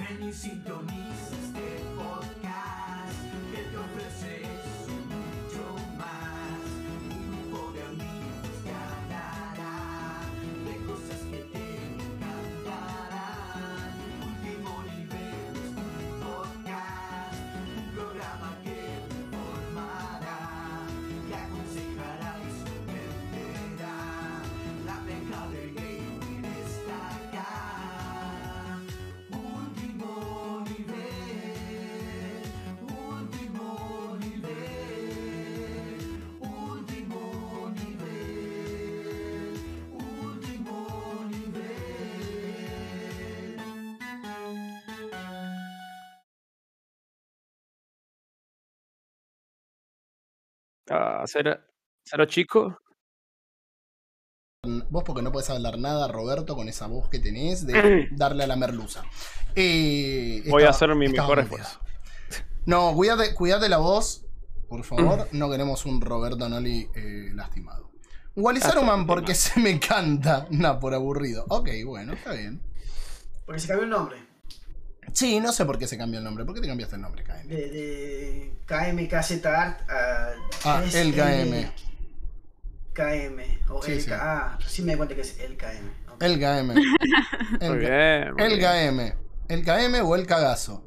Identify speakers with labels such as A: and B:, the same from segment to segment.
A: Ven y sintoniza este podcast que te ofrece mucho más. Un grupo de amigos que hablará de cosas que te encantarán. Último nivel es un podcast, un programa que te informará y aconsejará y sorprenderá. La beca del gamer está acá. Último nivel, último nivel, último nivel, último nivel.
B: ¿Será chico?
C: Vos porque no podés hablar nada, Roberto, con esa voz que tenés de darle a la merluza.
B: Voy a hacer mi mejor esfuerzo.
C: No, cuídate la voz, por favor. No queremos un Roberto Noli lastimado. Wally Saruman porque se me canta. No, por aburrido. Ok, bueno, está bien.
D: Porque se cambió el nombre.
C: Sí, no sé por qué se cambió el nombre. ¿Por qué te cambiaste el nombre, KM?
D: De KMKZ Art a...
C: el KM.
D: KM. O
C: Sí,
D: el
C: sí.
D: sí me di cuenta que es el KM. Okay.
C: El KM.
B: Muy bien.
C: El KM. El KM o el cagazo.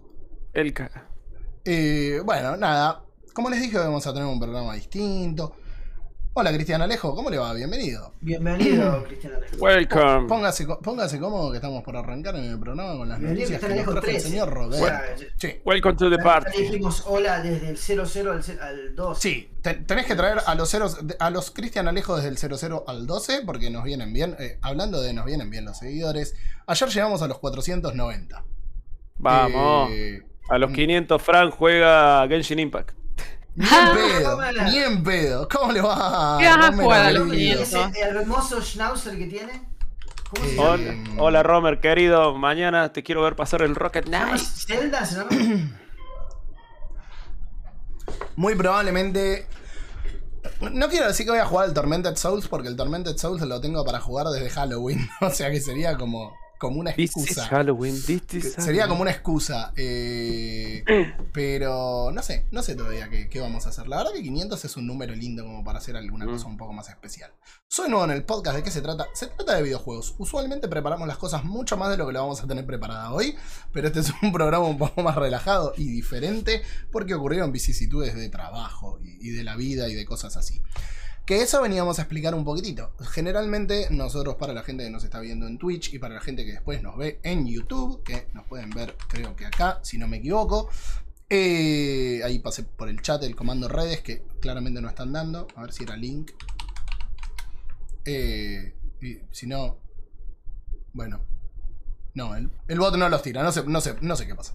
C: Bueno, nada. Como les dije, vamos a tener un programa distinto. Hola, Cristian Alejo, ¿cómo le va? Bienvenido.
D: Bienvenido, Cristian Alejo.
B: Welcome.
C: Póngase cómodo que estamos por arrancar en el programa con las
D: Bienvenido,
C: noticias que
D: Cristian
C: nos
D: Alejo
C: trajo el
D: 13.
C: señor Roberto.
D: O sea,
C: Sí.
B: Welcome to the
D: ya
B: party.
D: dijimos hola desde el 00 al 12.
C: Sí, tenés que traer a los Cristian Alejo desde el 00 al 12 porque nos vienen bien. Hablando de nos vienen bien los seguidores. Ayer llegamos a los 490.
B: Vamos. A los 500 Frank juega Genshin Impact.
C: Ni en pedo, ni en pedo. ¿Cómo le va?
E: ¿Qué vas a
C: Romero,
E: jugar a los
C: querido?
E: 500?
D: El hermoso schnauzer que tiene. ¿Cómo se llama?
B: Hola Romer, querido. Mañana te quiero ver pasar el Rocket
D: ¿Se llama
B: Knight.
D: Zelda? ¿Se llama?
C: Muy probablemente. No quiero decir que voy a jugar al Tormented Souls porque el Tormented Souls lo tengo para jugar desde Halloween. O sea que sería como una
B: This is
C: excusa.
B: Halloween.
C: Sería como una excusa. Pero no sé todavía qué vamos a hacer. La verdad que 500 es un número lindo como para hacer alguna cosa un poco más especial. Soy nuevo en el podcast. ¿De qué se trata? Se trata de videojuegos. Usualmente preparamos las cosas mucho más de lo que lo vamos a tener preparada hoy. Pero este es un programa un poco más relajado y diferente porque ocurrieron vicisitudes de trabajo y de la vida y de cosas así. Que eso veníamos a explicar un poquitito. Generalmente nosotros, para la gente que nos está viendo en Twitch y para la gente que después nos ve en YouTube, que nos pueden ver creo que acá, si no me equivoco. Ahí pasé por el chat el comando redes que claramente no están dando. A ver si era link. Y si no... Bueno. No, el bot no los tira. No sé qué pasa.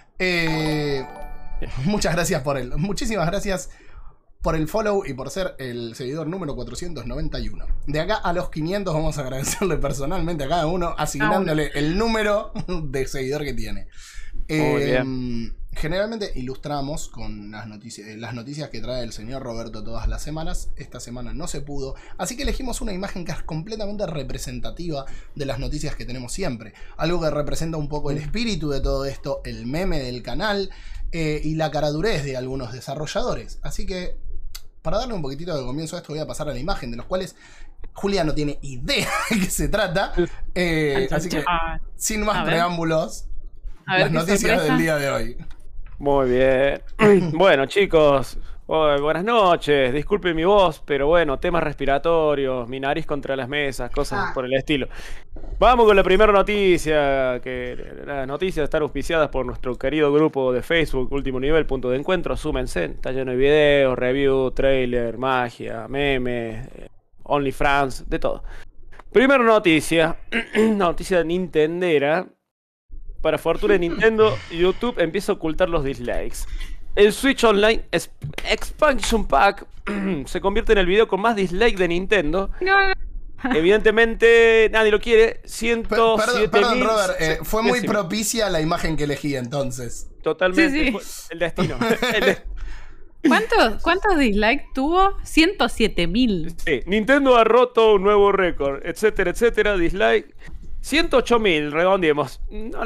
C: Muchas gracias muchísimas gracias por el follow y por ser el seguidor número 491. De acá a los 500 vamos a agradecerle personalmente a cada uno, asignándole el número de seguidor que tiene. Generalmente ilustramos con las noticias que trae el señor Roberto todas las semanas. Esta semana no se pudo, así que elegimos una imagen que es completamente representativa de las noticias que tenemos siempre. Algo que representa un poco el espíritu de todo esto, el meme del canal y la caradurez de algunos desarrolladores. Así que, para darle un poquitito de comienzo a esto, voy a pasar a la imagen, de los cuales Julia no tiene idea de qué se trata. Así que, sin más preámbulos, las noticias del día de hoy.
B: Muy bien. Bueno, chicos, buenas noches. Disculpen mi voz, pero bueno, temas respiratorios, mi nariz contra las mesas, cosas por el estilo. Vamos con la primera noticia, que las noticias están auspiciadas por nuestro querido grupo de Facebook, Último Nivel, Punto de Encuentro. Súmense, está lleno de videos, reviews, trailer, magia, memes, OnlyFans, de todo. Primera noticia, noticia de Nintendera. Para fortuna de Nintendo, YouTube empieza a ocultar los dislikes. El Switch Online Expansion Pack se convierte en el video con más dislike de Nintendo. Evidentemente nadie lo quiere. 107.000.
C: Perdón, Robert, fue muy propicia la imagen que elegí entonces.
B: Totalmente,
E: Sí.
B: fue el destino.
E: ¿Cuántos dislikes tuvo? 107.000.
B: Sí, Nintendo ha roto un nuevo récord, etcétera, etcétera, dislike. 108.000, redondeemos.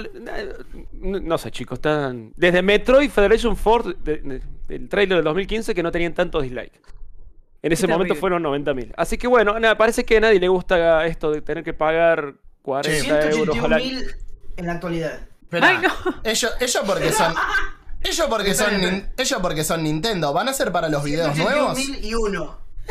B: No sé, chicos, están... Desde Metroid Federation Force, el trailer del 2015, que no tenían tantos dislikes. En ese momento fueron 90.000. Así que bueno, parece que a nadie le gusta esto de tener que pagar 40 euros al año.
D: 181.000 en la actualidad.
C: Esperá,
E: Ay, no.
C: ellos porque son... Ellos porque son Nintendo. ¿Van a ser para los videos nuevos?
D: 181.001.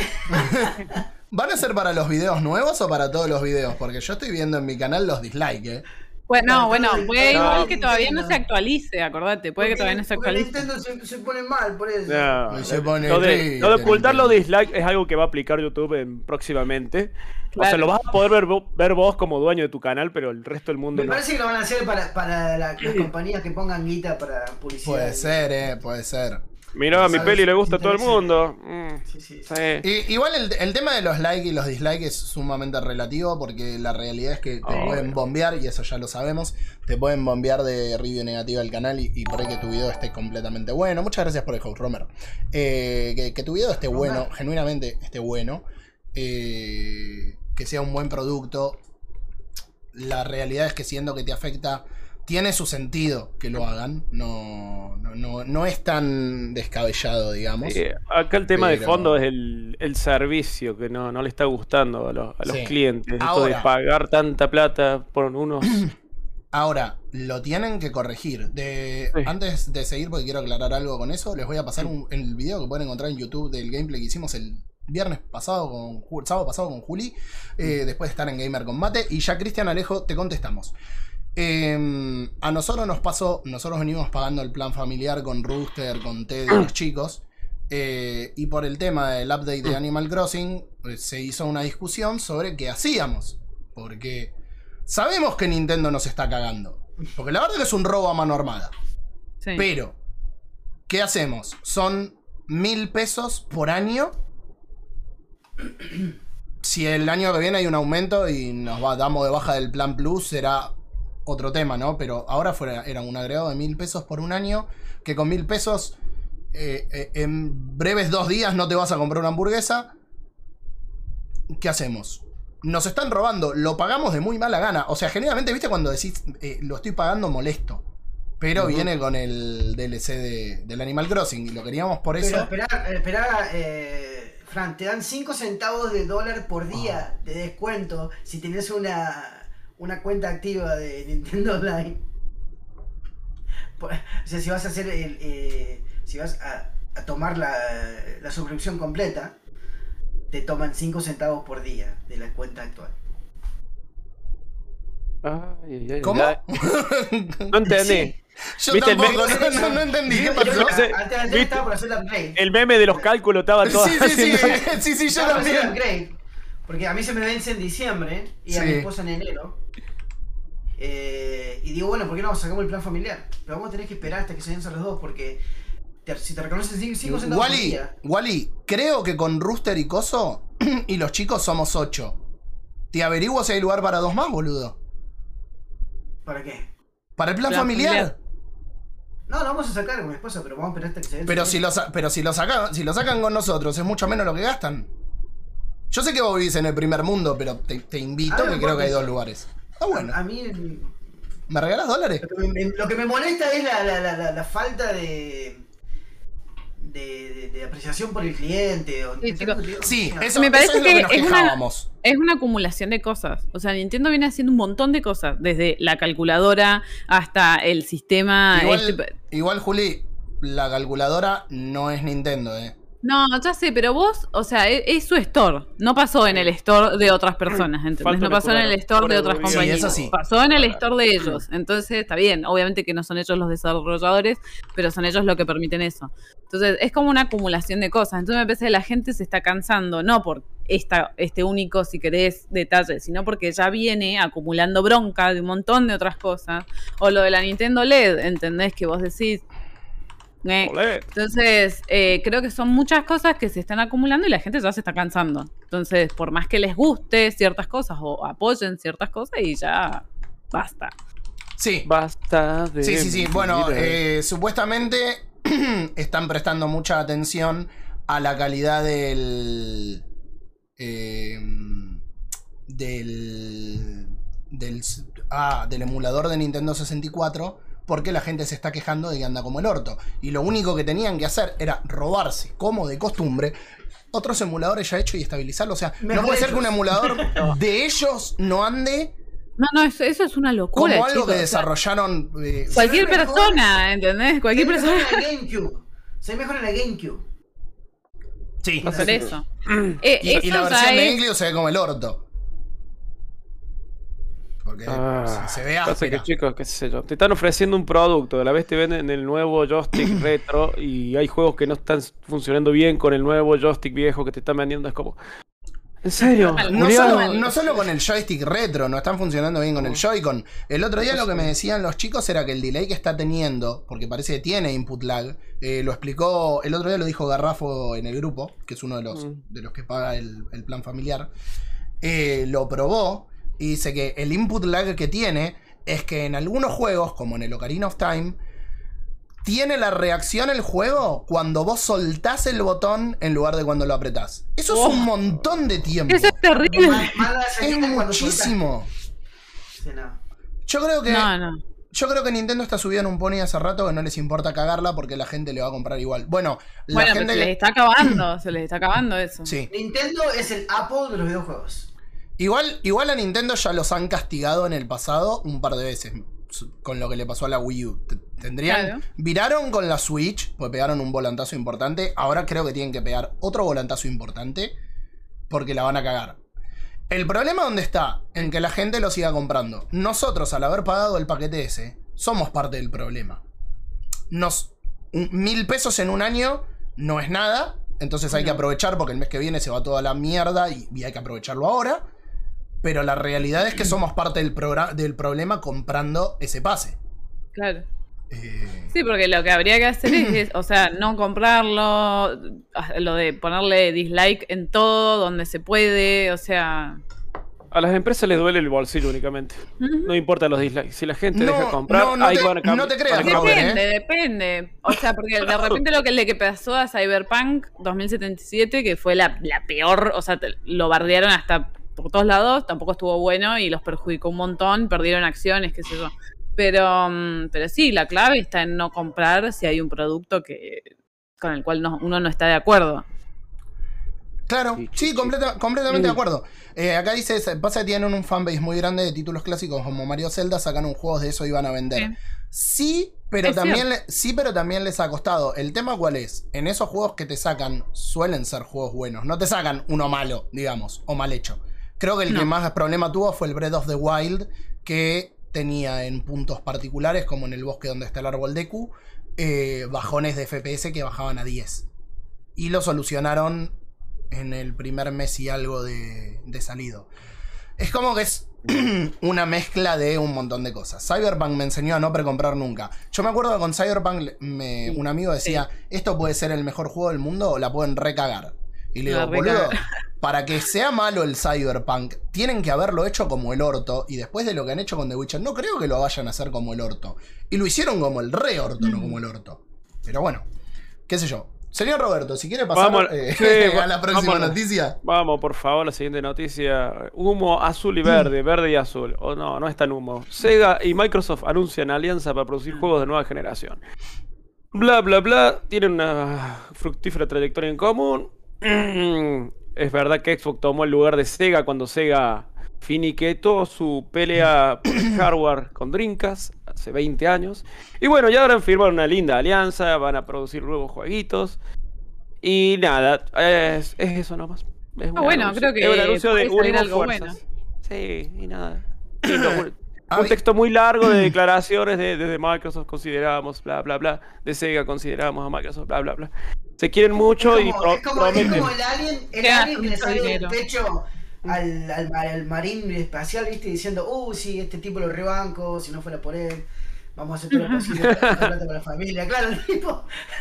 C: ¿Van a ser para los videos nuevos o para todos los videos? Porque yo estoy viendo en mi canal los dislikes,
E: Bueno,
D: No,
E: puede
D: no,
E: igual que todavía
D: Nintendo.
E: no se actualice, acordate, puede que todavía no se
D: Porque
E: actualice.
D: Nintendo se pone mal por eso.
B: No,
C: Y se pone
B: lo de
C: triste,
B: ocultar los
C: Nintendo.
B: dislikes es algo que va a aplicar YouTube próximamente. O sea,
E: Claro.
B: lo vas a poder ver vos como dueño de tu canal, pero el resto del mundo
D: Me
B: no.
D: parece que lo van a hacer para las compañías que pongan guita para publicidad.
C: Puede ser, puede ser.
B: Mirá, a mi
D: ¿Sabes?
B: peli le gusta a todo el
D: Interesa.
B: mundo.
D: Sí, sí.
B: Sí.
C: Igual el tema de los likes y los dislikes es sumamente relativo porque la realidad es que te pueden bombear, y eso ya lo sabemos, te pueden bombear de review negativa al canal y por ahí que tu video esté completamente bueno. Muchas gracias por el host, Romero. Que tu video esté bueno, genuinamente esté bueno, que sea un buen producto. La realidad es que siendo que te afecta, tiene su sentido que lo hagan. No es tan descabellado, digamos.
B: Sí, acá el tema de
C: Pero-
B: fondo es el servicio que no le está gustando a los
C: Sí.
B: clientes. Esto
C: Ahora-
B: de pagar tanta plata por unos...
C: Ahora, lo tienen que corregir.
B: Sí.
C: Antes de seguir, porque quiero aclarar algo con eso, les voy a pasar el video que pueden encontrar en YouTube del gameplay que hicimos el viernes pasado sábado pasado con Juli, después de estar en Gamer Combate. Y ya, Cristian Alejo, te contestamos. A nosotros nos pasó, nosotros venimos pagando el plan familiar con Rooster, con Ted y los chicos. Y por el tema del update de Animal Crossing, se hizo una discusión sobre qué hacíamos. Porque sabemos que Nintendo nos está cagando. Porque la verdad que es un robo a mano armada.
E: Sí.
C: Pero, ¿qué hacemos? Son 1.000 pesos por año. Si el año que viene hay un aumento y nos damos de baja del plan Plus, será otro tema, ¿no? Pero ahora era un agregado de 1.000 pesos por un año. Que con 1.000 pesos, en breves 2 días no te vas a comprar una hamburguesa. ¿Qué hacemos? Nos están robando, lo pagamos de muy mala gana. O sea, generalmente, ¿viste? Cuando decís lo estoy pagando molesto. Pero viene con el DLC del Animal Crossing y lo queríamos por eso.
D: Pero esperá, Fran, te dan 5 centavos de dólar por día de descuento si tenés una cuenta activa de Nintendo Online. O sea, si vas a hacer si vas a tomar la suscripción completa, te toman 5 centavos por día de la cuenta actual.
B: Ay, ay,
C: ¿Cómo?
B: ay. No entendí.
D: Sí.
C: Yo
B: ¿Viste el
C: tampoco,
B: meme?
C: no entendí. ¿Qué
B: Yo
C: pasó?
B: pensé-
D: Antes
B: ¿viste?
D: estaba por hacer la upgrade.
B: El meme de los cálculos estaba todo
C: Sí, sí, yo
D: Estaba por hacer la
C: también.
D: upgrade. Porque a mí se me vence en diciembre y a
C: Sí.
D: mi esposa en enero. Y digo, bueno, ¿por qué no sacamos el plan familiar? Pero vamos a tener que esperar hasta que se vencen los dos porque si te reconocen 5 centavos por día.
C: Wally, creo que con Rooster y Coso y los chicos somos 8. ¿Te averiguo si hay lugar para 2 más, boludo?
D: ¿Para qué?
C: Para el plan
E: Plan
C: familiar.
E: familiar.
D: No, lo vamos a sacar con mi esposa, pero vamos a esperar hasta que se vence.
C: Pero si lo sacan con nosotros, es mucho menos lo que gastan. Yo sé que vos vivís en el primer mundo, pero te invito,
D: Ah, no
C: que creo que hay
D: importa
C: 2
D: eso.
C: lugares. Ah, bueno.
D: A mí
C: ¿Me regalás dólares?
D: lo que me molesta es la falta de apreciación por el cliente.
E: Sí, chicos.
C: Sí, eso,
E: Me parece
C: eso es lo que
E: que
C: nos
E: es una-
C: quejábamos.
E: Es una acumulación de cosas. O sea, Nintendo viene haciendo un montón de cosas. Desde la calculadora hasta el sistema.
C: Igual, Juli, la calculadora no es Nintendo,
E: No, ya sé, pero vos, o sea, es su store. No pasó en el store de otras personas, ¿entendés?
B: Falta
E: No pasó en el
B: mejorar.
E: store de otras
B: Sí,
E: compañías.
C: eso sí.
E: Pasó en el store de ellos. Entonces, está bien. Obviamente que no son ellos los desarrolladores, pero son ellos los que permiten eso. Entonces, es como una acumulación de cosas. Entonces, me parece que la gente se está cansando, no por este único, si querés, detalle, sino porque ya viene acumulando bronca de un montón de otras cosas. O lo de la Nintendo LED, ¿entendés? Que vos decís...
B: Olé.
E: Entonces, creo que son muchas cosas que se están acumulando y la gente ya se está cansando. Entonces, por más que les guste ciertas cosas o apoyen ciertas cosas y ya basta.
C: Sí.
B: Basta de...
C: Sí. Bueno,
B: mentiras.
C: supuestamente están prestando mucha atención a la calidad del del emulador de Nintendo 64 porque la gente se está quejando de que anda como el orto. Y lo único que tenían que hacer era robarse, como de costumbre, otros emuladores ya hechos y estabilizarlo. O sea, no puede ser que un emulador de ellos no ande
E: No, eso es una locura,
C: como algo
E: chicos,
C: que desarrollaron.
E: Cualquier persona, ¿entendés? Cualquier
D: Se ve
E: persona.
D: mejor en la GameCube. Se ve mejor en la GameCube.
C: Sí.
E: Por eso.
C: Y la
E: Eso
C: versión
E: ya
C: de
E: es-
C: GameCube se ve como el orto. Porque se ve
B: Pasa
C: áspera.
B: que, chicos, qué sé yo, te están ofreciendo un producto, a la vez te venden el nuevo joystick retro y hay juegos que no están funcionando bien con el nuevo joystick viejo que te están vendiendo. Es como, ¿en serio?
C: No solo con el joystick retro, no están funcionando bien con el Joy-Con. El otro día lo que me decían los chicos era que el delay que está teniendo, porque parece que tiene input lag, lo explicó, el otro día lo dijo Garrafo en el grupo, que es uno de los que paga el plan familiar, lo probó y dice que el input lag que tiene es que en algunos juegos, como en el Ocarina of Time, tiene la reacción el juego cuando vos soltás el botón en lugar de cuando lo apretás. Eso es un montón de tiempo.
E: Eso es terrible.
D: Mala
C: Es
D: señal cuando
C: muchísimo.
D: soltaste. Sí, no.
C: Yo creo que
E: No.
C: yo creo que Nintendo está subido en un pony hace rato que no les importa cagarla porque la gente le va a comprar igual. Bueno, la
E: Bueno, pero
C: gente
E: se les está acabando, se les está acabando eso.
C: sí.
D: Nintendo es el Apple de los videojuegos.
C: Igual a Nintendo ya los han castigado en el pasado un par de veces con lo que le pasó a la Wii U.
E: Claro.
C: Viraron con la Switch, pues pegaron un volantazo importante. Ahora creo que tienen que pegar otro volantazo importante porque la van a cagar. El problema dónde está, en que la gente lo siga comprando. Nosotros, al haber pagado el paquete ese, somos parte del problema. 1.000 pesos en un año no es nada, entonces hay que aprovechar porque el mes que viene se va toda la mierda y hay que aprovecharlo ahora. Pero la realidad es que somos parte del problema comprando ese pase.
E: Claro. Sí, porque lo que habría que hacer es, o sea, no comprarlo, lo de ponerle dislike en todo, donde se puede, o sea...
B: A las empresas les duele el bolsillo únicamente. No importa los dislikes. Si la gente
C: No,
B: deja comprar,
C: no
B: ahí
C: te-
B: van a cambiar.
C: no te creas,
B: van a
C: Robert,
B: cambiar.
E: Depende. O sea, porque de repente lo que pasó a Cyberpunk 2077, que fue la peor, o sea, lo bardearon hasta por todos lados, tampoco estuvo bueno y los perjudicó un montón, perdieron acciones, qué sé yo. Pero sí, la clave está en no comprar si hay un producto con el cual uno no está de acuerdo.
C: Claro, sí, completamente de acuerdo. Acá dice, pasa que tienen un fanbase muy grande de títulos clásicos como Mario Zelda, sacan un juego de eso y van a vender. Sí, pero también les ha costado. El tema cuál es, en esos juegos que te sacan suelen ser juegos buenos, no te sacan uno malo, digamos, o mal hecho. Creo que el que más problema tuvo fue el Breath of the Wild, que tenía en puntos particulares, como en el bosque donde está el árbol Deku, bajones de FPS que bajaban a 10. Y lo solucionaron en el primer mes y algo de salido. Es como que es una mezcla de un montón de cosas. Cyberpunk me enseñó a no precomprar nunca. Yo me acuerdo que con Cyberpunk un amigo decía, esto puede ser el mejor juego del mundo o la pueden recagar. Y le digo, boludo, para que sea malo el Cyberpunk, tienen que haberlo hecho como el orto. Y después de lo que han hecho con The Witcher, no creo que lo vayan a hacer como el orto. Y lo hicieron como el re orto, no como el orto. Pero bueno, qué sé yo. Señor Roberto, si quiere pasar a la próxima noticia.
B: Vamos, por favor, la siguiente noticia. Humo azul y verde, verde y azul. O no, no es tan humo. Sega y Microsoft anuncian alianza para producir juegos de nueva generación. Bla, bla, bla. Tienen una fructífera trayectoria en común. Es verdad que Xbox tomó el lugar de Sega cuando Sega finiquetó su pelea por el hardware con Dreamcast hace 20 años. Y bueno, ya ahora firmaron una linda alianza, van a producir nuevos jueguitos. Y nada, es eso nomás. Es un
E: bueno,
B: anuncio.
E: creo que
B: es un anuncio de
E: puede salir
B: unimos
E: algo
B: fuerzas.
E: bueno.
B: Sí, y nada. Un texto muy largo de declaraciones desde Microsoft consideramos, bla, bla, bla. De Sega consideramos a Microsoft, bla, bla, bla. Se quieren mucho y
D: es como
B: prometen.
D: el alien que le
E: mucho
D: sale del
E: dinero.
D: pecho al marín espacial, ¿viste? Diciendo, sí, este tipo lo rebanco, si no fuera por él, vamos a hacer todo lo posible para hacer plata para la familia. Claro, el tipo.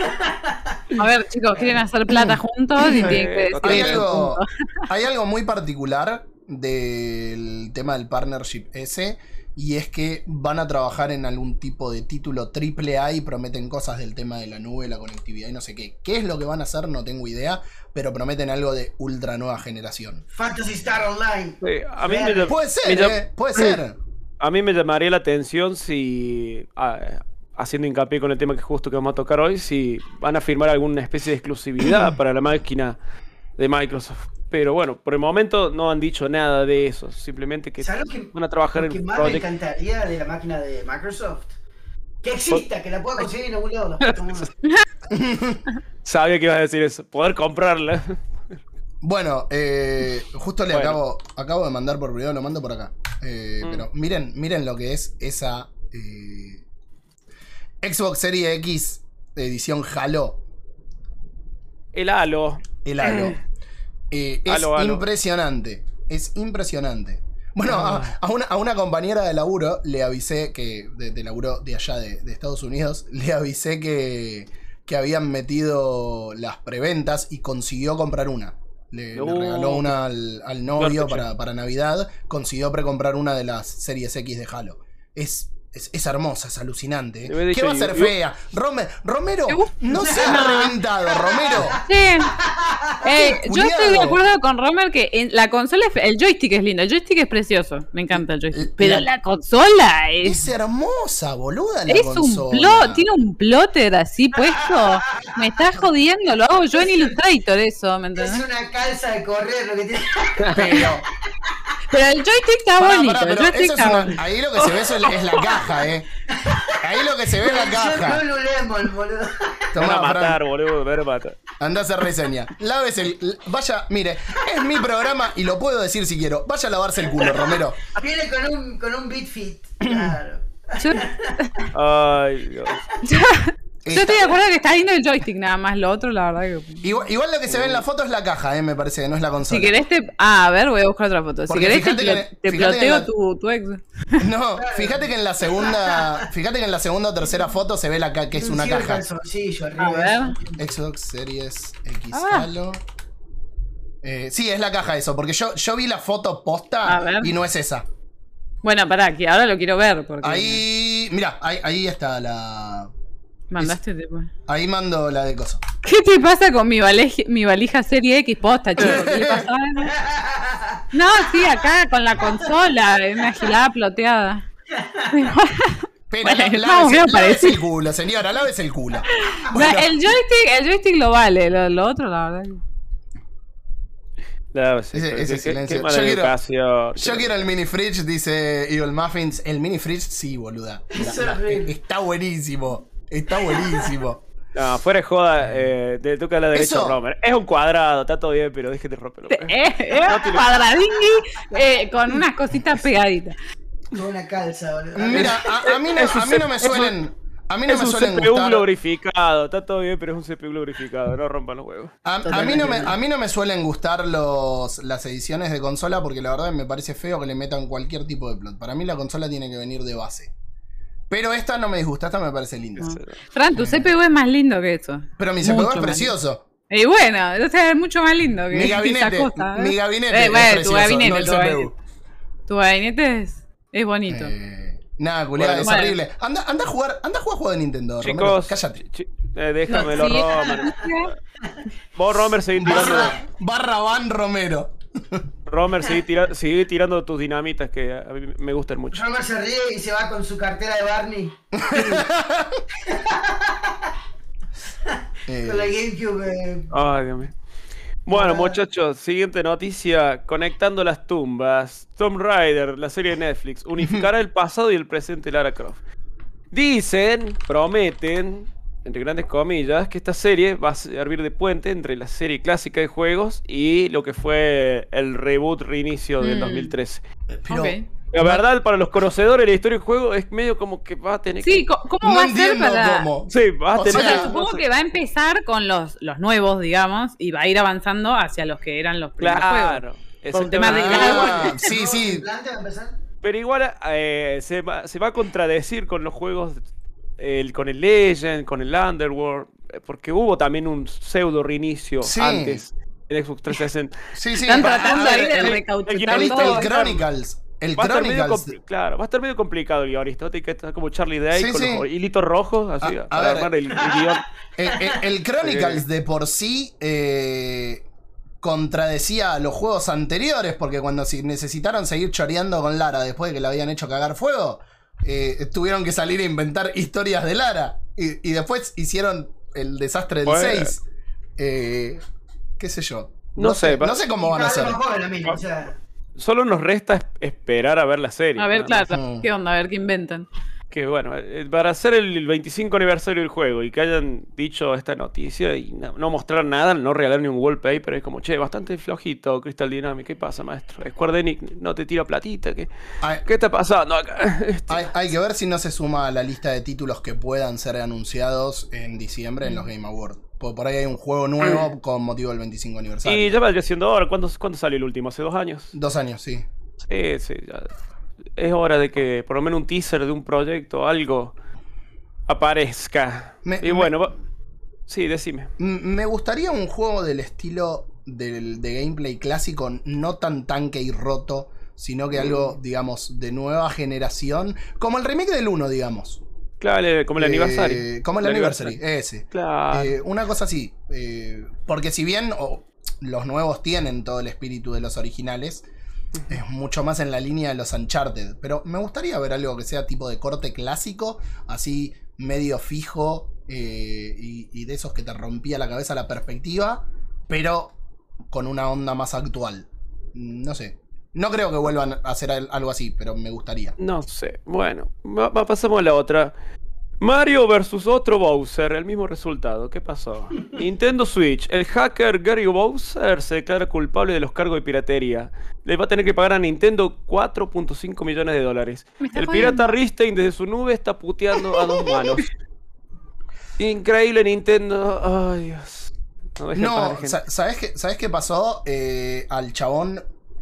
E: A ver, chicos, quieren hacer plata juntos y tienen que decir
C: Hay algo muy particular del tema del partnership ese, y es que van a trabajar en algún tipo de título AAA y prometen cosas del tema de la nube, la conectividad y no sé qué. ¿Qué es lo que van a hacer? No tengo idea, pero prometen algo de ultra nueva generación.
D: Phantasy Star Online.
B: Sí, a mí
C: Puede ser, puede ser.
B: A mí me llamaría la atención si, haciendo hincapié con el tema que justo que vamos a tocar hoy, si van a firmar alguna especie de exclusividad para la máquina de Microsoft. Pero bueno, por el momento no han dicho nada de eso. Simplemente que
D: ¿Sabes lo que,
B: van a trabajar
D: lo que
B: en
D: más me
B: Project.
D: encantaría de la máquina de Microsoft? Que exista, que la pueda conseguir en algún lado.
B: Sabía que ibas a decir eso. Poder comprarla.
C: Bueno, justo le
B: Bueno.
C: acabo de mandar por privado, lo mando por acá. Pero miren lo que es esa Xbox Series X edición Halo.
B: El Halo.
C: El Halo. Es
B: Halo.
C: impresionante. Es impresionante. Bueno, a una compañera de laburo le avisé que. De laburo de allá de Estados Unidos. Le avisé que habían metido las preventas y consiguió comprar una. Le regaló una al novio para Navidad. Consiguió precomprar una de las series X de Halo. Es hermosa, es alucinante.
B: Te hubiera
C: ¿Qué
B: dicho
C: va a ser
B: yo-
C: fea? Romero, no seas reventado, Romero.
E: Sí. Yo
C: culiado.
E: estoy de acuerdo con Romer que en la consola el joystick es lindo, el joystick es precioso, me encanta el joystick. Pero la consola
C: Es hermosa, boluda, la
E: es
C: consola.
E: tiene un plotter así puesto. Me estás jodiendo, lo hago yo en Illustrator eso, ¿me
D: Es
E: entendés?
D: una calza de correr lo que tiene.
E: Pero el joystick está
C: Pará,
E: bonito,
C: pará,
E: el
C: pero
E: joystick
C: eso es
E: está
C: una-
E: bonito.
C: ahí lo que se ve es la caja, Ahí lo que se ve es la caja.
D: Yo Lululemon, boludo.
B: Me
C: Tomá,
B: van a matar,
C: Fran,
B: boludo. Me van a matar.
C: andá a hacer reseña. Lávese vaya, mire, es mi programa y lo puedo decir si quiero. Vaya a lavarse el culo, Romero.
D: Viene con un beat fit. Claro.
E: Yo,
B: Ay, Dios.
E: yo estoy de acuerdo que está lindo el joystick nada más, lo otro la verdad que...
C: Igual lo que se ve en la foto es la caja, me parece que no es la consola.
E: Si querés a ver, voy a buscar otra foto. Si
C: Porque
E: querés
C: fíjate
E: te
C: que
E: ploteo
C: la-
E: tu ex.
C: No, fíjate que en la segunda o tercera foto se ve que es una
D: Un cielo
C: caja.
D: calzoncillo
E: A
D: arriba.
E: ver.
C: Xbox Series X
E: Ah.
C: Halo. Sí, es la caja eso, porque yo vi la foto
E: A
C: posta
E: ver.
C: y no es esa.
E: Bueno, pará, que ahora lo quiero ver. Porque
C: Ahí, mira, ahí está la...
E: mandaste tipo.
C: Ahí mando la de coso.
E: ¿Qué te pasa con mi valija serie X posta, chico? ¿Qué le pasaba? No, sí, acá con la consola, una gilada ploteada.
C: Pero
E: Bueno,
C: lávese,
E: vamos, me
C: lávese
E: parece.
C: el culo, señora, lávese el culo.
E: No,
C: Bueno,
E: el joystick lo vale, lo otro la verdad.
B: No, sí,
C: Ese-
B: pero
C: ese
B: qué
C: silencio.
B: mala
C: Yo quiero-
B: educación.
C: yo quiero el mini fridge, dice Evil Muffins. El mini fridge, sí, boluda.
D: Es horrible.
C: Está buenísimo. Está buenísimo.
B: No, fuera de joda, te toca la derecha
C: Eso.
B: Romer. Es un cuadrado, está todo bien, pero déjate romperlo.
E: Es un cuadradingui con unas cositas pegaditas.
D: Con una calza, boludo.
C: Mira, a mí no me suelen. A mí no
B: Es
C: me
B: un
C: suelen
B: CPU
C: gustar.
B: glorificado, está todo bien, pero es un CPU glorificado, no rompan los huevos.
C: A mí no me suelen gustar las ediciones de consola porque la verdad me parece feo que le metan cualquier tipo de plot. Para mí la consola tiene que venir de base. Pero esta no me disgusta, esta me parece linda.
E: Fran, tu CPU es más lindo que eso.
C: Pero mi
E: Mucho
C: CPU es
E: más
C: precioso.
E: Y bueno, o sea, es mucho más lindo que
C: Mi
E: esa
C: gabinete,
E: cosa.
C: mi gabinete es
E: bueno,
C: precioso, no el CPU.
E: Tu gabinete es bonito.
C: Nada, culiada, es
E: Bueno.
C: horrible. Anda a jugar juego de Nintendo, Romero,
B: Chicos,
C: cállate.
B: déjamelo,
E: Sí,
B: Romer. Vos, Romer, seguí tirando.
C: Barra Van Romero.
B: Romer, seguí tirando tus dinamitas que a mí me gustan mucho.
D: Romer se ríe y se va con su cartera de Barney. Con la GameCube.
B: Ay, Dios mío. Bueno, muchachos, siguiente noticia. Conectando las tumbas. Tomb Raider, la serie de Netflix, unificará el pasado y el presente de Lara Croft. Dicen, prometen, entre grandes comillas, que esta serie va a servir de puente entre la serie clásica de juegos y lo que fue el reboot reinicio del 2013.
C: Pero
E: Ok.
B: La verdad, para los conocedores de la historia del juego, es medio como que va a tener que...
E: Sí, ¿cómo
C: no
E: va a ser
C: entiendo
E: para...?
C: cómo.
B: Sí, va a
C: O
B: tener
E: O sea,
C: sea,
E: supongo
B: no sé.
E: que va a empezar con los nuevos, digamos, y va a ir avanzando hacia los que eran los primeros juegos.
B: Claro.
E: Por un tema de
B: exactamente.
C: Ah, sí.
D: ¿Implante va a empezar?
B: Pero igual se va a contradecir con los juegos, con el Legend, con el Underworld, porque hubo también un pseudo reinicio
C: Sí.
B: antes en Xbox 360.
C: Sí,
E: Están tratando
C: a
E: ahí
C: ver,
E: de
B: el
E: recauchutar
C: el
E: todo.
C: Chronicles. El
B: Va a estar medio
C: Chronicles.
B: claro, va a estar medio complicado el guionista. Tiene que estar como Charlie Day
C: Sí,
B: con
C: sí.
B: los hilitos rojos, así,
C: A
B: para
C: ver.
B: armar el guión.
C: El Chronicles de por sí contradecía a los juegos anteriores, porque cuando necesitaron seguir choreando con Lara después de que la habían hecho cagar fuego, tuvieron que salir a inventar historias de Lara. Y después hicieron el desastre del
B: Bueno.
C: 6. ¿Qué sé yo?
B: No sé,
C: no sé cómo van a hacer.
D: Lo mismo, o sea,
B: Solo nos resta esperar a ver la serie.
E: A ver,
B: nada
E: claro,
C: Ujú.
E: qué onda, a ver qué inventan.
B: más. Que bueno, para hacer el 25 aniversario del juego y que hayan dicho esta noticia y no mostrar nada, no regalar ni un wallpaper, es como, che, bastante flojito Crystal Dynamics, ¿qué pasa, maestro? Square Enix no te tira platita, ¿qué
C: Hay,
B: está pasando acá?
C: hay que ver si no se suma a la lista de títulos que puedan ser anunciados en diciembre en los Game Awards. Por ahí hay un juego nuevo con motivo del 25 aniversario.
B: Y ya va siendo hora. ¿Cuándo salió el último? ¿Hace 2 años?
C: 2 años, sí.
B: Sí, ya. Es hora de que por lo menos un teaser de un proyecto, algo, aparezca. Y bueno, sí, decime.
C: Me gustaría un juego del estilo de gameplay clásico, no tan tanque y roto, sino que algo, digamos, de nueva generación, como el remake del 1, digamos.
B: Claro, como el aniversario.
C: Como el anniversary, ese.
B: Claro.
C: Una cosa así. Porque si bien los nuevos tienen todo el espíritu de los originales, es mucho más en la línea de los Uncharted. Pero me gustaría ver algo que sea tipo de corte clásico, así medio fijo, y de esos que te rompía la cabeza la perspectiva, pero con una onda más actual. No sé. No creo que vuelvan a hacer algo así, pero me gustaría.
B: No sé. Bueno, pasamos a la otra. Mario versus otro Bowser, el mismo resultado. ¿Qué pasó? Nintendo Switch. El hacker Gary Bowser se declara culpable de los cargos de piratería. Le va a tener que pagar a Nintendo 4.5 millones de dólares.
E: Me está
B: El
E: jodiendo.
B: pirata Ristain desde su nube está puteando a 2 manos. Increíble Nintendo. Ay, Dios. No, deja
C: No,
B: pagar, gente.
C: ¿sabes qué pasó? Al chabón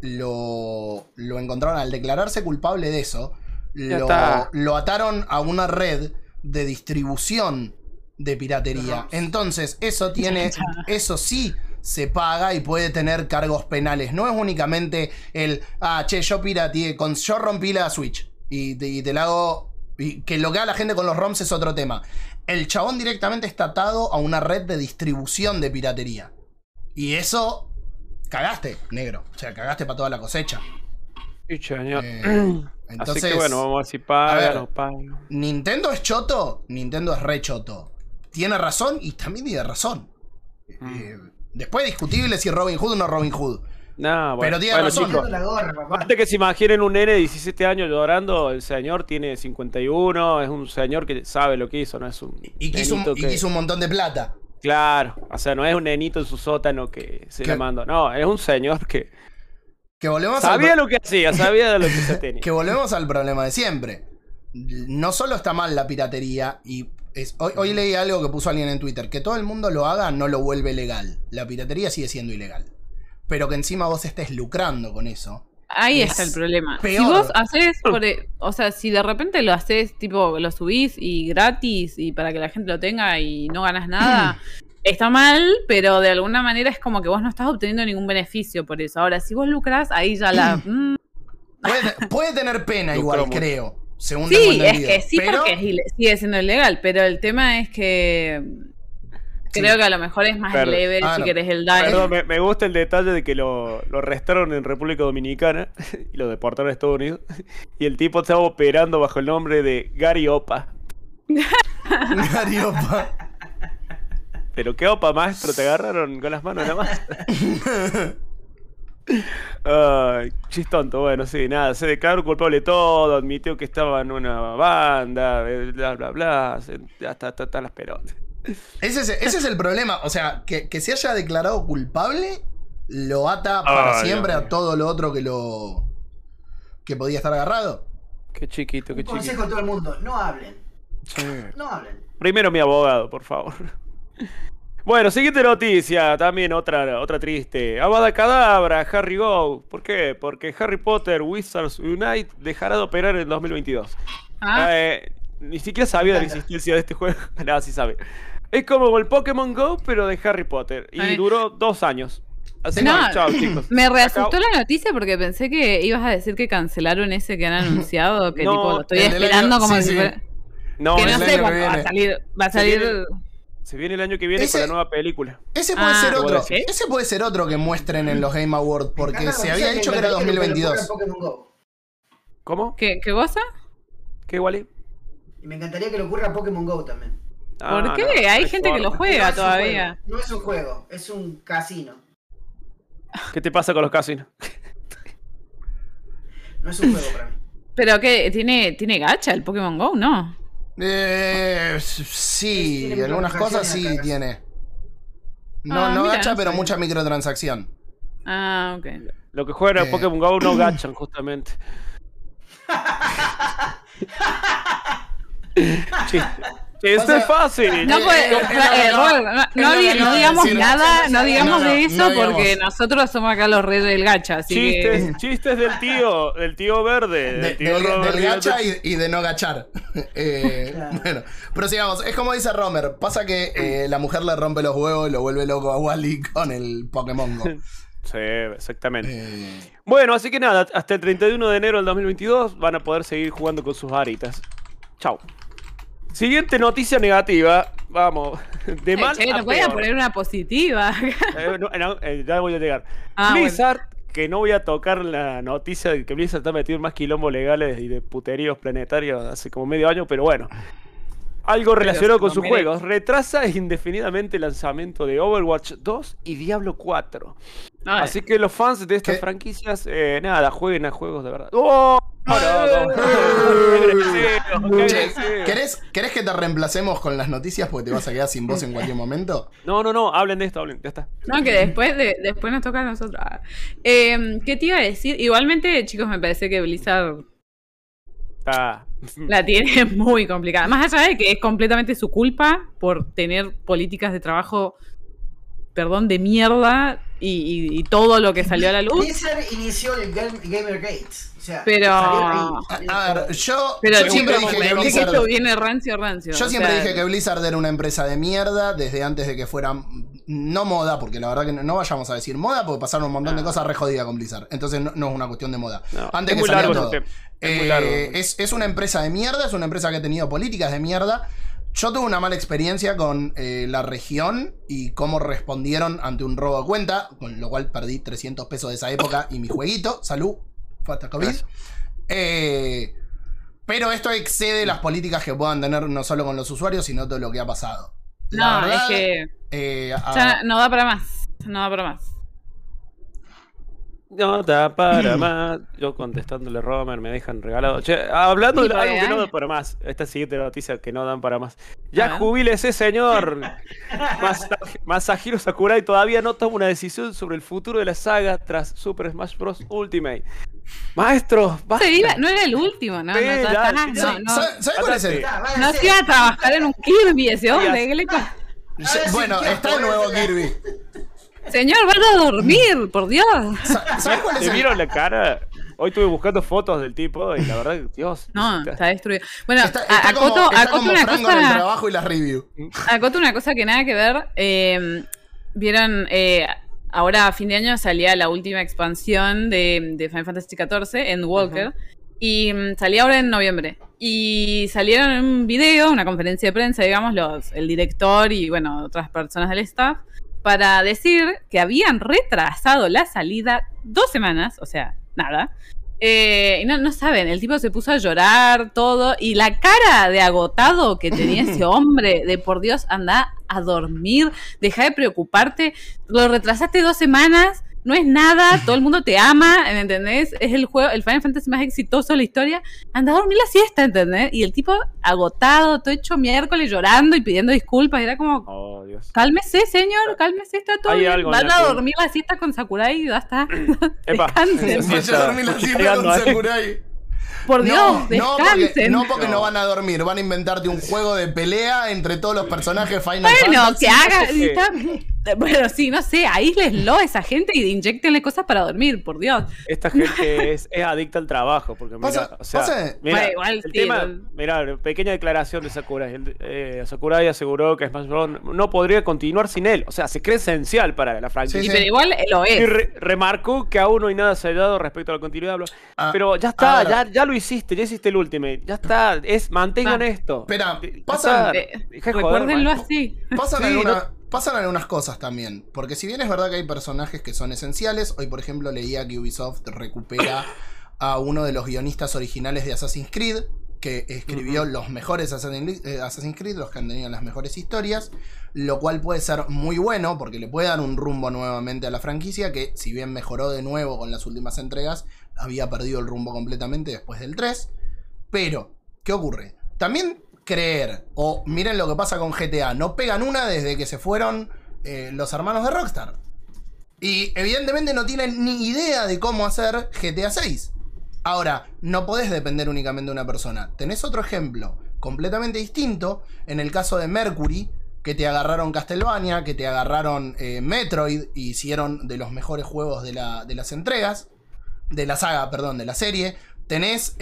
C: lo encontraron al declararse culpable de eso.
B: Ya está.
C: Lo ataron a una red de distribución de piratería.
D: ROMs.
C: Entonces, eso sí se paga y puede tener cargos penales. No es únicamente yo pirateé, yo rompí la Switch y te la hago. Y que lo que haga la gente con los ROMs es otro tema. El chabón directamente está atado a una red de distribución de piratería. Y eso, cagaste, negro. O sea, cagaste para toda la cosecha.
B: Sí, señor.
C: Entonces,
B: Así que bueno, vamos a ver si
C: a
B: paga
C: ver.
B: o no paga.
C: ¿Nintendo es choto? Nintendo es re choto. Tiene razón y también tiene razón. Después discutible si Robin Hood o no Robin Hood.
B: No, bueno,
C: Pero tiene
B: bueno,
C: razón.
B: chicos,
D: la gorra, papá.
B: antes que se imaginen un nene de 17 años llorando, el señor tiene 51, es un señor que sabe lo que hizo, no es un
C: Y quiso
B: nenito que...
C: un montón de plata.
B: Claro, o sea, no es un nenito en su sótano que se
C: ¿Qué?
B: le mandó, no, es un señor que
C: Que volvemos
B: sabía lo que hacía, sabía de lo que se tenía.
C: Que volvemos al problema de siempre. No solo está mal la piratería, y hoy leí algo que puso alguien en Twitter, que todo el mundo lo haga no lo vuelve legal. La piratería sigue siendo ilegal. Pero que encima vos estés lucrando con eso.
E: Ahí
C: Es
E: está el problema.
C: peor.
E: Si vos haces, o sea, si de repente lo haces, tipo, lo subís y gratis y para que la gente lo tenga y no ganas nada, está mal, pero de alguna manera es como que vos no estás obteniendo ningún beneficio por eso. Ahora, si vos lucrás, ahí ya la...
C: Puede tener pena
B: Lucró
C: igual,
B: mucho.
C: creo. Según tengo
E: Sí, es
C: entendido.
E: que sí,
C: Pero,
E: porque sigue siendo ilegal, pero el tema es que creo que a lo mejor es más
B: Perdón.
E: leve si
C: no.
E: querés el daño.
B: Perdón, me gusta el detalle de que lo arrestaron en República Dominicana y lo deportaron a Estados Unidos. Y el tipo estaba operando bajo el nombre de Gary Opa.
C: Gariopa.
B: Pero qué opa, maestro, te agarraron con las manos nada más. Ay, chistonto, bueno, sí, nada, se declaró culpable de todo, admitió que estaba en una banda, bla, bla, bla, hasta las pelotas.
C: Ese es el problema. O sea, que se haya declarado culpable lo ata para
B: Ay,
C: siempre
B: Dios
C: a
B: mío.
C: todo lo otro que podía estar agarrado.
B: Qué chiquito, qué
D: Un
B: chiquito.
D: consejo a todo el mundo, no hablen.
B: Sí.
D: No hablen.
B: Primero mi abogado, por favor. Bueno, siguiente noticia, también otra triste. Avada Kedavra, Harry Go. ¿Por qué? Porque Harry Potter Wizards Unite dejará de operar en 2022. Ni siquiera sabía de la existencia de este juego. No, sí sabe. Es como el Pokémon Go, pero de Harry Potter. Y
E: Ay.
B: duró 2 años. Así
E: No,
B: que, chao, chicos.
E: Me reasustó
B: Acá-
E: la noticia porque pensé que ibas a decir que cancelaron ese que han anunciado, que
B: No,
E: tipo lo estoy
C: el del
E: esperando
C: año-
E: como
C: sí,
E: si
C: sí.
E: fuera...
B: No,
E: que
C: el
E: no
C: año
E: sé
C: que
E: cuándo va a
C: viene.
E: salir. Va a
B: Se
E: salir...
B: viene- Se viene el año que viene
C: Ese-
B: con la nueva película.
C: Ese puede ser
E: ¿qué
C: otro.
E: vos decís?
C: Ese puede ser otro que muestren en los Game Awards,
D: Me
C: porque
D: encanta
C: se
D: la
C: había
D: noticia
C: dicho que era
D: me parece
C: 2022.
D: Pokémon Go.
B: ¿Cómo?
E: ¿Qué cosa?
B: ¿Qué, Wally?
D: Y me encantaría que le ocurra a Pokémon Go también.
E: ¿Por qué? Hay gente que lo
D: No
E: juega
D: es un
E: todavía.
D: juego, no es un juego, es un casino.
B: ¿Qué te pasa con los casinos?
D: No es un juego para mí.
E: ¿Pero qué? ¿Tiene gacha el Pokémon Go? No.
C: Sí,
D: Tiene
C: algunas cosas sí
D: microtransacciones acá.
C: tiene. No,
E: Ah,
C: no
E: mira,
C: gacha,
E: no
C: pero
E: sabía.
C: mucha microtransacción.
E: Ah, ok.
B: Lo que juegan a
C: Eh.
B: Pokémon Go no gachan, justamente. Chiste. Esto
C: Pasa-
B: es fácil.
E: No, pues, Robert, no digamos
C: decir.
E: nada, no digamos
C: No, no,
E: de eso
C: no digamos.
E: porque nosotros somos acá los reyes del gacha, así que...
B: Chistes del tío verde. Del tío Robert
C: Del gacha
B: Rialto.
C: y de no gachar. Bueno, pero sigamos. Es como dice Romer. Pasa que la mujer le rompe los huevos y lo vuelve loco a Wally con el Pokémon Go.
B: Sí, exactamente.
C: Eh,
B: Bueno, así que nada, hasta el 31 de enero del 2022 van a poder seguir jugando con sus varitas. Chau. Siguiente noticia negativa. Vamos. De mal
E: Che,
B: a
E: no podía
B: peor.
E: poner una positiva.
B: Ya voy a llegar.
E: Ah,
B: Blizzard, que no voy a tocar la noticia de que Blizzard está metido en más quilombos legales y de puteríos planetarios hace como medio año, pero bueno. Algo relacionado con
E: lo
B: sus
E: merece.
B: juegos. Retrasa indefinidamente el lanzamiento de Overwatch 2 y Diablo 4.
E: Ay,
B: Así que los fans de estas
C: ¿Qué?
B: franquicias, nada, jueguen a juegos de verdad. ¡Oh! No, no, no. ¡Qué agresivo, qué
C: Che,
B: agresivo!
C: ¿querés que te reemplacemos con las noticias porque te vas a quedar sin voz en cualquier momento?
B: No, hablen de esto, hablen, ya está.
E: No, que después nos toca a nosotros. ¿Qué te iba a decir? Igualmente, chicos, me parece que Blizzard
B: Está.
E: la tiene muy complicada. Más allá de que es completamente su culpa por tener políticas de trabajo, perdón, de mierda y todo lo que salió a la luz.
D: Blizzard inició el Gamergate. O sea,
E: Pero-
D: salió ahí.
C: A ver, yo
E: Pero
C: siempre
E: chicos,
C: dije que
E: esto
C: Blizzard.
E: viene rancio.
C: Yo
E: o
C: siempre
E: sea,
C: dije que Blizzard era una empresa de mierda desde antes de que fuera. No moda, porque la verdad que no vayamos a decir moda, porque pasaron un montón de cosas re jodidas con Blizzard. Entonces no es una cuestión de moda.
B: No,
C: Antes
B: es
C: que
B: muy
C: saliera
B: largo
C: todo.
B: ese tema. Es muy largo.
C: Es una empresa de mierda, es una empresa que ha tenido políticas de mierda. Yo tuve una mala experiencia con la región y cómo respondieron ante un robo de cuenta, con lo cual perdí 300 pesos de esa época y mi jueguito. Salud, fue hasta COVID.
B: Gracias.
C: Pero esto excede las políticas que puedan tener no solo con los usuarios, sino todo lo que ha pasado. La
E: No,
C: verdad,
E: es que ya no da para más. No da para más.
B: No da para más. Yo contestándole a Romer, me dejan regalado. Che, hablando
E: Sí,
B: de algo que no
E: real.
B: da para más. Esta siguiente noticia que no dan para más.
E: A
B: Ya
E: ver.
B: jubílese, señor. Masahiro Sakurai todavía no toma una decisión sobre el futuro de la saga tras Super Smash Bros. Ultimate. Maestro, basta.
E: No era el último, ¿no?
B: Sí,
E: No,
B: ya,
E: está-
B: sí,
E: no, no.
C: ¿Sabes cuál es el?
D: Ya, váyanse.
E: No se iba a trabajar en un Kirby ese hombre. ¿Qué le pasa?
C: Bueno, está el nuevo Kirby.
E: Señor, van a dormir, por Dios.
C: ¿Sabes cuál es
B: ¿Te
C: el?
B: vieron la cara? Hoy estuve buscando fotos del tipo y la verdad, Dios.
E: No, está destruido. Bueno,
C: Está como
E: acoto una
C: Franco en el
E: cosa.
C: trabajo y las review.
E: Acoto una cosa que nada que ver. Vieron, ahora a fin de año salía la última expansión de Final Fantasy XIV en Walker. Y salía ahora en noviembre. Y salieron en un video, una conferencia de prensa, digamos, el director y bueno, otras personas del staff, para decir que habían retrasado la salida 2 semanas, o sea, nada. Y no saben, el tipo se puso a llorar, todo, y la cara de agotado que tenía ese hombre, de por Dios, anda a dormir, deja de preocuparte, lo retrasaste 2 semanas, no es nada, todo el mundo te ama, ¿me entendés? Es el juego, el Final Fantasy más exitoso de la historia, anda a dormir la siesta, ¿entendés? Y el tipo agotado, todo hecho miércoles, llorando y pidiendo disculpas, y era como...
B: Oh, Dios.
E: Cálmese, señor, cálmese, está todo
B: Hay
E: bien.
B: algo en
E: Van
B: la
E: a
B: que-
E: dormir la siesta con Sakurai y ya está.
B: Epa.
E: Descansen.
B: Sí,
C: Vaya
B: está.
C: a dormir la
B: Estoy
C: siesta
B: llegando
C: con
B: ahí.
C: Sakurai.
E: Por Dios,
C: No,
E: descansen.
C: no porque no van a dormir, van a inventarte un juego de pelea entre todos los personajes Final
E: Bueno,
C: Fantasy.
E: que haga.
B: no sé qué.
E: Bueno, sí, no sé, aíslenlo a esa gente y inyectenle cosas para dormir, por Dios.
B: Esta gente es adicta al trabajo, porque mira, o sea, mira,
E: Bueno, igual
B: el
E: sí,
B: tema, mira, pequeña declaración de Sakurai. Sakurai aseguró que Smash Bros. No podría continuar sin él, o sea, se cree esencial para la franquicia.
E: Sí, pero igual lo es.
B: Y remarcó que aún no hay nada sellado respecto a la continuidad. Pero ya está, ya lo hiciste, ya hiciste el Ultimate, ya está, mantengan esto.
C: Espera,
E: recuérdenlo así.
C: Pasan algunas cosas también, porque si bien es verdad que hay personajes que son esenciales, hoy por ejemplo leía que Ubisoft recupera a uno de los guionistas originales de Assassin's Creed, que escribió los mejores Assassin's Creed, los que han tenido las mejores historias, lo cual puede ser muy bueno, porque le puede dar un rumbo nuevamente a la franquicia, que si bien mejoró de nuevo con las últimas entregas, había perdido el rumbo completamente después del 3. Pero, ¿qué ocurre? También creer, o miren lo que pasa con GTA, no pegan una desde que se fueron los hermanos de Rockstar. Y evidentemente no tienen ni idea de cómo hacer GTA 6. Ahora, no podés depender únicamente de una persona. Tenés otro ejemplo completamente distinto, en el caso de Mercury, que te agarraron Castlevania, que te agarraron Metroid, y hicieron de los mejores juegos de las entregas, de la saga, perdón, de la serie. Tenés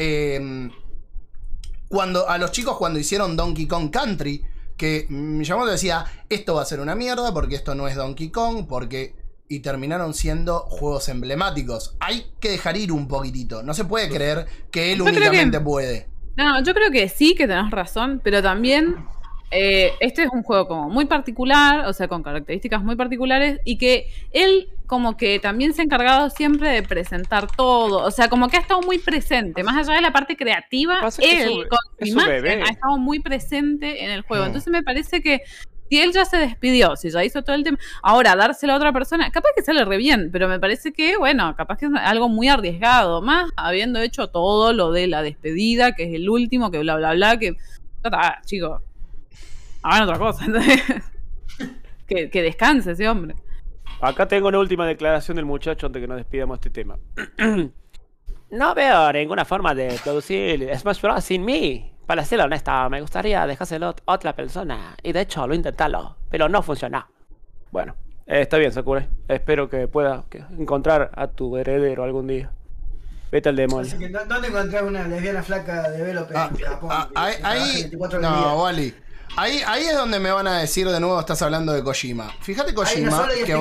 C: a los chicos cuando hicieron Donkey Kong Country, que Miyamoto decía, esto va a ser una mierda porque esto no es Donkey Kong, y terminaron siendo juegos emblemáticos. Hay que dejar ir un poquitito, no se puede creer que él únicamente puede.
E: No, yo creo que sí, que tenés razón, pero también este es un juego como muy particular, o sea, con características muy particulares, y que él como que también se ha encargado siempre de presentar todo, o sea, como que ha estado muy presente, más allá de la parte creativa, él con su imagen ha estado muy presente en el juego. Entonces me parece que si él ya se despidió, si ya hizo todo el tema, ahora dárselo a otra persona, capaz que sale re bien, pero me parece que, bueno, capaz que es algo muy arriesgado, más habiendo hecho todo lo de la despedida, que es el último, que bla, bla, bla, que... chicos, hagan otra cosa, entonces, que descanse ese hombre.
B: Acá tengo una última declaración del muchacho antes que nos despidamos este tema. No veo ninguna forma de producir Smash Bros. Sin mí. Para ser honesta, me gustaría dejárselo a otra persona. Y de hecho lo intentarlo, pero no funcionó. Bueno, está bien, Sakurai. Espero que pueda encontrar a tu heredero algún día. Vete al demonio.
D: Así que, ¿dónde encontrás una lesbiana flaca de developer en Japón?
C: No, Wally. Ahí es donde me van a decir de nuevo, estás hablando de Kojima. Fíjate Kojima, que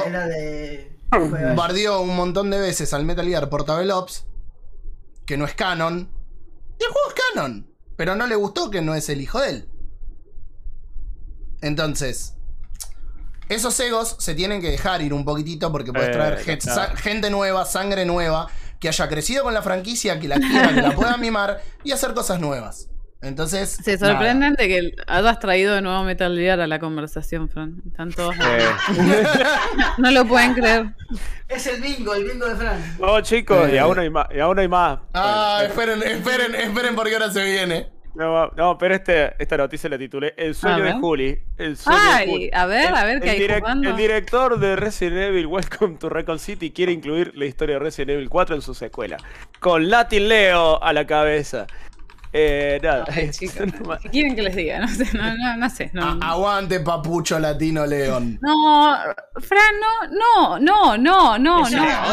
C: bardeó un montón de veces al Metal Gear Portable Ops, que no es canon. Y el juego es canon, pero no le gustó que no es el hijo de él. Entonces, esos egos se tienen que dejar ir un poquitito, porque puedes traer gente nueva, sangre nueva, que haya crecido con la franquicia, que la quiera, que la pueda mimar y hacer cosas nuevas. Entonces,
E: se sorprenden de que hayas traído de nuevo Metal Gear a la conversación, Fran. Están todos no lo pueden creer.
D: Es el bingo de Fran.
B: No, chicos, y aún hay más.
C: Esperen porque ahora se viene.
B: No, pero esta noticia la titulé El sueño de Juli.
E: A ver, ¿qué hay jugando?
B: El director de Resident Evil Welcome to Raccoon City quiere incluir la historia de Resident Evil 4 en su secuela, con Latin Leo a la cabeza. Nada.
E: Chicos, ¿qué quieren que les diga? No sé.
C: Aguante, papucho latino León.
E: No, Fran, no.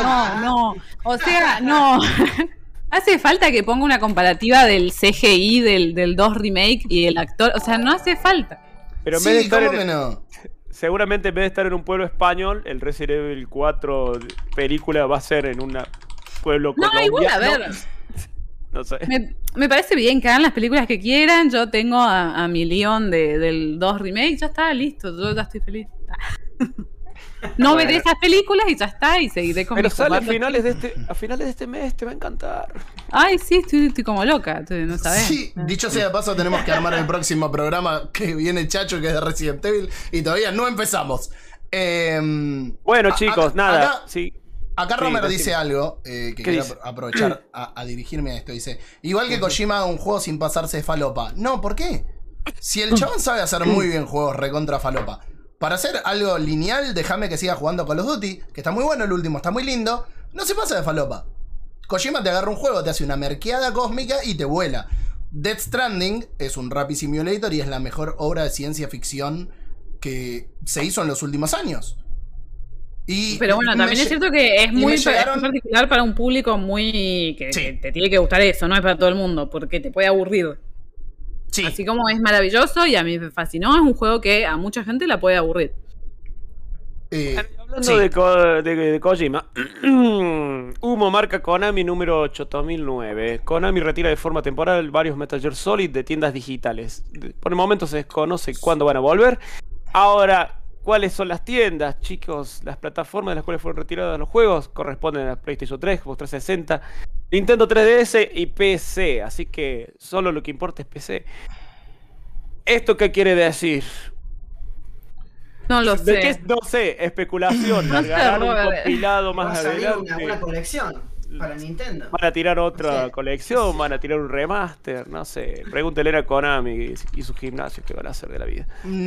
E: O sea, no. Hace falta que ponga una comparativa del CGI del 2 remake y el actor. O sea, no hace falta.
B: Pero seguramente en vez de estar en un pueblo español, el Resident Evil 4 película va a ser en un pueblo colombiano.
E: Igual, a ver.
B: No sé.
E: Me parece bien que hagan las películas que quieran. Yo tengo a mi Leon del 2 remake. Ya está, listo. Yo ya estoy feliz. No veré esas películas y ya está. Y seguiré con
B: Pero sale a finales de este mes. Te va a encantar.
E: Ay, sí, estoy como loca. No sabés.
C: Sí, dicho sea de paso, tenemos que armar el próximo programa que viene Chacho, que es de Resident Evil. Y todavía no empezamos.
B: Bueno, chicos, nada.
C: Acá Romer dice algo que quiero aprovechar a dirigirme a esto. Dice, igual que Kojima haga un juego sin pasarse de falopa. No, ¿por qué? Si el chabón sabe hacer muy bien juegos recontra falopa. Para hacer algo lineal, déjame que siga jugando Call of Duty, que está muy bueno el último, está muy lindo. No se pasa de falopa. Kojima te agarra un juego, te hace una merqueada cósmica y te vuela. Death Stranding es un Rapid Simulator y es la mejor obra de ciencia ficción que se hizo en los últimos años.
E: Pero bueno, también es cierto que es muy particular para un público muy que te tiene que gustar eso, no es para todo el mundo, porque te puede aburrir. Sí. Así como es maravilloso y a mí me fascinó, es un juego que a mucha gente la puede aburrir.
B: Hablando de Kojima, Humo marca Konami número 8009. Konami retira de forma temporal varios Metal Gear Solid de tiendas digitales. Por el momento se desconoce cuándo van a volver. Ahora, ¿cuáles son las tiendas, chicos? Las plataformas de las cuales fueron retirados los juegos corresponden a PlayStation 3, Xbox 360, Nintendo 3DS y PC. Así que solo lo que importa es PC. ¿Esto qué quiere decir?
E: No lo sé.
B: No sé, especulación.
E: No sé,
B: un compilado más
D: va a salir
B: adelante.
D: una colección para Nintendo.
B: Van a tirar otra colección, van a tirar un remaster, no sé. Pregúntele a Konami y sus gimnasios qué van a hacer de la vida.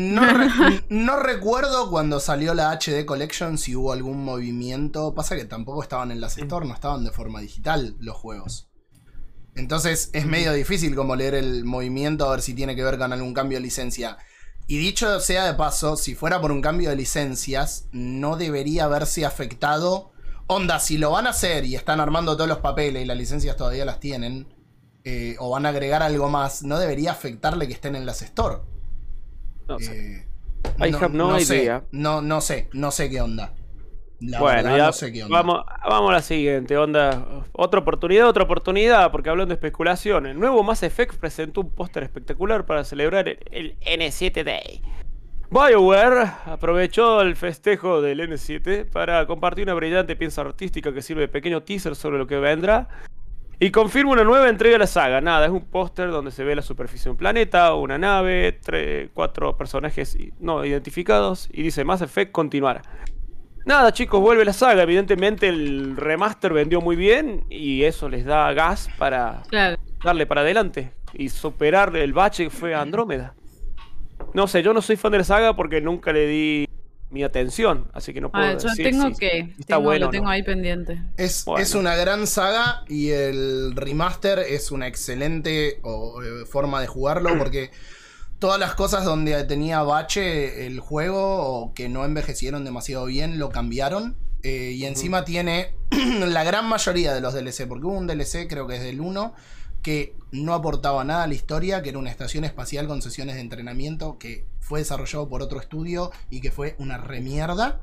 C: No recuerdo cuando salió la HD Collection si hubo algún movimiento. Pasa que tampoco estaban en las stores, no estaban de forma digital los juegos. Entonces es medio difícil como leer el movimiento a ver si tiene que ver con algún cambio de licencia. Y dicho sea de paso, si fuera por un cambio de licencias, no debería haberse afectado. Onda, si lo van a hacer y están armando todos los papeles y las licencias todavía las tienen, o van a agregar algo más, no debería afectarle que estén en las store.
B: No sé. No idea.
C: No sé qué onda.
B: Bueno, ya no sé qué onda. Vamos a la siguiente onda. Otra oportunidad, porque hablando de especulación, el nuevo Mass Effect presentó un póster espectacular para celebrar el N7 Day. BioWare aprovechó el festejo del N7 para compartir una brillante pieza artística que sirve de pequeño teaser sobre lo que vendrá y confirma una nueva entrega de la saga. Nada, es un póster donde se ve la superficie de un planeta, una nave, 4 personajes no identificados y dice Mass Effect continuará. Nada, chicos, vuelve la saga. Evidentemente el remaster vendió muy bien y eso les da gas para darle para adelante y superar el bache que fue Andrómeda. No sé, yo no soy fan de la saga porque nunca le di mi atención, así que no puedo decir
E: lo tengo ahí pendiente.
C: Es una gran saga y el remaster es una excelente forma de jugarlo porque todas las cosas donde tenía bache el juego o que no envejecieron demasiado bien lo cambiaron. Y encima tiene la gran mayoría de los DLC, porque hubo un DLC, creo que es del 1, que no aportaba nada a la historia, que era una estación espacial con sesiones de entrenamiento que fue desarrollado por otro estudio y que fue una remierda.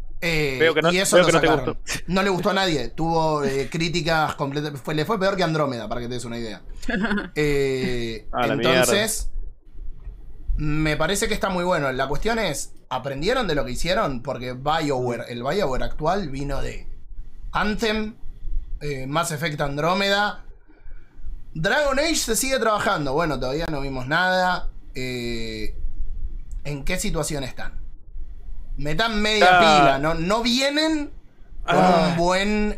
C: Y eso lo sacaron. No le gustó a nadie. Tuvo críticas completas. Le fue peor que Andrómeda, para que te des una idea. Entonces, me parece que está muy bueno. La cuestión es, ¿aprendieron de lo que hicieron? Porque el BioWare actual vino de Anthem, Mass Effect Andrómeda. Dragon Age se sigue trabajando. Bueno, todavía no vimos nada. ¿En qué situación están? Metan media pila. No vienen con un buen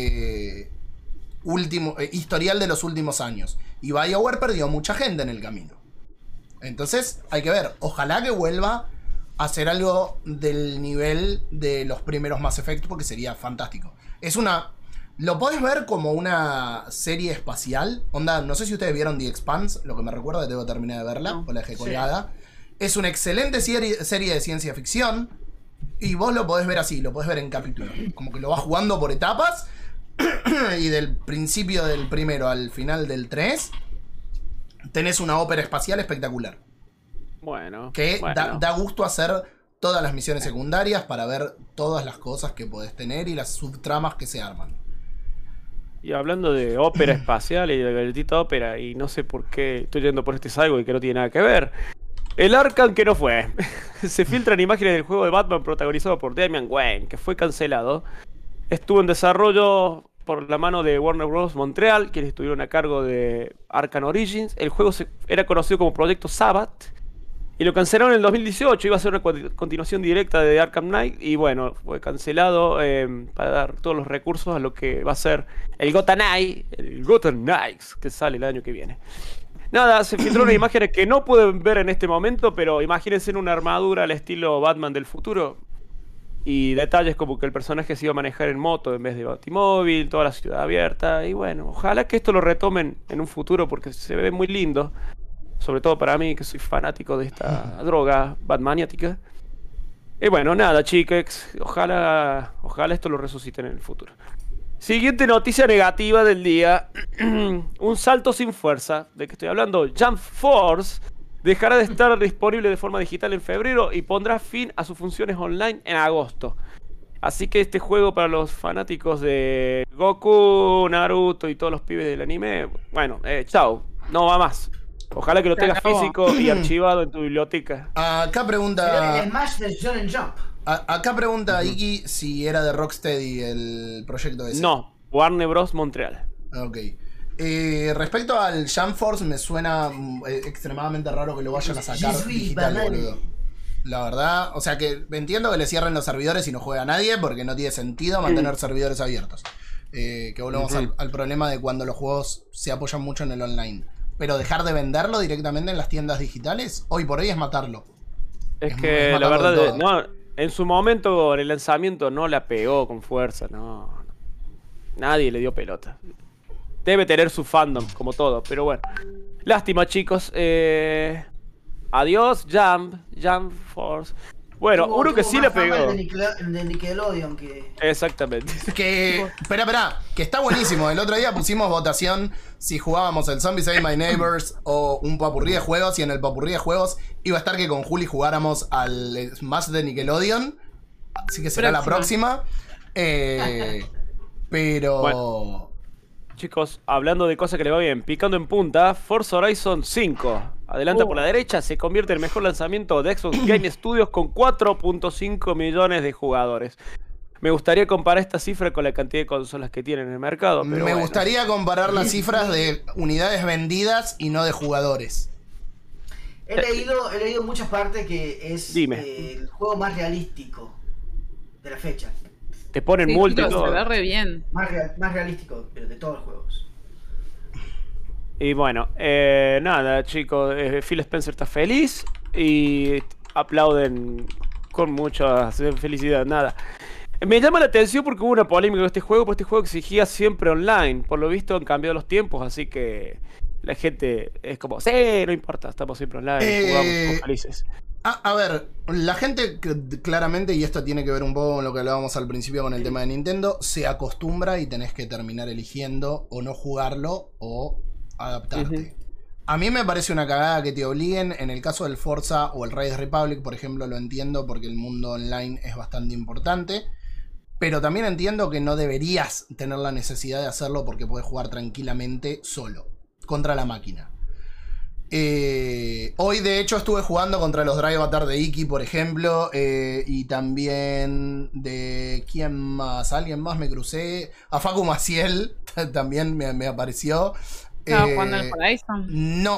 C: historial de los últimos años. Y BioWare perdió mucha gente en el camino. Entonces hay que ver. Ojalá que vuelva a hacer algo del nivel de los primeros Mass Effect, porque sería fantástico. Lo podés ver como una serie espacial. Onda, no sé si ustedes vieron The Expanse, lo que me recuerda que tengo que terminar de verla, o la dejé colgada. Es una excelente serie de ciencia ficción. Y vos lo podés ver así, lo podés ver en capítulos. Como que lo vas jugando por etapas. Y del principio del primero al final del 3, tenés una ópera espacial espectacular. Que da gusto hacer todas las misiones secundarias para ver todas las cosas que podés tener y las subtramas que se arman.
B: Y hablando de ópera espacial y de galletita ópera, y no sé por qué estoy yendo por este salgo y que no tiene nada que ver. El Arkham que no fue. Se filtran imágenes del juego de Batman protagonizado por Damian Wayne, que fue cancelado. Estuvo en desarrollo por la mano de Warner Bros. Montreal, quienes estuvieron a cargo de Arkham Origins. El juego era conocido como Proyecto Sabbath. Y lo cancelaron en el 2018, iba a ser una continuación directa de Arkham Knight. Y bueno, fue cancelado para dar todos los recursos a lo que va a ser el Gotham Knights, que sale el año que viene. Nada, se filtraron imágenes que no pueden ver en este momento, pero imagínense en una armadura al estilo Batman del futuro. Y detalles como que el personaje se iba a manejar en moto en vez de batimóvil, toda la ciudad abierta. Y bueno, ojalá que esto lo retomen en un futuro porque se ve muy lindo. Sobre todo para mí, que soy fanático de esta droga batmaniática. Y bueno, nada, chicos. Ojalá esto lo resuciten en el futuro. Siguiente noticia negativa del día. Un salto sin fuerza. ¿De qué estoy hablando? Jump Force dejará de estar disponible de forma digital en febrero y pondrá fin a sus funciones online en agosto. Así que este juego para los fanáticos de Goku, Naruto y todos los pibes del anime, bueno, chao, no va más. Ojalá que lo tengas físico y archivado en tu biblioteca.
C: Acá pregunta...
D: El Smash de Shonen Jump.
C: Acá pregunta Iki si era de Rocksteady el proyecto ese.
B: No, Warner Bros. Montreal.
C: Ok. Respecto al Jump Force, me suena extremadamente raro que lo vayan a sacar digital, boludo. La verdad, o sea que entiendo que le cierren los servidores y no juega nadie porque no tiene sentido mantener servidores abiertos. Que volvemos al problema de cuando los juegos se apoyan mucho en el online. Pero dejar de venderlo directamente en las tiendas digitales, hoy por hoy es matarlo.
B: Es que la verdad, no, en su momento en el lanzamiento no la pegó con fuerza, no. Nadie le dio pelota. Debe tener su fandom, como todo, pero bueno. Lástima, chicos. Adiós, Jump Force. Bueno, uno que sí le pegó.
D: El de Nickelodeon que...
B: Exactamente.
C: Espera, que está buenísimo. El otro día pusimos votación si jugábamos el Zombies Ate My Neighbors o un popurrí de juegos, y en el popurrí de juegos iba a estar que con Juli jugáramos al Smash de Nickelodeon. Así que será la próxima. Pero... Bueno,
B: chicos, hablando de cosas que le va bien, picando en punta, Forza Horizon 5. Adelanta por la derecha, se convierte en el mejor lanzamiento de Xbox Game Studios con 4.5 millones de jugadores. Me gustaría comparar esta cifra con la cantidad de consolas que tienen en el mercado. Pero
C: me gustaría comparar las cifras de unidades vendidas y no de jugadores.
D: He leído en muchas partes que es el juego más realístico de la fecha.
B: Te ponen multi y todo.
E: Se ve re bien.
D: Más realístico, pero de todos los juegos.
B: Y bueno, nada, chicos, Phil Spencer está feliz y aplauden con mucha felicidad, nada. Me llama la atención porque hubo una polémica con este juego, porque este juego exigía siempre online. Por lo visto han cambiado los tiempos, así que la gente es como, sí, no importa, estamos siempre online, jugamos felices.
C: A ver, la gente claramente, y esto tiene que ver un poco con lo que hablábamos al principio con el tema de Nintendo, se acostumbra y tenés que terminar eligiendo o no jugarlo o adaptarte. A mí me parece una cagada que te obliguen. En el caso del Forza o el Riders Republic, por ejemplo, lo entiendo porque el mundo online es bastante importante. Pero también entiendo que no deberías tener la necesidad de hacerlo porque puedes jugar tranquilamente solo, contra la máquina. Hoy de hecho estuve jugando contra los Drive Avatar de Iki, por ejemplo, y también de... ¿quién más? Alguien más me crucé. A Facu Maciel también me apareció.
E: ¿Estaba jugando en el Horizon?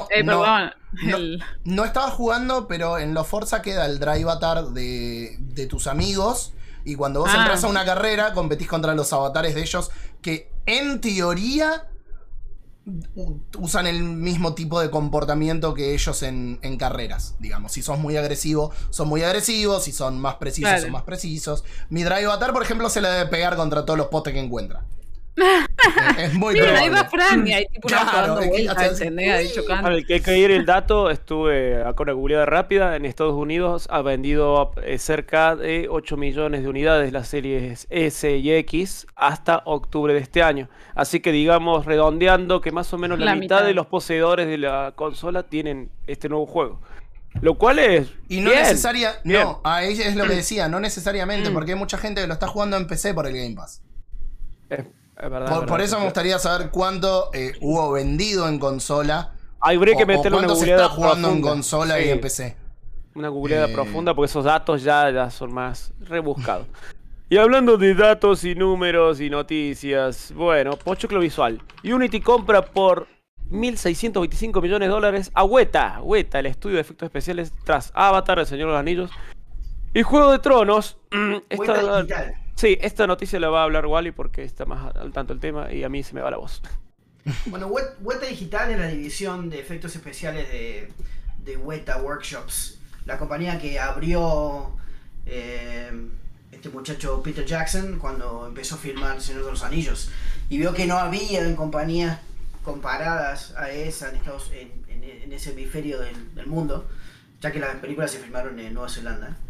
C: No estaba jugando, pero en los Forza queda el Drive Avatar de tus amigos. Y cuando vos entras a una carrera, competís contra los avatares de ellos, que en teoría usan el mismo tipo de comportamiento que ellos en carreras, digamos. Si sos muy agresivo, son muy agresivos. Si son más precisos, son más precisos. Mi Drive Avatar, por ejemplo, se le debe pegar contra todos los potes que encuentra. Es muy probable.
E: Ahí va Fran y hay tipo dando vueltas,
B: Para el que hay que ir el dato, estuve con una googleada rápida. En Estados Unidos ha vendido cerca de 8 millones de unidades las series S y X hasta octubre de este año. Así que digamos, redondeando, que más o menos la mitad de los poseedores de la consola tienen este nuevo juego. Lo cual es...
C: Y no necesaria... No, a ella es lo que decía, no necesariamente, porque hay mucha gente que lo está jugando en PC por el Game Pass. Por eso me gustaría saber cuánto hubo vendido en consola.
B: Habría que meterle una
C: googleada. Se está jugando profunda en consola y en PC.
B: Una googleada profunda, porque esos datos ya son más rebuscados. Y hablando de datos y números y noticias, bueno, pochoclo visual. Unity compra por $1.625 millones a Weta, el estudio de efectos especiales tras Avatar, El Señor de los Anillos y Juego de Tronos. Sí, esta noticia la va a hablar Wally porque está más al tanto del tema y a mí se me va la voz.
D: Bueno, Weta Digital es la división de efectos especiales de Weta Workshops, la compañía que abrió este muchacho Peter Jackson cuando empezó a filmar El Señor de los Anillos y vio que no había compañías comparadas a esa en ese hemisferio del mundo, ya que las películas se filmaron en Nueva Zelanda.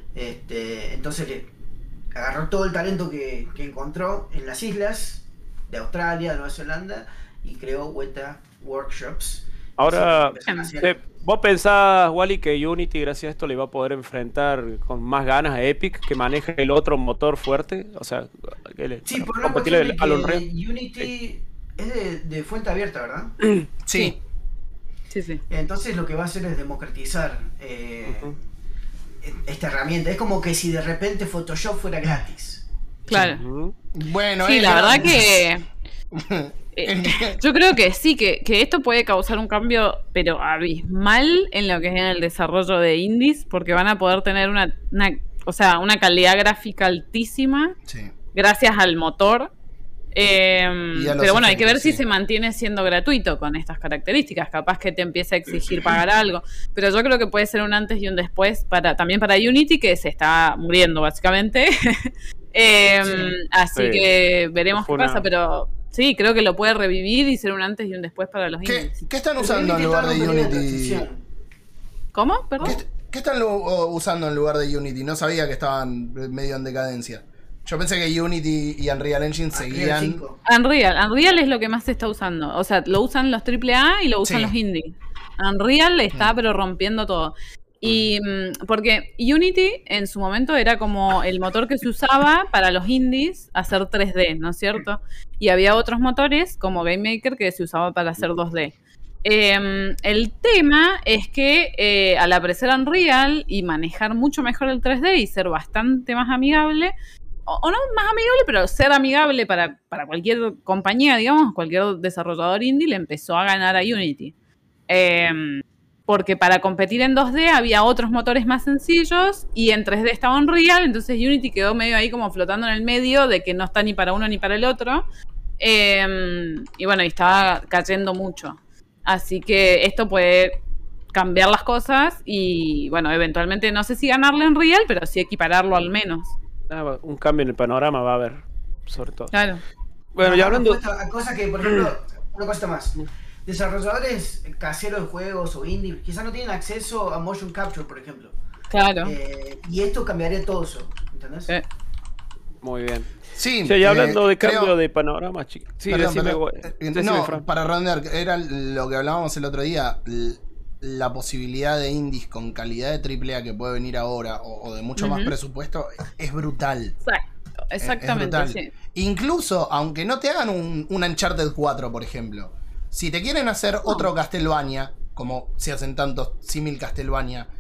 D: Entonces agarró todo el talento que encontró en las islas de Australia, de Nueva Zelanda, y creó Weta Workshops.
B: Ahora,
D: Así que empezaron a hacer-
B: ¿vos pensás, Wally, que Unity, gracias a esto, le va a poder enfrentar con más ganas a Epic, que maneja el otro motor fuerte? O sea,
D: Sí, por una
B: compatible
D: cuestión de
B: al Unreal.
D: que Unity es de fuente abierta, ¿verdad?
C: Sí.
E: Sí.
D: Entonces lo que va a hacer es democratizar esta herramienta. Es como que si de repente Photoshop fuera gratis.
E: Claro.
B: Ujú.
C: Bueno,
E: Sí, la verdad que
C: que...
E: yo creo que sí, que esto puede causar un cambio, pero abismal en lo que es en el desarrollo de indies, porque van a poder tener una calidad gráfica altísima
C: Sí.
E: gracias al motor. Pero bueno, hay que ver
C: efectos,
E: si
C: sí.
E: se mantiene siendo gratuito con estas características. Capaz que te empiece a exigir pagar algo. Pero yo creo que puede ser un antes y un después también para Unity, que se está muriendo básicamente. Así
B: Sí.
E: que veremos
B: Fue
E: qué pasa.
B: una-
E: Pero sí, creo que lo puede revivir y ser un antes y un después para los indies.
C: ¿Qué están
D: Pero
C: usando en
D: Unity
C: lugar
D: está
C: de
D: en un periodo de
C: Unity?
D: transición.
E: ¿Cómo? ¿Perdón?
C: ¿Qué están usando en lugar de Unity? No sabía que estaban medio en decadencia. Yo pensé que Unity y Unreal Engine
D: Unreal
C: seguían...
D: 5.
E: Unreal es lo que más se está usando. O sea, lo usan los AAA y lo usan
C: Sí.
E: los indie. Unreal está pero rompiendo todo. Y porque Unity en su momento era como el motor que se usaba para los indies hacer 3D, ¿no es cierto? Y había otros motores como GameMaker que se usaba para hacer 2D. El tema es que al aparecer Unreal y manejar mucho mejor el 3D y ser bastante más amigable, o no más amigable, pero ser amigable para cualquier compañía, digamos, cualquier desarrollador indie, le empezó a ganar a Unity. Porque para competir en 2D había otros motores más sencillos y en 3D estaba Unreal, entonces Unity quedó medio ahí como flotando en el medio de que no está ni para uno ni para el otro. Y bueno, y estaba cayendo mucho. Así que esto puede cambiar las cosas y bueno, eventualmente no sé si ganarle en Unreal, pero sí equipararlo al menos.
B: Un cambio en el panorama va a haber, sobre todo.
E: Claro.
B: Bueno, y hablando...
D: A cosas que, por ejemplo, una cosa más. Desarrolladores caseros de juegos o indie quizás no tienen acceso a motion capture, por ejemplo.
E: Claro.
D: Y esto cambiaría todo eso, ¿entendés?
E: Sí.
B: Muy bien.
C: Sí,
B: Che, y hablando de
C: creo-
B: cambio de panorama, chicos. Sí,
C: Perdón,
B: decime, decime,
C: no,
B: Fran.
C: para redondear, era lo que hablábamos el otro día, la posibilidad de indies con calidad de AAA que puede venir ahora o de mucho más
E: Ujú.
C: presupuesto es brutal.
E: Exacto,
C: Es
E: exactamente,
C: brutal.
E: sí.
C: Incluso, aunque no te hagan un Uncharted 4, por ejemplo, si te quieren hacer otro Castlevania, como se hacen tantos símil Castlevania,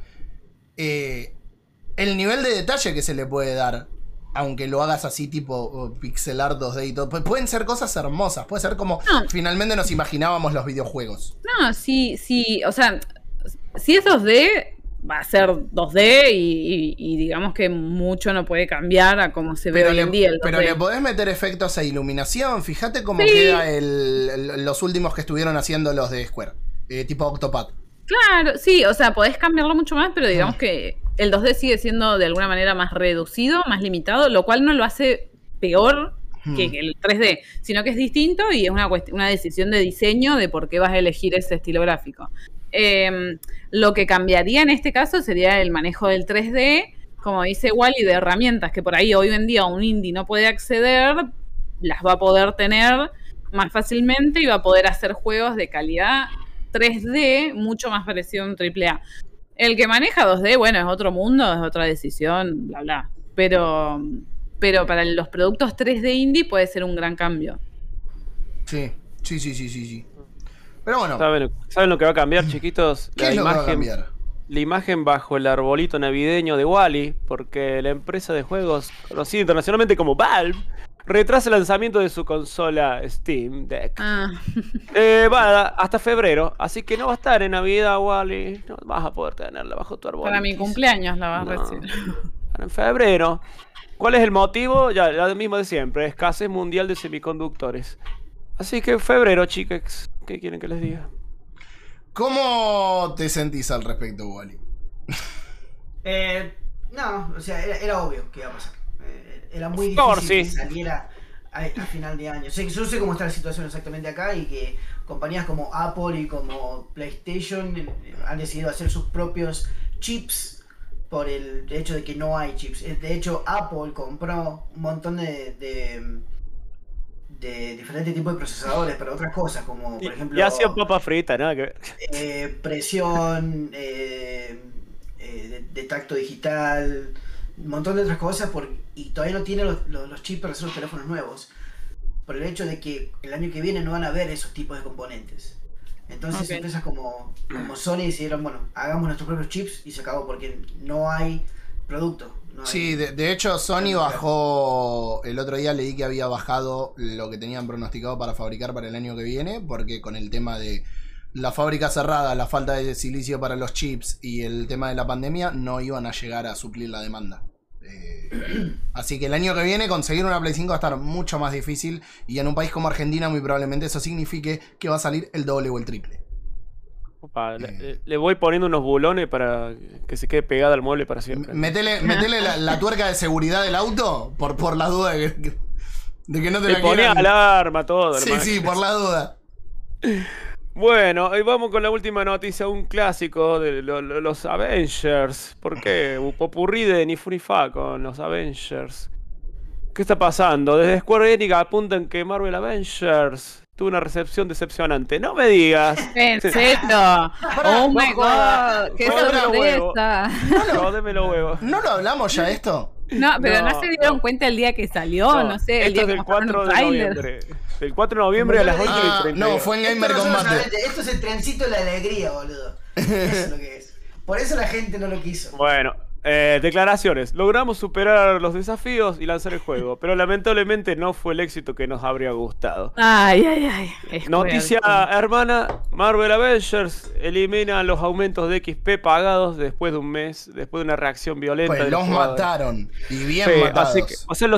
C: el nivel de detalle que se le puede dar, aunque lo hagas así tipo pixelar 2D y todo, pueden ser cosas hermosas, puede ser como
E: No.
C: finalmente nos imaginábamos los videojuegos.
E: No, sí, o sea, si es 2D, va a ser 2D y digamos que mucho no puede cambiar a cómo se ve hoy en día el 2D.
C: Pero le podés meter efectos e iluminación, fíjate cómo
E: Sí.
C: queda los últimos que estuvieron haciendo los de Square, tipo Octopath.
E: Claro, sí, o sea, podés cambiarlo mucho más, pero digamos que el 2D sigue siendo de alguna manera más reducido, más limitado, lo cual no lo hace peor que el 3D, sino que es distinto y es una decisión de diseño de por qué vas a elegir ese estilo gráfico. Lo que cambiaría en este caso sería el manejo del 3D, como dice Wally, de herramientas que por ahí hoy en día un indie no puede acceder, las va a poder tener más fácilmente y va a poder hacer juegos de calidad 3D mucho más parecido a un AAA. El que maneja 2D, bueno, es otro mundo, es otra decisión, bla, bla. Pero para los productos 3D indie puede ser un gran cambio.
C: Sí. Pero bueno,
B: ¿Saben lo que va a cambiar, chiquitos?
C: ¿qué es lo que va a cambiar?
B: La imagen bajo el arbolito navideño de Wally, porque la empresa de juegos conocida internacionalmente como Valve retrasa el lanzamiento de su consola Steam Deck. Va hasta febrero, así que no va a estar en Navidad, Wally. No vas a poder tenerla bajo tu árbol.
E: Para mi cumpleaños la vas a recibir.
B: En febrero. ¿Cuál es el motivo? Ya, lo mismo de siempre, escasez mundial de semiconductores. Así que febrero, chicas, ¿qué quieren que les diga?
C: ¿Cómo te sentís al respecto, Wally?
D: No, o sea, era obvio que iba a pasar. Era muy
B: Por
D: difícil
B: sí.
D: que saliera a final de año. Yo sé cómo está la situación exactamente acá y que compañías como Apple y como PlayStation han decidido hacer sus propios chips por el hecho de que no hay chips. De hecho, Apple compró un montón de diferentes tipos de procesadores para otras cosas, como por ejemplo
B: Y hacían papa frita, nada que ver.
D: presión, de tacto digital, un montón de otras cosas, y todavía no tiene los chips para hacer los teléfonos nuevos, por el hecho de que el año que viene no van a haber esos tipos de componentes. Entonces empresas como Sony decidieron, bueno, hagamos nuestros propios chips y se acabó, porque no hay producto. No hay...
C: Sí, de hecho Sony bajó, el otro día leí que había bajado lo que tenían pronosticado para fabricar para el año que viene, porque con el tema de la fábrica cerrada, la falta de silicio para los chips y el tema de la pandemia, no iban a llegar a suplir la demanda. Así que el año que viene conseguir una Play 5 va a estar mucho más difícil, y en un país como Argentina muy probablemente eso signifique que va a salir el doble o el triple.
B: Opa, le voy poniendo unos bulones para que se quede pegada al mueble para siempre.
C: Metele la tuerca de seguridad del auto por la duda de que no te
B: Le
C: la
B: ponía
C: quieran.
B: alarma, todo.
C: Sí,
B: hermano.
C: sí, por la duda.
B: Bueno, y vamos con la última noticia, un clásico de los Avengers. ¿Por qué? Popurrí de ni fu ni fa con los Avengers. ¿Qué está pasando? Desde Square Enix apuntan que Marvel Avengers tuvo una recepción decepcionante. No me digas.
E: ¿En serio? Oh my
B: jodas,
E: god, qué
B: jódeme los huevos.
E: sorpresa.
B: Jódeme los huevos.
C: ¿No lo hablamos ya esto?
E: No, pero no
B: No,
E: se dieron
B: no.
E: cuenta el día que salió, no sé, el
B: esto
E: día
B: es
E: que
B: del
E: mostraron
B: 4
E: un
B: de
E: tráiler.
B: noviembre. Del 4 de noviembre a las 8:30.
C: No, fue en Gamer
D: Esto no son los
C: Combate.
D: Avengers, esto es el trencito de la alegría, boludo. Eso es lo que es. Por eso la gente no lo quiso.
B: Bueno, declaraciones. Logramos superar los desafíos y lanzar el juego, pero lamentablemente no fue el éxito que nos habría gustado.
E: Ay, ay, ay. Square.
B: Noticia hermana, Marvel Avengers elimina los aumentos de XP pagados después de un mes, después de una reacción violenta
C: Pues
B: de
C: los
B: jugadores.
C: mataron. Y bien
B: Sí,
C: matados.
B: así que, o sea,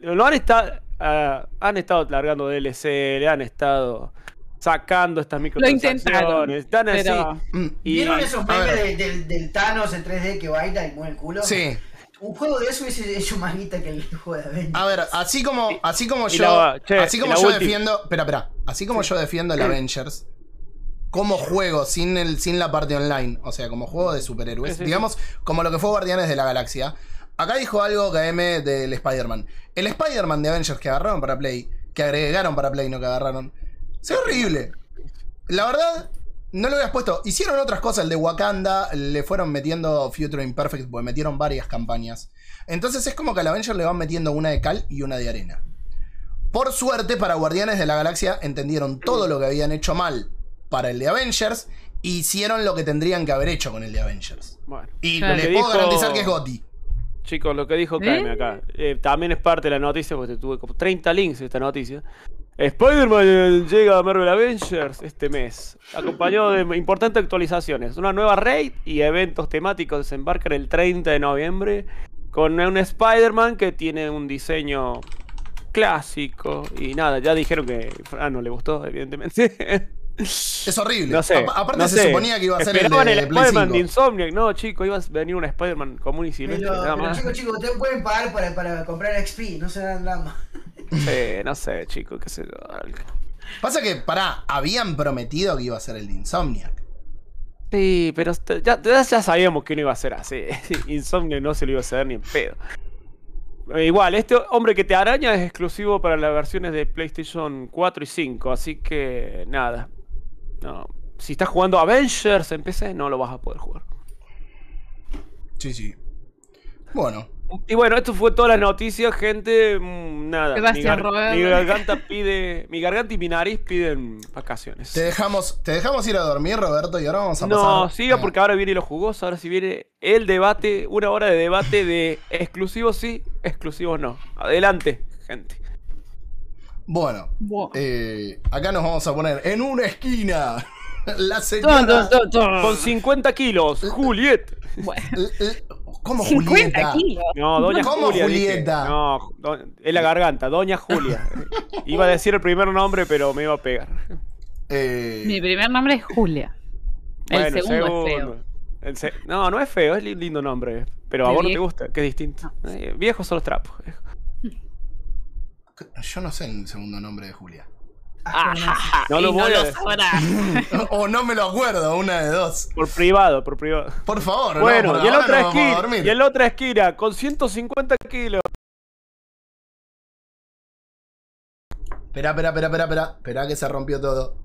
B: han estado largando DLC, le han estado sacando estas microtransacciones, están así.
E: pero-
B: Y,
D: ¿Vieron esos
C: a ver.
D: memes del Thanos en 3D que baila y mueve el culo?
C: Sí.
D: Un juego de eso hubiese hecho más guita que el juego de Avengers.
C: A ver, así como
B: y
C: yo, así
B: y
C: como
B: la
C: yo
B: ulti-
C: defiendo, espera, así como yo defiendo el Avengers como juego sin la parte online, o sea, como juego de superhéroes,
B: Sí, sí,
C: digamos, como lo que fue Guardianes de la Galaxia. Acá dijo algo KM del Spider-Man. El Spider-Man de Avengers que agarraron para Play, que agregaron para Play, no que agarraron, es horrible. La verdad, no lo habías puesto. Hicieron otras cosas, el de Wakanda, le fueron metiendo Future Imperfect, porque metieron varias campañas. Entonces es como que al Avenger le van metiendo una de cal y una de arena. Por suerte, para Guardianes de la Galaxia entendieron todo lo que habían hecho mal para el de Avengers, e hicieron lo que tendrían que haber hecho con el de Avengers.
B: bueno,
C: Y
E: Claro.
C: les
B: Que
C: puedo
B: dijo-
C: garantizar que es GOTY.
B: chicos, lo que dijo Jaime acá, también es parte de la noticia, porque tuve como 30 links de esta noticia. Spider-Man llega a Marvel Avengers este mes, acompañado de importantes actualizaciones. Una nueva raid y eventos temáticos desembarcan el 30 de noviembre con un Spider-Man que tiene un diseño clásico. Y nada, ya dijeron que a no le gustó, evidentemente.
C: Es horrible.
B: No sé.
C: Aparte
B: no
C: se
B: sé.
C: suponía que iba a ser el
B: Esperaban
C: de
B: el
C: Play
B: Spider-Man
C: 5.
B: de Insomniac. No, chicos, iba a venir un Spider-Man común y silvestre, nada
D: Pero
B: más.
D: chicos, ustedes pueden pagar para comprar XP, no se dan drama.
B: Sí, no sé, chicos, qué sé yo.
C: Pasa que, pará, habían prometido que iba a ser el de Insomniac.
B: Sí, pero ya sabíamos que no iba a ser así. Insomniac no se lo iba a hacer ni en pedo. Igual, este hombre que te araña es exclusivo para las versiones de PlayStation 4 y 5, así que nada. No, si estás jugando Avengers en PC, no lo vas a poder jugar.
C: Sí, sí. Bueno,
B: Y bueno, esto fue toda la noticia, gente. Nada.
E: Gracias, Roberto.
B: Mi garganta y mi nariz piden vacaciones.
C: te dejamos ir a dormir, Roberto, y ahora vamos a
B: No,
C: pasar.
B: siga porque ahora viene lo jugoso, ahora sí viene el debate, una hora de debate de exclusivos sí, exclusivos no. Adelante, gente.
C: Bueno,
E: Buah.
C: acá nos vamos a poner en una esquina. La señora.
B: Con 50 kilos, Juliet.
E: Bueno,
C: ¿Cómo
E: 50
C: Julieta?
E: kilos.
B: No, doña
C: ¿Cómo
B: Julia. dije.
C: Julieta?
B: No, es la garganta, doña Julia. Iba a decir el primer nombre, pero me iba a pegar.
E: Mi primer nombre es Julia. El
B: Bueno,
E: segundo es feo.
B: No, no es feo, es lindo nombre. Pero a
E: De
B: vos no te
E: viejo.
B: gusta, que es distinto. Viejos son los trapos.
C: Yo no sé el segundo nombre de Julia.
B: No lo voy a decir.
C: O no me lo acuerdo, una de dos.
B: Por privado.
C: Por favor,
B: Bueno,
C: no,
B: y en
C: ahora
B: otra
C: no vamos a
B: esquina,
C: dormir.
B: y en la otra esquina, con 150 kilos.
C: Espera que se rompió todo.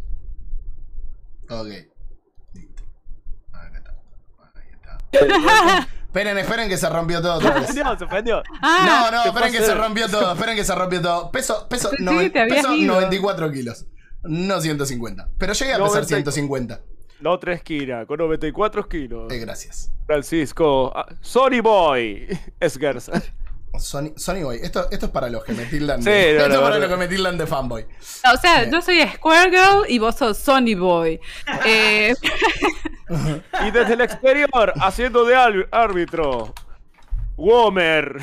C: Ok. Listo. Acá está. Ahí está. Esperen que se rompió todo otra vez.
B: Se ofendió.
C: No,
B: ¿qué
C: esperen que
B: pasa?
C: se rompió todo. Peso
E: Sí, te habías
C: peso
E: ido.
C: 94 kilos. No 150. Pero llegué a pesar 150.
B: La otra esquina, con 94 kilos.
C: Gracias.
B: Francisco, Sony Boy. Es Gersa.
C: Sony Boy. Esto es para los que me tildan
B: Sí,
C: de,
B: no,
C: esto es
B: no,
C: para
B: no.
C: los que me tildan de fanboy.
E: O sea, yo soy Square Girl y vos sos Sony Boy.
B: Y desde el exterior, haciendo de árbitro, Womer.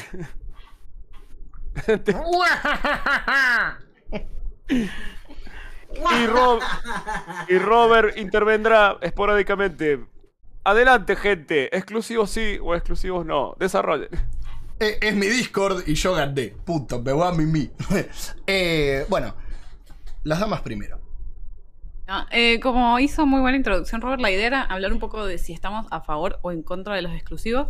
B: Y Robert intervendrá esporádicamente. Adelante, gente. Exclusivos sí o exclusivos no. Desarrollen.
C: Es mi Discord y yo gané. Punto. Me voy a mimí. Bueno, las damas primero.
E: No, como hizo muy buena introducción Robert, la idea era hablar un poco de si estamos a favor o en contra de los exclusivos.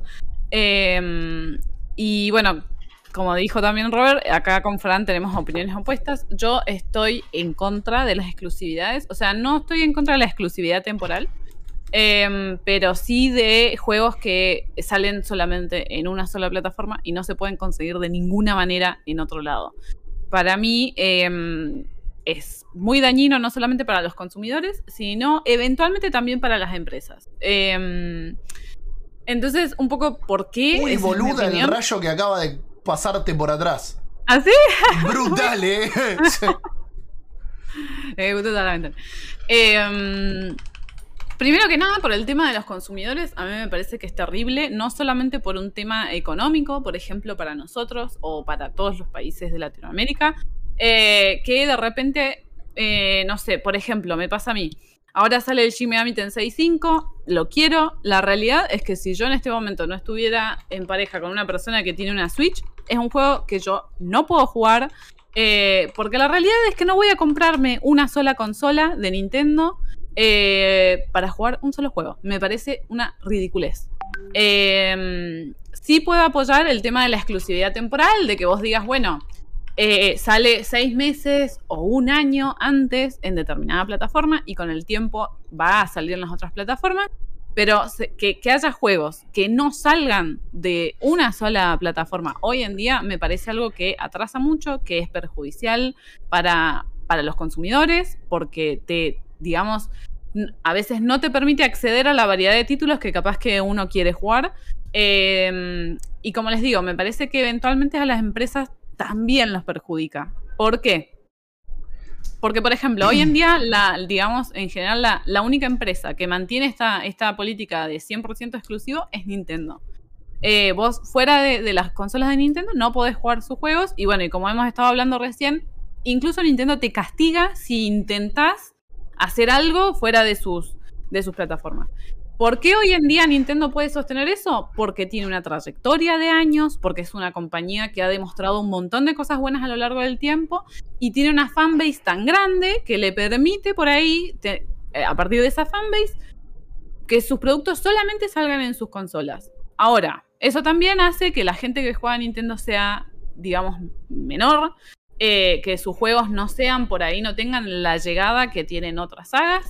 E: Y bueno, como dijo también Robert, acá con Fran tenemos opiniones opuestas. Yo estoy en contra de las exclusividades. O sea, no estoy en contra de la exclusividad temporal, pero sí de juegos que salen solamente en una sola plataforma y no se pueden conseguir de ninguna manera en otro lado. Para mí es muy dañino no solamente para los consumidores, sino eventualmente también para las empresas. Entonces, un poco por qué...
C: Uy,
E: esa es mi
C: boluda, el
E: opinión.
C: rayo que acaba de pasarte por atrás.
E: ¿Ah, sí?
C: Brutal, Sí.
E: Totalmente. Primero que nada, por el tema de los consumidores, a mí me parece que es terrible, no solamente por un tema económico, por ejemplo, para nosotros o para todos los países de Latinoamérica, que de repente, no sé, por ejemplo, me pasa a mí. Ahora sale el Shin Megami Tensei 5, lo quiero. La realidad es que si yo en este momento no estuviera en pareja con una persona que tiene una Switch, es un juego que yo no puedo jugar, porque la realidad es que no voy a comprarme una sola consola de Nintendo para jugar un solo juego. Me parece una ridiculez. Sí puedo apoyar el tema de la exclusividad temporal, de que vos digas, bueno, sale 6 meses o un año antes en determinada plataforma y con el tiempo va a salir en las otras plataformas, pero que haya juegos que no salgan de una sola plataforma hoy en día me parece algo que atrasa mucho, que es perjudicial para los consumidores, porque digamos, a veces no te permite acceder a la variedad de títulos que capaz que uno quiere jugar. Y como les digo, me parece que eventualmente a las empresas también los perjudica. ¿Por qué? Porque, por ejemplo, hoy en día, digamos, en general, la única empresa que mantiene esta política de 100% exclusivo es Nintendo. Vos, fuera de las consolas de Nintendo, no podés jugar sus juegos. Y bueno, y como hemos estado hablando recién, incluso Nintendo te castiga si intentás hacer algo fuera de sus plataformas. ¿Por qué hoy en día Nintendo puede sostener eso? Porque tiene una trayectoria de años, porque es una compañía que ha demostrado un montón de cosas buenas a lo largo del tiempo y tiene una fanbase tan grande que le permite por ahí, a partir de esa fanbase, que sus productos solamente salgan en sus consolas. Ahora, eso también hace que la gente que juega a Nintendo sea, digamos, menor, que sus juegos no sean por ahí, no tengan la llegada que tienen otras sagas.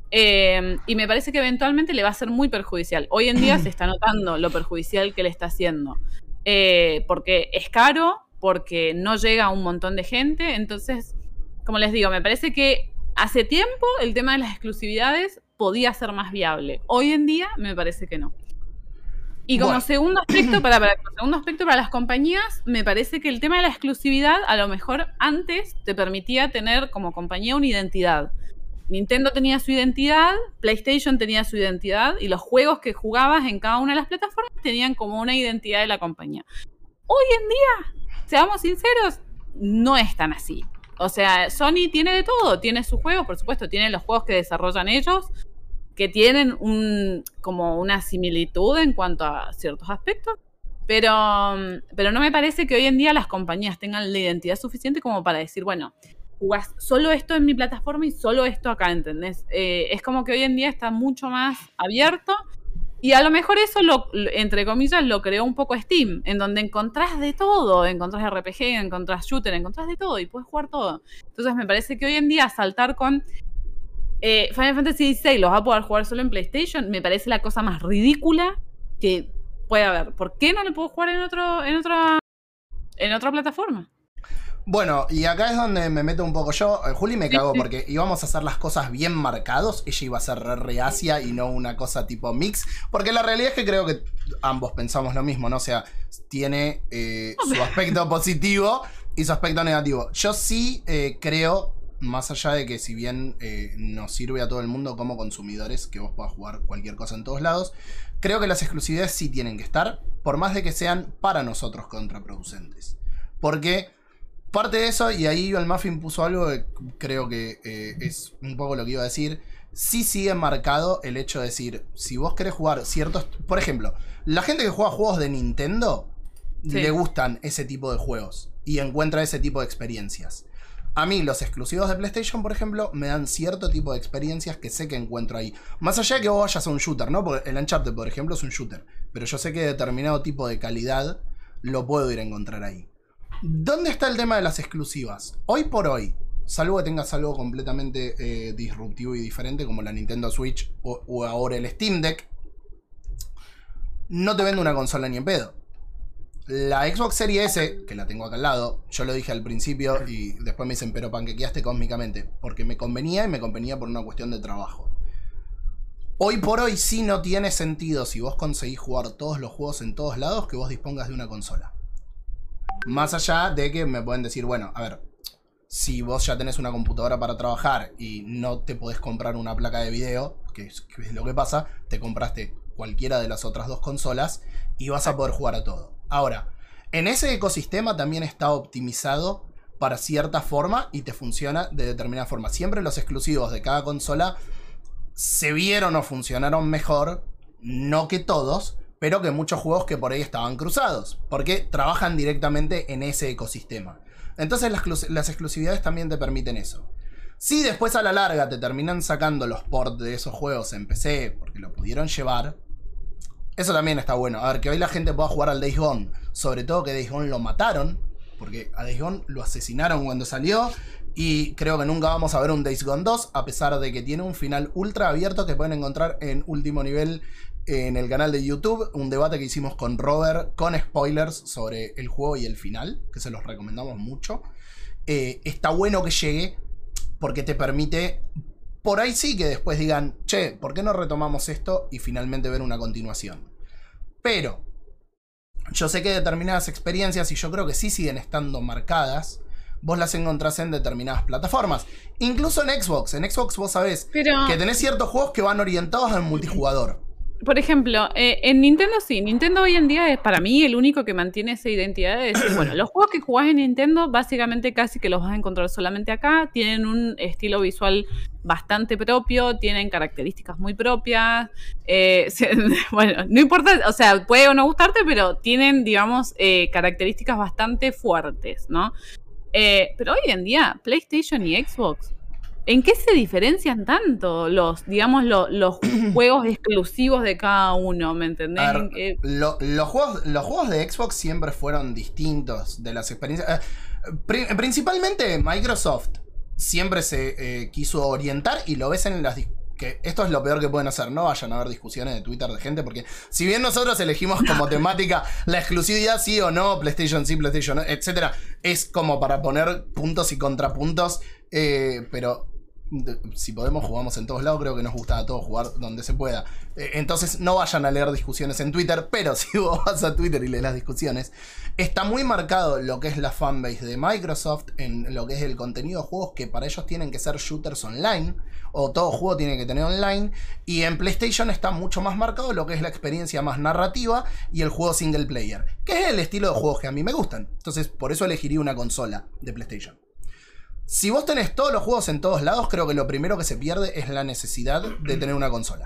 E: Y me parece que eventualmente le va a ser muy perjudicial. Hoy en día se está notando lo perjudicial que le está haciendo. Porque es caro, porque no llega a un montón de gente. Entonces, como les digo, me parece que hace tiempo el tema de las exclusividades podía ser más viable. Hoy en día me parece que no. Y como segundo aspecto, para las compañías, me parece que el tema de la exclusividad a lo mejor antes te permitía tener como compañía una identidad. Nintendo tenía su identidad, PlayStation tenía su identidad y los juegos que jugabas en cada una de las plataformas tenían como una identidad de la compañía. Hoy en día, seamos sinceros, no es tan así. O sea, Sony tiene de todo, tiene sus juegos, por supuesto, tiene los juegos que desarrollan ellos, que tienen como una similitud en cuanto a ciertos aspectos, pero no me parece que hoy en día las compañías tengan la identidad suficiente como para decir, bueno, jugás solo esto en mi plataforma y solo esto acá, ¿entendés? Es como que hoy en día está mucho más abierto y a lo mejor eso, entre comillas, lo creó un poco Steam, en donde encontrás de todo, encontrás RPG, encontrás shooter, encontrás de todo y puedes jugar todo. Entonces me parece que hoy en día saltar con Final Fantasy XVI los va a poder jugar solo en PlayStation, me parece la cosa más ridícula que puede haber. ¿Por qué no lo puedo jugar en otra plataforma?
C: Bueno, y acá es donde me meto un poco yo. Juli me cagó porque íbamos a hacer las cosas bien marcados. Ella iba a ser reacia y no una cosa tipo mix. Porque la realidad es que creo que ambos pensamos lo mismo, ¿no? O sea, tiene su aspecto positivo y su aspecto negativo. Yo sí creo, más allá de que si bien nos sirve a todo el mundo como consumidores, que vos puedas jugar cualquier cosa en todos lados, creo que las exclusividades sí tienen que estar, por más de que sean para nosotros contraproducentes. Porque parte de eso, y ahí el Muffin puso algo que creo que es un poco lo que iba a decir, sí sigue marcado el hecho de decir, si vos querés jugar ciertos... Por ejemplo, la gente que juega juegos de Nintendo, le gustan ese tipo de juegos y encuentra ese tipo de experiencias. A mí los exclusivos de PlayStation, por ejemplo, me dan cierto tipo de experiencias que sé que encuentro ahí. Más allá de que vos vayas a un shooter, ¿no? Porque el Uncharted, por ejemplo, es un shooter. Pero yo sé que determinado tipo de calidad lo puedo ir a encontrar ahí. ¿Dónde está el tema de las exclusivas? Hoy por hoy, salvo que tengas algo completamente disruptivo y diferente como la Nintendo Switch o ahora el Steam Deck, no te vende una consola ni en pedo. La Xbox Series S, que la tengo acá al lado, yo lo dije al principio y después me dicen, pero panquequeaste cósmicamente, porque me convenía y me convenía por una cuestión de trabajo. Hoy por hoy sí no tiene sentido, si vos conseguís jugar todos los juegos en todos lados, que vos dispongas de una consola. Más allá de que me pueden decir, bueno, a ver, si vos ya tenés una computadora para trabajar y no te podés comprar una placa de video, que es lo que pasa, te compraste cualquiera de las otras dos consolas y vas a poder jugar a todo. Ahora, en ese ecosistema también está optimizado para cierta forma y te funciona de determinada forma. Siempre los exclusivos de cada consola se vieron o funcionaron mejor, no que todos, pero que muchos juegos que por ahí estaban cruzados, porque trabajan directamente en ese ecosistema. Entonces las exclusividades también te permiten eso. Si después a la larga te terminan sacando los ports de esos juegos en PC, porque lo pudieron llevar, eso también está bueno. A ver, que hoy la gente pueda jugar al Days Gone, sobre todo que Days Gone lo mataron, porque a Days Gone lo asesinaron cuando salió, y creo que nunca vamos a ver un Days Gone 2, a pesar de que tiene un final ultra abierto que pueden encontrar en Último Nivel en el canal de YouTube, un debate que hicimos con Robert, con spoilers sobre el juego y el final, que se los recomendamos mucho. Está bueno que llegue, porque te permite, por ahí sí que después digan, che, ¿por qué no retomamos esto? Y finalmente ver una continuación. Pero yo sé que determinadas experiencias, y yo creo que sí siguen estando marcadas, vos las encontrás en determinadas plataformas. Incluso en Xbox. En Xbox vos sabés que tenés ciertos juegos que van orientados al multijugador.
E: Por ejemplo, en Nintendo sí. Nintendo hoy en día es para mí el único que mantiene esa identidad de decir, bueno, los juegos que jugás en Nintendo básicamente casi que los vas a encontrar solamente acá. Tienen un estilo visual bastante propio, tienen características muy propias. Bueno, no importa, o sea, puede o no gustarte, pero tienen, digamos, características bastante fuertes, ¿no? Pero hoy en día, PlayStation y Xbox, ¿en qué se diferencian tanto los, digamos, los juegos exclusivos de cada uno? ¿Me entendés?
C: A ver, los juegos de Xbox siempre fueron distintos de las experiencias. Principalmente Microsoft siempre se quiso orientar, y lo ves en las que esto es lo peor que pueden hacer, no vayan a ver discusiones de Twitter de gente, porque si bien nosotros elegimos como temática la exclusividad sí o no, PlayStation sí, PlayStation no, etcétera, es como para poner puntos y contrapuntos, pero si podemos jugamos en todos lados, creo que nos gusta a todos jugar donde se pueda. Entonces no vayan a leer discusiones en Twitter, pero si vos vas a Twitter y lees las discusiones, está muy marcado lo que es la fanbase de Microsoft en lo que es el contenido de juegos que para ellos tienen que ser shooters online, o todo juego tiene que tener online, y en PlayStation está mucho más marcado lo que es la experiencia más narrativa y el juego single player, que es el estilo de juegos que a mí me gustan. Entonces por eso elegiría una consola de PlayStation. Si vos tenés todos los juegos en todos lados, creo que lo primero que se pierde es la necesidad de tener una consola.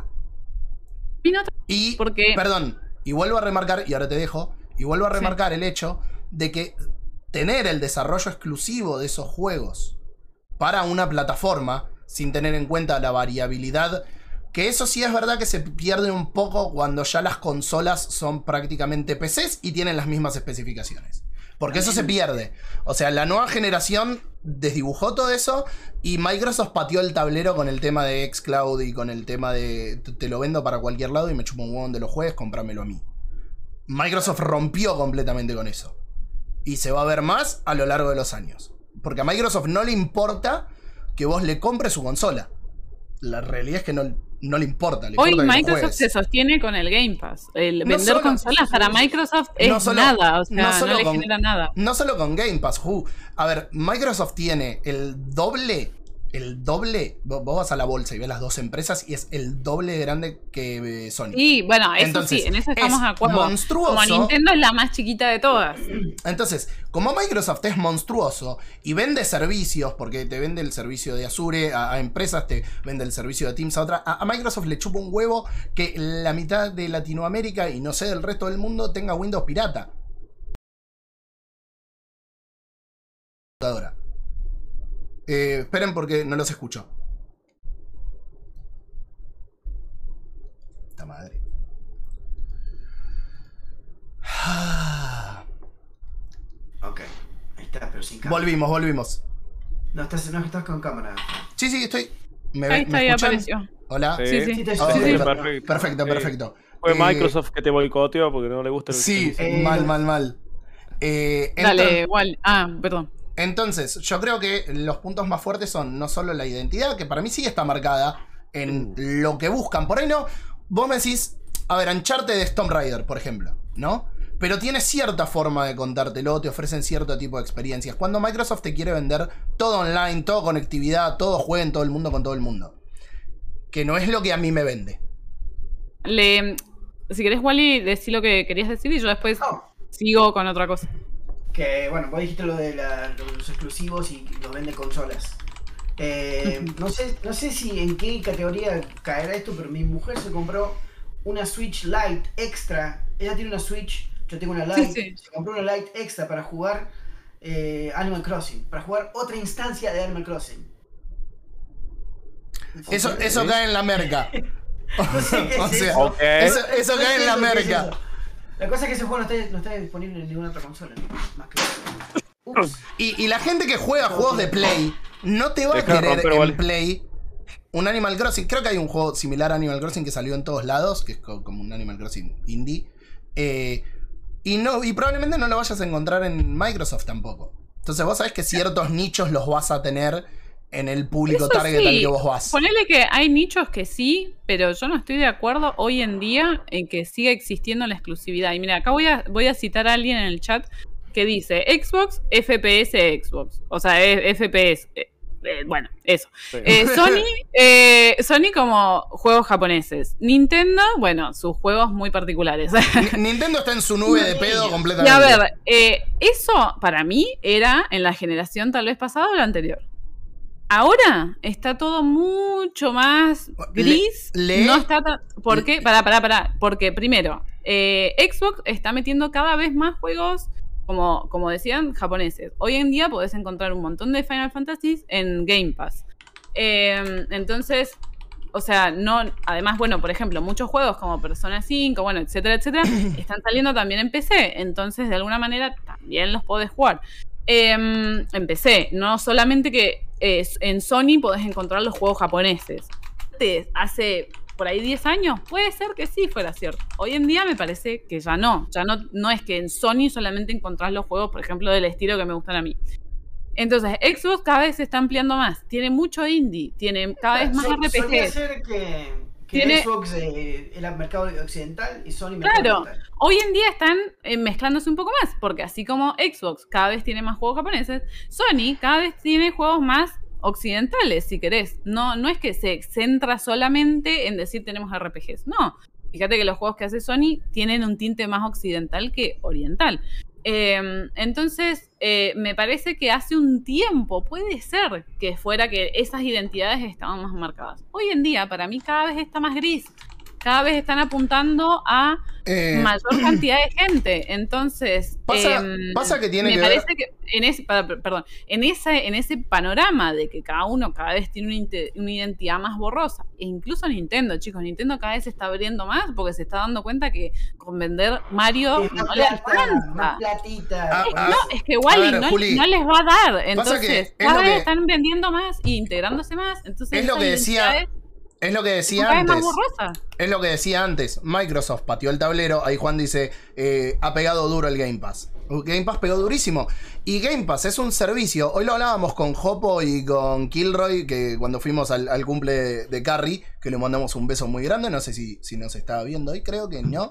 C: Y, perdón, y vuelvo a remarcar, y ahora te dejo, y vuelvo a remarcar el hecho de que tener el desarrollo exclusivo de esos juegos para una plataforma, sin tener en cuenta la variabilidad. Que eso sí es verdad que se pierde un poco cuando ya las consolas son prácticamente PCs y tienen las mismas especificaciones. Porque eso se pierde. O sea, la nueva generación desdibujó todo eso y Microsoft pateó el tablero con el tema de xCloud y con el tema de te lo vendo para cualquier lado y me chupo un huevo donde lo juegues, cómpramelo a mí. Microsoft rompió completamente con eso. Y se va a ver más a lo largo de los años. Porque a Microsoft no le importa que vos le compres su consola. La realidad es que no le importa.
E: Hoy Microsoft se sostiene con el Game Pass. El vender consolas para Microsoft es nada. O sea, no le genera nada.
C: No solo con Game Pass. A ver, Microsoft tiene el doble. Vos vas a la bolsa y ves las dos empresas y es el doble de grande que Sony.
E: Sí, bueno, eso entonces, sí, en eso estamos de acuerdo.
C: Monstruoso.
E: Como Nintendo es la más chiquita de todas.
C: Entonces, como Microsoft es monstruoso y vende servicios, porque te vende el servicio de Azure a empresas, te vende el servicio de Teams a otra, a Microsoft le chupa un huevo que la mitad de Latinoamérica y no sé del resto del mundo tenga Windows pirata. Esperen porque no los escucho. Esta madre.
D: Ok, ahí está, pero sin cámara.
C: Volvimos.
D: No estás con cámara.
C: Sí, estoy.
E: Ahí está, ya apareció.
C: Hola.
E: Sí.
C: Perfecto.
B: Fue Microsoft que te boicoteó porque no le gusta el
C: Sí, mal.
E: Dale, igual. Perdón.
C: Entonces, yo creo que los puntos más fuertes son no solo la identidad, que para mí sí está marcada en lo que buscan. Por ahí no, vos me decís, a ver, Uncharted de Tomb Raider, por ejemplo, ¿no? Pero tiene cierta forma de contártelo, te ofrecen cierto tipo de experiencias. Cuando Microsoft te quiere vender todo online, todo conectividad, todo juego en todo el mundo con todo el mundo. Que no es lo que a mí me vende.
E: Si querés, Wally, decí lo que querías decir y yo después sigo con otra cosa.
D: Que bueno, vos dijiste lo de los exclusivos y los vende consolas. No sé si en qué categoría caerá esto, pero mi mujer se compró una Switch Lite extra. Ella tiene una Switch, yo tengo una Lite. Sí. Se compró una Lite extra para jugar Animal Crossing, para jugar otra instancia de Animal Crossing.
C: Eso cae en la merca.
D: No sé qué
C: o
D: es
C: sea,
D: eso.
C: Eso
D: No
C: cae
D: sé
C: en la
D: lo que es
C: merca.
D: eso. La cosa es que ese juego no está disponible en ninguna otra consola. Más que
C: y la gente que juega juegos de Play no te va a querer en Play un Animal Crossing. Creo que hay un juego similar a Animal Crossing que salió en todos lados, que es como un Animal Crossing indie. Y probablemente no lo vayas a encontrar en Microsoft tampoco. Entonces vos sabés que ciertos nichos los vas a tener en el público
E: eso
C: target
E: sí,
C: al que vos vas.
E: Ponele que hay nichos que sí, pero yo no estoy de acuerdo hoy en día en que siga existiendo la exclusividad. Y mira, acá voy a citar a alguien en el chat que dice Xbox, FPS Xbox. O sea, FPS. Bueno, eso. Sí. Sony como juegos japoneses. Nintendo, bueno, sus juegos muy particulares.
C: Nintendo está en su nube de pedo completamente.
E: Y a ver, eso para mí era en la generación tal vez pasada o la anterior. Ahora está todo mucho más gris. No está tan... ¿Por qué? Pará. Porque primero, Xbox está metiendo cada vez más juegos, como decían, japoneses. Hoy en día podés encontrar un montón de Final Fantasy en Game Pass. Entonces, o sea, no... Además, bueno, por ejemplo, muchos juegos como Persona 5, bueno, etcétera, están saliendo también en PC. Entonces, de alguna manera, también los podés jugar. En PC, no solamente que en Sony podés encontrar los juegos japoneses. Hace por ahí 10 años, puede ser que sí fuera cierto. Hoy en día me parece que ya no es que en Sony solamente encontrás los juegos, por ejemplo, del estilo que me gustan a mí. Entonces, Xbox cada vez se está ampliando más, tiene mucho indie, tiene cada vez más RPG.
D: Solía ser que Xbox era mercado occidental y Sony mercado oriental.
E: Hoy en día están mezclándose un poco más, porque así como Xbox cada vez tiene más juegos japoneses, Sony cada vez tiene juegos más occidentales, si querés. No es que se centra solamente en decir tenemos RPGs, no. Fíjate que los juegos que hace Sony tienen un tinte más occidental que oriental. Entonces, me parece que hace un tiempo puede ser que fuera que esas identidades estaban más marcadas. Hoy en día, para mí, cada vez está más gris. cada vez están apuntando a mayor cantidad de gente. Entonces,
C: pasa que tiene
E: me
C: que
E: parece
C: ver...
E: que en ese panorama de que cada uno cada vez tiene una identidad más borrosa, e incluso Nintendo, chicos, Nintendo cada vez se está abriendo más porque se está dando cuenta que con vender Mario no le alcanza.
D: Más platita.
E: Es que Wally no les va a dar. Entonces, cada vez están vendiendo más e integrándose más. Entonces,
C: Es lo que decía antes. Es lo que decía antes. Microsoft pateó el tablero. Ahí Juan dice, ha pegado duro el Game Pass. Game Pass pegó durísimo. Y Game Pass es un servicio. Hoy lo hablábamos con Jopo y con Kilroy, que cuando fuimos al cumple de Carrie, que le mandamos un beso muy grande. No sé si nos estaba viendo hoy, creo que no.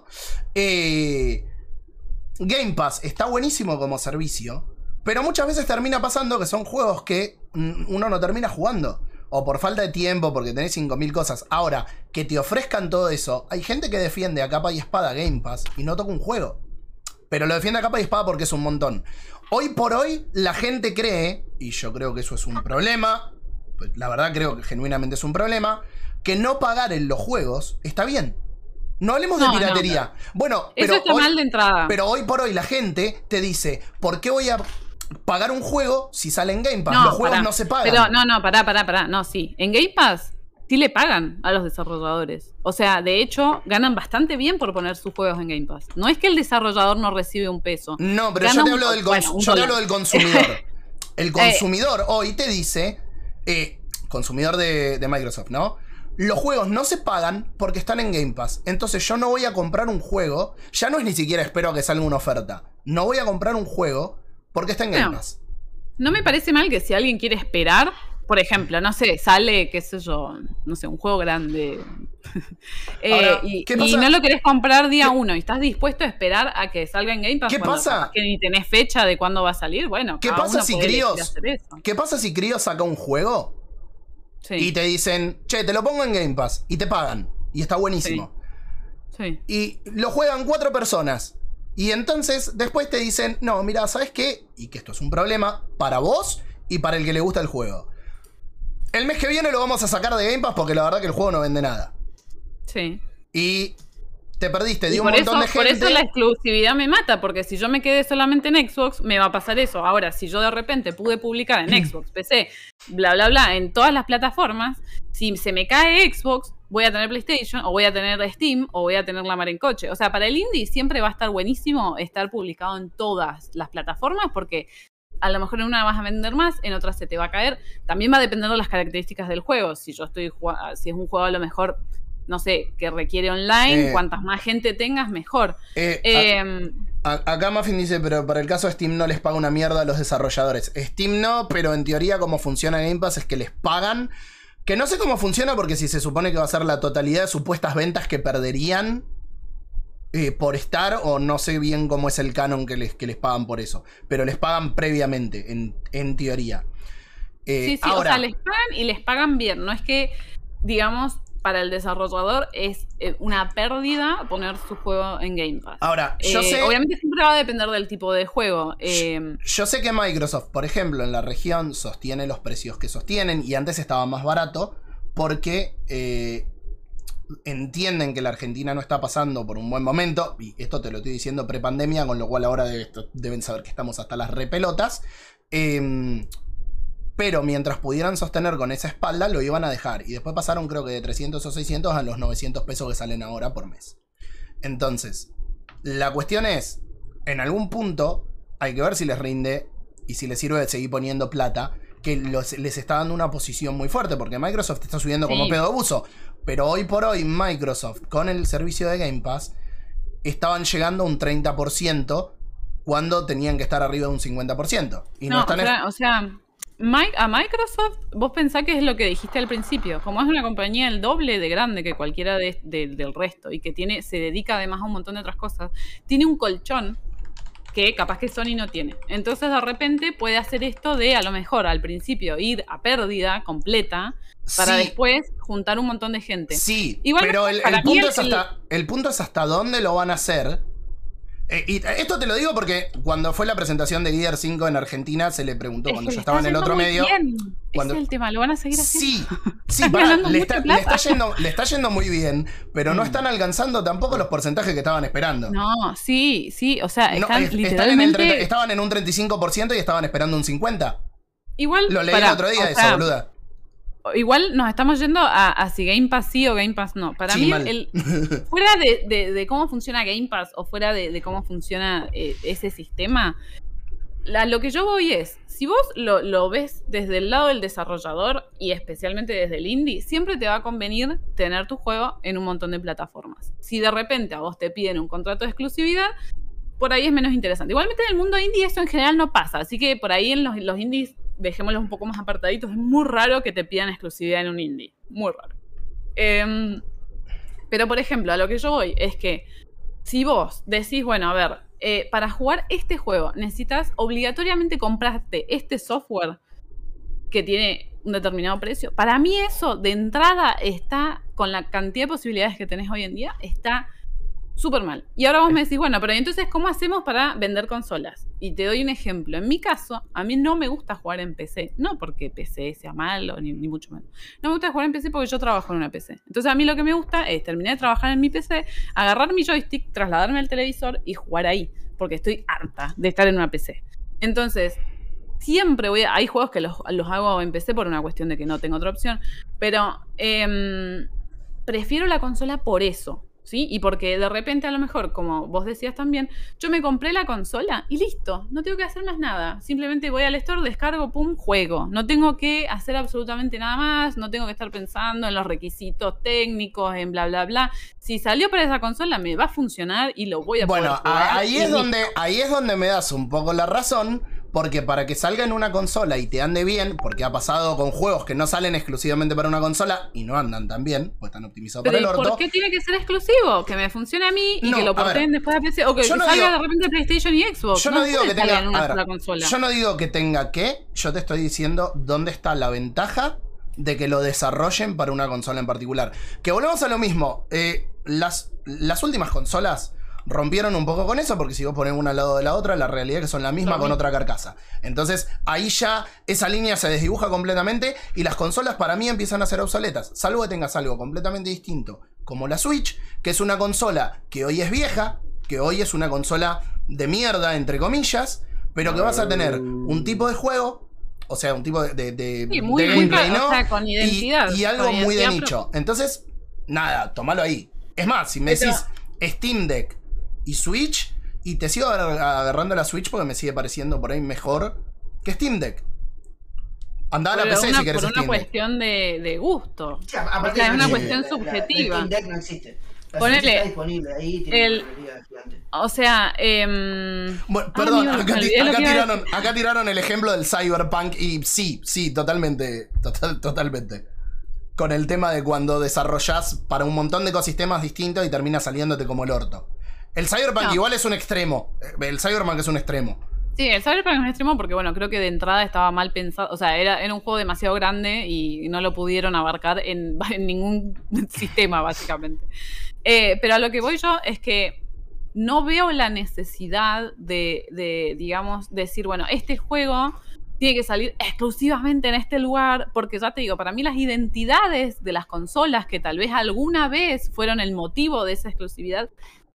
C: Game Pass está buenísimo como servicio, pero muchas veces termina pasando que son juegos que uno no termina jugando. O por falta de tiempo, porque tenés 5000 cosas. Ahora, que te ofrezcan todo eso. Hay gente que defiende a capa y espada Game Pass y no toca un juego. Pero lo defiende a capa y espada porque es un montón. Hoy por hoy, la gente cree, y yo creo que eso es un problema, la verdad creo que genuinamente es un problema, que no pagar en los juegos está bien. No hablemos de piratería.
E: No.
C: Bueno,
E: eso
C: pero
E: está mal de entrada.
C: Pero hoy por hoy la gente te dice, ¿por qué voy a pagar un juego si sale en Game Pass?
E: No,
C: los juegos no se pagan.
E: Pero pará. No, sí. En Game Pass sí le pagan a los desarrolladores. O sea, de hecho, ganan bastante bien por poner sus juegos en Game Pass. No es que el desarrollador no recibe un peso.
C: No, pero yo te hablo del consumidor. El consumidor hoy te dice, consumidor de Microsoft, ¿no? Los juegos no se pagan porque están en Game Pass. Entonces yo no voy a comprar un juego. Ya no es ni siquiera espero a que salga una oferta. No voy a comprar un juego porque está en Game Pass.
E: No me parece mal que si alguien quiere esperar, por ejemplo, no sé, sale, qué sé yo, no sé, un juego grande.
C: Ahora,
E: y
C: pasa?
E: no lo querés comprar día 1 y estás dispuesto a esperar a que salga en Game Pass.
C: ¿Qué pasa?
E: Que ni tenés fecha de cuándo va a salir. Bueno,
C: ¿Qué pasa si Críos saca un juego? Sí. Y te dicen, che, te lo pongo en Game Pass. Y te pagan. Y está buenísimo.
E: Sí.
C: Y lo juegan 4 personas. Y entonces después te dicen, no, mira, ¿sabes qué? Y que esto es un problema para vos y para el que le gusta el juego. El mes que viene lo vamos a sacar de Game Pass porque la verdad que el juego no vende nada.
E: Sí.
C: Y te perdiste de un montón de gente.
E: Por eso la exclusividad me mata, porque si yo me quedé solamente en Xbox, me va a pasar eso. Ahora, si yo de repente pude publicar en Xbox, PC, bla, bla, bla, en todas las plataformas, si se me cae Xbox, voy a tener PlayStation, o voy a tener Steam, o voy a tener la mar en coche. O sea, para el indie siempre va a estar buenísimo estar publicado en todas las plataformas, porque a lo mejor en una vas a vender más, en otra se te va a caer. También va a depender de las características del juego. Si es un juego a lo mejor, no sé, que requiere online, cuantas más gente tengas, mejor.
C: Acá Muffin dice, pero para el caso de Steam no les paga una mierda a los desarrolladores. Steam no, pero en teoría como funciona Game Pass es que les pagan. Que no sé cómo funciona porque si se supone que va a ser la totalidad de supuestas ventas que perderían por estar, o no sé bien cómo es el canon que les pagan por eso. Pero les pagan previamente, en teoría.
E: Sí, ahora, o sea, les pagan y les pagan bien. No es que, digamos, para el desarrollador es una pérdida poner su juego en Game Pass.
C: Ahora, yo sé...
E: Obviamente siempre va a depender del tipo de juego.
C: Yo sé que Microsoft, por ejemplo, en la región sostiene los precios que sostienen y antes estaba más barato porque entienden que la Argentina no está pasando por un buen momento, y esto te lo estoy diciendo prepandemia, con lo cual ahora deben saber que estamos hasta las repelotas. Pero mientras pudieran sostener con esa espalda, lo iban a dejar. Y después pasaron, creo que de 300 o 600 a los 900 pesos que salen ahora por mes. Entonces, la cuestión es, en algún punto, hay que ver si les rinde y si les sirve de seguir poniendo plata, que les está dando una posición muy fuerte, porque Microsoft está subiendo como pedo de buzo. Pero hoy por hoy, Microsoft, con el servicio de Game Pass, estaban llegando a un 30% cuando tenían que estar arriba de un 50%. Y no están...
E: A Microsoft, vos pensás que es lo que dijiste al principio, como es una compañía el doble de grande que cualquiera del resto y que se dedica además a un montón de otras cosas, tiene un colchón que capaz que Sony no tiene. Entonces de repente puede hacer esto de a lo mejor al principio ir a pérdida completa para después juntar un montón de gente.
C: Sí,
E: igual
C: pero el punto es hasta dónde lo van a hacer Y esto te lo digo porque cuando fue la presentación de Gear 5 en Argentina se le preguntó cuando yo
E: le
C: estaba
E: está
C: en el otro
E: yendo muy
C: medio.
E: bien.
C: Cuando...
E: Ese es el tema, lo van a seguir haciendo.
C: Sí,
E: Están
C: pará,
E: ganando
C: le
E: mucha
C: está yendo muy bien, pero no están alcanzando tampoco los porcentajes que estaban esperando.
E: No, sí, o sea,
C: No,
E: están literalmente...
C: estaban en un 35% y estaban esperando un 50%.
E: Igual,
C: Lo leí el otro día eso, boluda.
E: Igual nos estamos yendo a si Game Pass sí o Game Pass no. Para mí, fuera de cómo funciona Game Pass o fuera de cómo funciona ese sistema, lo que yo voy es, si vos lo ves desde el lado del desarrollador y especialmente desde el indie, siempre te va a convenir tener tu juego en un montón de plataformas. Si de repente a vos te piden un contrato de exclusividad, por ahí es menos interesante. Igualmente en el mundo indie eso en general no pasa, así que por ahí en los indies dejémoslos un poco más apartaditos. Es muy raro que te pidan exclusividad en un indie. Muy raro. Pero, por ejemplo, a lo que yo voy es que si vos decís, bueno, a ver, para jugar este juego necesitas obligatoriamente comprarte este software que tiene un determinado precio. Para mí eso, de entrada, está, con la cantidad de posibilidades que tenés hoy en día, está súper mal. Y ahora vos me decís, bueno, pero entonces, ¿cómo hacemos para vender consolas? Y te doy un ejemplo. En mi caso, a mí no me gusta jugar en PC. No porque PC sea malo, ni mucho menos. No me gusta jugar en PC porque yo trabajo en una PC. Entonces, a mí lo que me gusta es terminar de trabajar en mi PC, agarrar mi joystick, trasladarme al televisor y jugar ahí. Porque estoy harta de estar en una PC. Entonces, siempre hay juegos que los hago en PC por una cuestión de que no tengo otra opción. Pero prefiero la consola por eso. ¿Sí? Y porque de repente a lo mejor, como vos decías también, yo me compré la consola y listo, no tengo que hacer más nada. Simplemente voy al store, descargo, pum, juego. No tengo que hacer absolutamente nada más, no tengo que estar pensando en los requisitos técnicos, en bla, bla, bla. Si salió para esa consola, me va a funcionar y lo voy a poder jugar.
C: Bueno, ahí es donde me das un poco la razón. Porque para que salga en una consola y te ande bien, porque ha pasado con juegos que no salen exclusivamente para una consola y no andan tan bien, pues están optimizados para el orto.
E: ¿Por qué tiene que ser exclusivo? Que me funcione a mí y que lo porten después a PC. O que salga de repente PlayStation y Xbox.
C: Yo no digo que tenga en una sola consola. Yo no digo que tenga que, yo te estoy diciendo dónde está la ventaja de que lo desarrollen para una consola en particular. Que volvemos a lo mismo. Las últimas consolas rompieron un poco con eso, porque si vos pones una al lado de la otra, la realidad es que son la misma con otra carcasa. Entonces, ahí ya esa línea se desdibuja completamente y las consolas para mí empiezan a ser obsoletas. Salvo que tengas algo completamente distinto, como la Switch, que es una consola que hoy es vieja, que hoy es una consola de mierda, entre comillas, pero que vas a tener un tipo de juego, o sea, un tipo de gameplay, ¿no?
E: O sea, con identidad.
C: Y algo muy de nicho. Entonces, nada, tomalo ahí. Es más, si me decís Steam Deck y Switch, y te sigo agarrando la Switch porque me sigue pareciendo por ahí mejor que Steam Deck. Andá a la PC si querés.
E: Por una cuestión de gusto.
D: Sí, aparte
E: es una cuestión subjetiva.
D: Steam Deck no existe.
E: Ponele,
D: está disponible ahí, tiene una librería gigante.
E: O sea,
C: bueno, perdón, acá tiraron el ejemplo del Cyberpunk y sí, totalmente. Con el tema de cuando desarrollás para un montón de ecosistemas distintos y termina saliéndote como el orto. El Cyberpunk igual es un extremo. El Cyberpunk es un extremo.
E: Sí, el Cyberpunk es un extremo porque, bueno, creo que de entrada estaba mal pensado. O sea, era un juego demasiado grande y no lo pudieron abarcar en ningún sistema, básicamente. Pero a lo que voy yo es que no veo la necesidad de, digamos, decir, bueno, este juego tiene que salir exclusivamente en este lugar, porque ya te digo, para mí las identidades de las consolas que tal vez alguna vez fueron el motivo de esa exclusividad,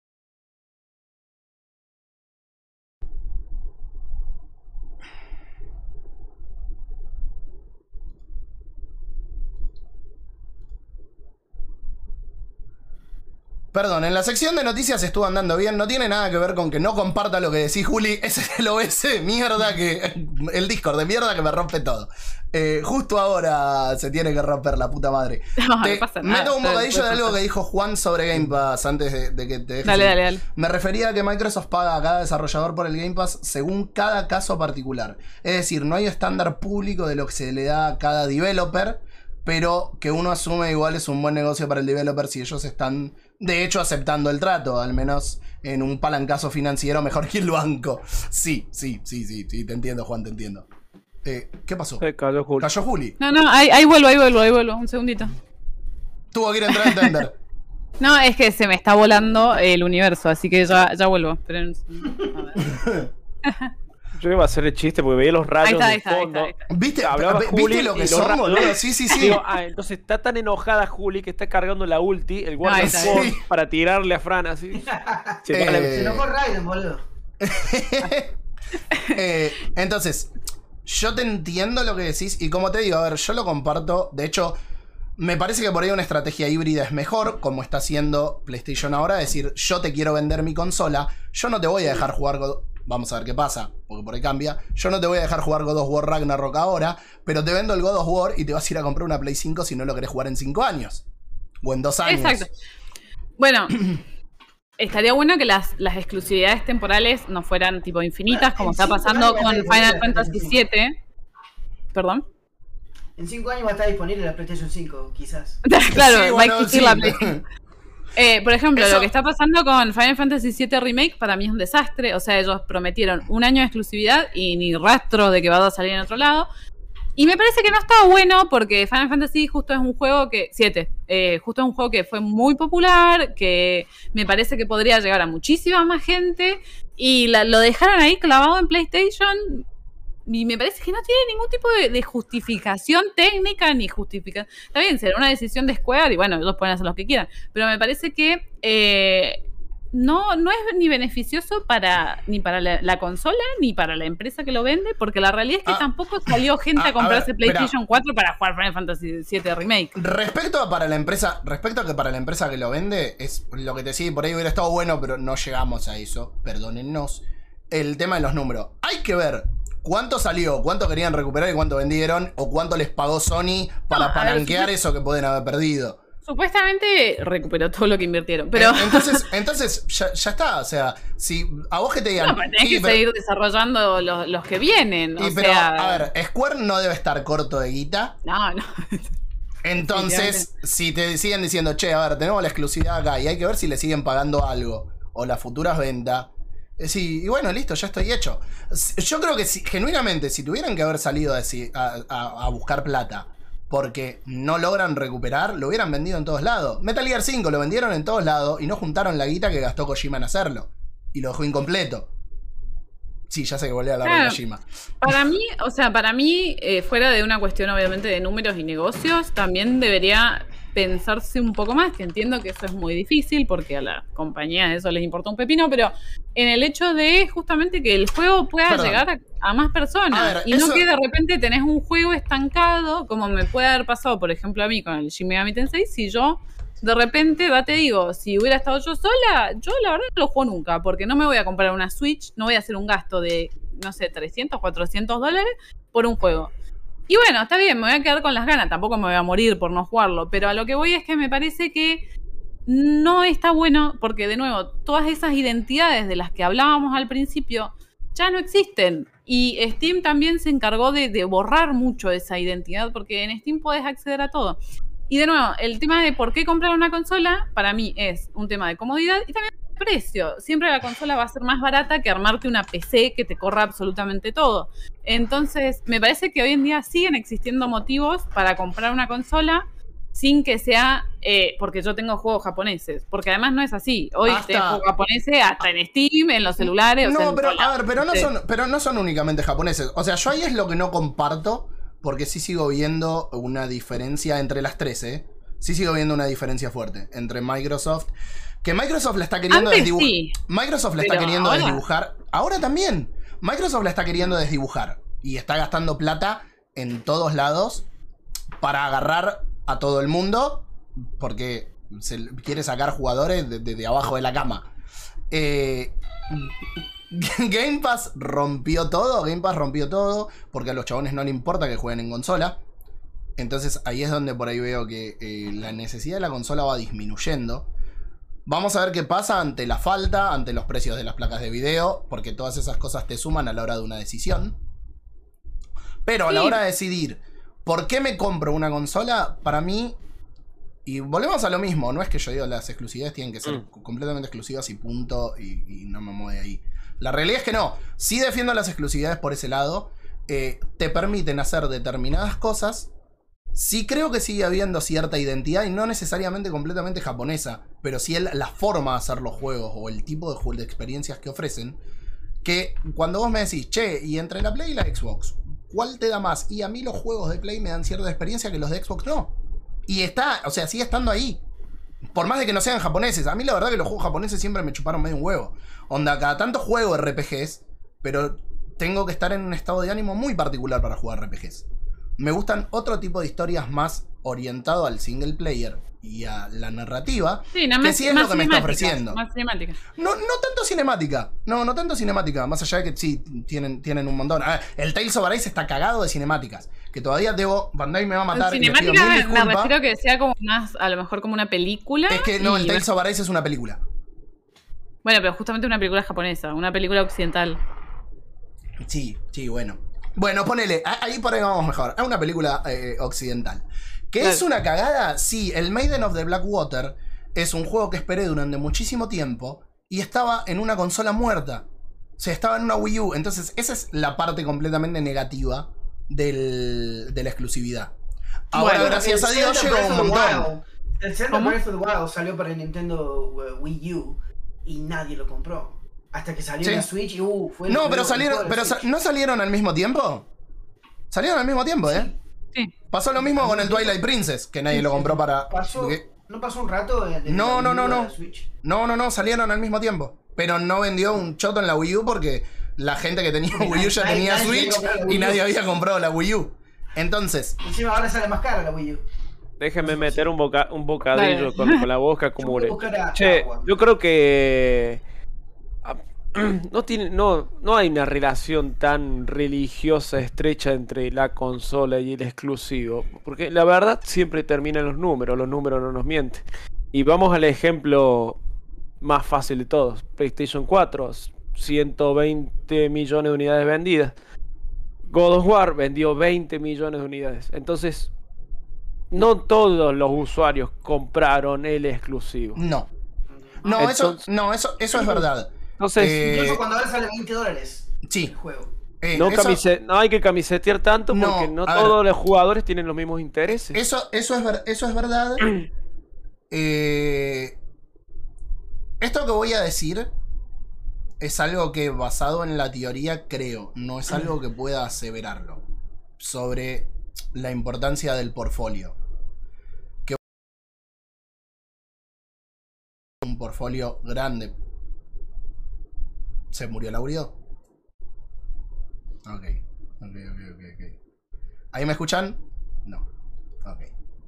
C: Perdón, en la sección de noticias estuvo andando bien. No tiene nada que ver con que no comparta lo que decís, Juli. Ese es el OS de mierda el Discord de mierda que me rompe todo. Justo ahora se tiene que romper la puta madre.
E: No pasa nada.
C: Meto un bocadillo de algo que dijo Juan sobre Game Pass antes de que te dejes.
E: Dale.
C: Me refería a que Microsoft paga a cada desarrollador por el Game Pass según cada caso particular. Es decir, no hay estándar público de lo que se le da a cada developer, pero que uno asume igual es un buen negocio para el developer si ellos están, de hecho, aceptando el trato, al menos en un palancazo financiero mejor que el banco. Sí, te entiendo, Juan, te entiendo. ¿Qué pasó?
B: Cayó Juli.
C: ¿Cayó Juli?
E: No, ahí vuelvo, un segundito.
C: Tuvo que ir a entrar a entender.
E: No, es que se me está volando el universo, así que ya vuelvo. Pero, a ver.
B: Yo iba a hacer el chiste porque veía los rayos
E: Ahí
B: del fondo.
E: está.
C: ¿Viste,
B: Hablaba Juli
C: ¿viste lo que
B: y los
C: son,
B: rayos.
C: boludo? Sí, sí, sí.
B: Digo, entonces está tan enojada Juli que está cargando la ulti, el guarda
E: Ahí está.
C: Sí.
B: para tirarle a Fran así. Se para-
D: Se enojó Raiden, boludo.
C: Entonces, yo te entiendo lo que decís y como te digo, a ver, yo lo comparto. De hecho, me parece que por ahí una estrategia híbrida es mejor, como está haciendo PlayStation ahora, decir, yo te quiero vender mi consola, yo no te voy a dejar jugar vamos a ver qué pasa, porque por ahí cambia. Yo no te voy a dejar jugar God of War Ragnarok ahora, pero te vendo el God of War y te vas a ir a comprar una Play 5 si no lo querés jugar en 5 años. O en 2 años.
E: Exacto. Bueno, estaría bueno que las exclusividades temporales no fueran tipo infinitas, como
D: En
E: está
D: 5
E: pasando
D: años
E: con
D: va a estar
E: Final
D: disponible
E: Fantasy
D: la PlayStation
E: VII. Perdón.
D: En 5 años va a estar disponible la PlayStation 5, quizás.
E: Claro,
C: Sí,
E: va
C: bueno,
E: a existir
C: sí.
E: la PlayStation. Por ejemplo,
C: Eso-
E: lo que está pasando con Final Fantasy VII Remake para mí es un desastre. O sea, ellos prometieron un año de exclusividad y ni rastro de que va a salir en otro lado. Y me parece que no está bueno porque Final Fantasy justo es un juego que... 7. Justo es un juego que fue muy popular, que me parece que podría llegar a muchísima más gente. Y lo dejaron ahí clavado en PlayStation... Y me parece que no tiene ningún tipo de justificación técnica ni justificación. Está bien, será una decisión de Square y bueno, ellos pueden hacer lo que quieran. Pero me parece que no es ni beneficioso ni para la consola ni para la empresa que lo vende, porque la realidad es que tampoco salió gente a comprarse
C: ver,
E: PlayStation 4 para jugar Final Fantasy VII Remake.
C: Respecto a que para la empresa que lo vende, es lo que te decía, por ahí hubiera estado bueno, pero no llegamos a eso, perdónennos. El tema de los números. Hay que ver cuánto salió, cuánto querían recuperar y cuánto vendieron, o cuánto les pagó Sony para palanquear eso que pueden haber perdido.
E: Supuestamente recuperó todo lo que invirtieron, pero...
C: Entonces ya está, o sea, si a vos que te digan...
E: No, pero tenés que seguir desarrollando los que vienen,
C: pero, a ver, Square no debe estar corto de guita.
E: No.
C: Entonces, si te siguen diciendo, che, a ver, tenemos la exclusividad acá y hay que ver si le siguen pagando algo o las futuras ventas. Sí, y bueno, listo, ya estoy hecho. Yo creo que genuinamente, si tuvieran que haber salido a buscar plata porque no logran recuperar, lo hubieran vendido en todos lados. Metal Gear 5 lo vendieron en todos lados y no juntaron la guita que gastó Kojima en hacerlo. Y lo dejó incompleto. Sí, ya sé que volví a hablar de Kojima.
E: Para mí, fuera de una cuestión obviamente de números y negocios, también debería pensarse un poco más, que entiendo que eso es muy difícil porque a la compañía eso les importa un pepino, pero en el hecho de justamente que el juego pueda llegar a más personas y no que de repente tenés un juego estancado, como me puede haber pasado, por ejemplo, a mí con el Shin Megami Tensei, si yo de repente, te digo, si hubiera estado yo sola, yo la verdad no lo juego nunca, porque no me voy a comprar una Switch, no voy a hacer un gasto de, no sé, $300, $400 por un juego. Y bueno, está bien, me voy a quedar con las ganas, tampoco me voy a morir por no jugarlo, pero a lo que voy es que me parece que no está bueno, porque de nuevo, todas esas identidades de las que hablábamos al principio ya no existen. Y Steam también se encargó de borrar mucho esa identidad, porque en Steam podés acceder a todo. Y de nuevo, el tema de por qué comprar una consola, para mí es un tema de comodidad y también de precio. Siempre la consola va a ser más barata que armarte una PC que te corra absolutamente todo. Entonces, me parece que hoy en día siguen existiendo motivos para comprar una consola sin que sea porque yo tengo juegos japoneses. Porque además no es así. Hoy tengo juegos japoneses hasta en Steam, en los celulares.
C: No,
E: o sea,
C: pero a ver, pero no son únicamente japoneses. O sea, yo ahí es lo que no comparto. Porque sí sigo viendo una diferencia entre las tres, Sí sigo viendo una diferencia fuerte entre Microsoft. Que Microsoft la está queriendo desdibujar. Sí, Microsoft la está queriendo desdibujar. Ahora también. Microsoft la está queriendo desdibujar. Y está gastando plata en todos lados para agarrar a todo el mundo. Porque se quiere sacar jugadores de abajo de la cama. Game Pass rompió todo. Porque a los chabones no les importa que jueguen en consola. Entonces ahí es donde por ahí veo que la necesidad de la consola va disminuyendo. Vamos a ver qué pasa ante la falta, ante los precios de las placas de video, porque todas esas cosas te suman a la hora de una decisión. Pero a la hora de decidir por qué me compro una consola, para mí, y volvemos a lo mismo, no es que yo digo las exclusividades tienen que ser completamente exclusivas y punto, y no me mueve ahí. La realidad es que no. Sí defiendo las exclusividades por ese lado. Te permiten hacer determinadas cosas Sí creo que sigue habiendo cierta identidad y no necesariamente completamente japonesa, pero sí la forma de hacer los juegos o el tipo de experiencias que ofrecen, que cuando vos me decís, che, y entre la Play y la Xbox, ¿cuál te da más? Y a mí los juegos de Play me dan cierta experiencia que los de Xbox no. Y está, o sea, sigue estando ahí. Por más de que no sean japoneses. A mí la verdad que los juegos japoneses siempre me chuparon medio un huevo. Onda, cada tanto juego RPGs, pero tengo que estar en un estado de ánimo muy particular para jugar RPGs. Me gustan otro tipo de historias más orientado al single player y a la narrativa.
E: Sí, no,
C: que sí es lo que me está ofreciendo.
E: Más cinemática.
C: No tanto cinemática. No tanto cinemática. Más allá de que sí, tienen un montón. El Tales of Arise está cagado de cinemáticas. Que todavía Bandai me va a matar.
E: Cinemática me refiero que sea como más, a lo mejor como una película.
C: Es que no, el Tales of Arise es una película.
E: Bueno, pero justamente una película japonesa, una película occidental.
C: Sí, bueno. Bueno, ponele, ahí por ahí vamos mejor. Es una película occidental. ¿Que claro. Es una cagada? Sí, el Maiden of the Blackwater es un juego que esperé durante muchísimo tiempo y estaba en una consola muerta. O sea, estaba en una Wii U. Entonces, esa es la parte completamente negativa de la exclusividad. Ahora, bueno, gracias a Dios, llegó un montón.
D: El Zelda Breath of the Wild salió para el Nintendo Wii U y nadie lo compró. Hasta que salió la Switch y fue
C: no, pero salieron, ¿no salieron al mismo tiempo? Salieron al mismo tiempo, ¿eh?
E: Sí.
C: Pasó lo mismo con el Twilight Princess, que nadie lo compró para...
D: ¿No pasó un rato de
C: la
D: Switch?
C: No, salieron al mismo tiempo. Pero no vendió un choto en la Wii U porque la gente que tenía Wii U ya tenía Switch y nadie había comprado la Wii U. Entonces...
D: Encima ahora sale más cara la Wii U.
B: Déjenme meter un bocadillo con la boca como che, yo creo que... No hay una relación tan religiosa estrecha entre la consola y el exclusivo, porque la verdad siempre terminan los números no nos mienten. Y vamos al ejemplo más fácil de todos, PlayStation 4, 120 millones de unidades vendidas. God of War vendió 20 millones de unidades. Entonces, no todos los usuarios compraron el exclusivo.
C: No, eso es verdad.
B: Entonces,
D: incluso cuando ahora sale $20 el juego.
B: No hay que camisetear tanto porque no todos los jugadores tienen los mismos intereses.
C: Eso es verdad. Esto que voy a decir es algo que, basado en la teoría, creo, no es algo que pueda aseverarlo, sobre la importancia del portfolio. Que un portfolio grande. ¿Se murió el audio? Ok. ¿Ahí me escuchan? No. Ok.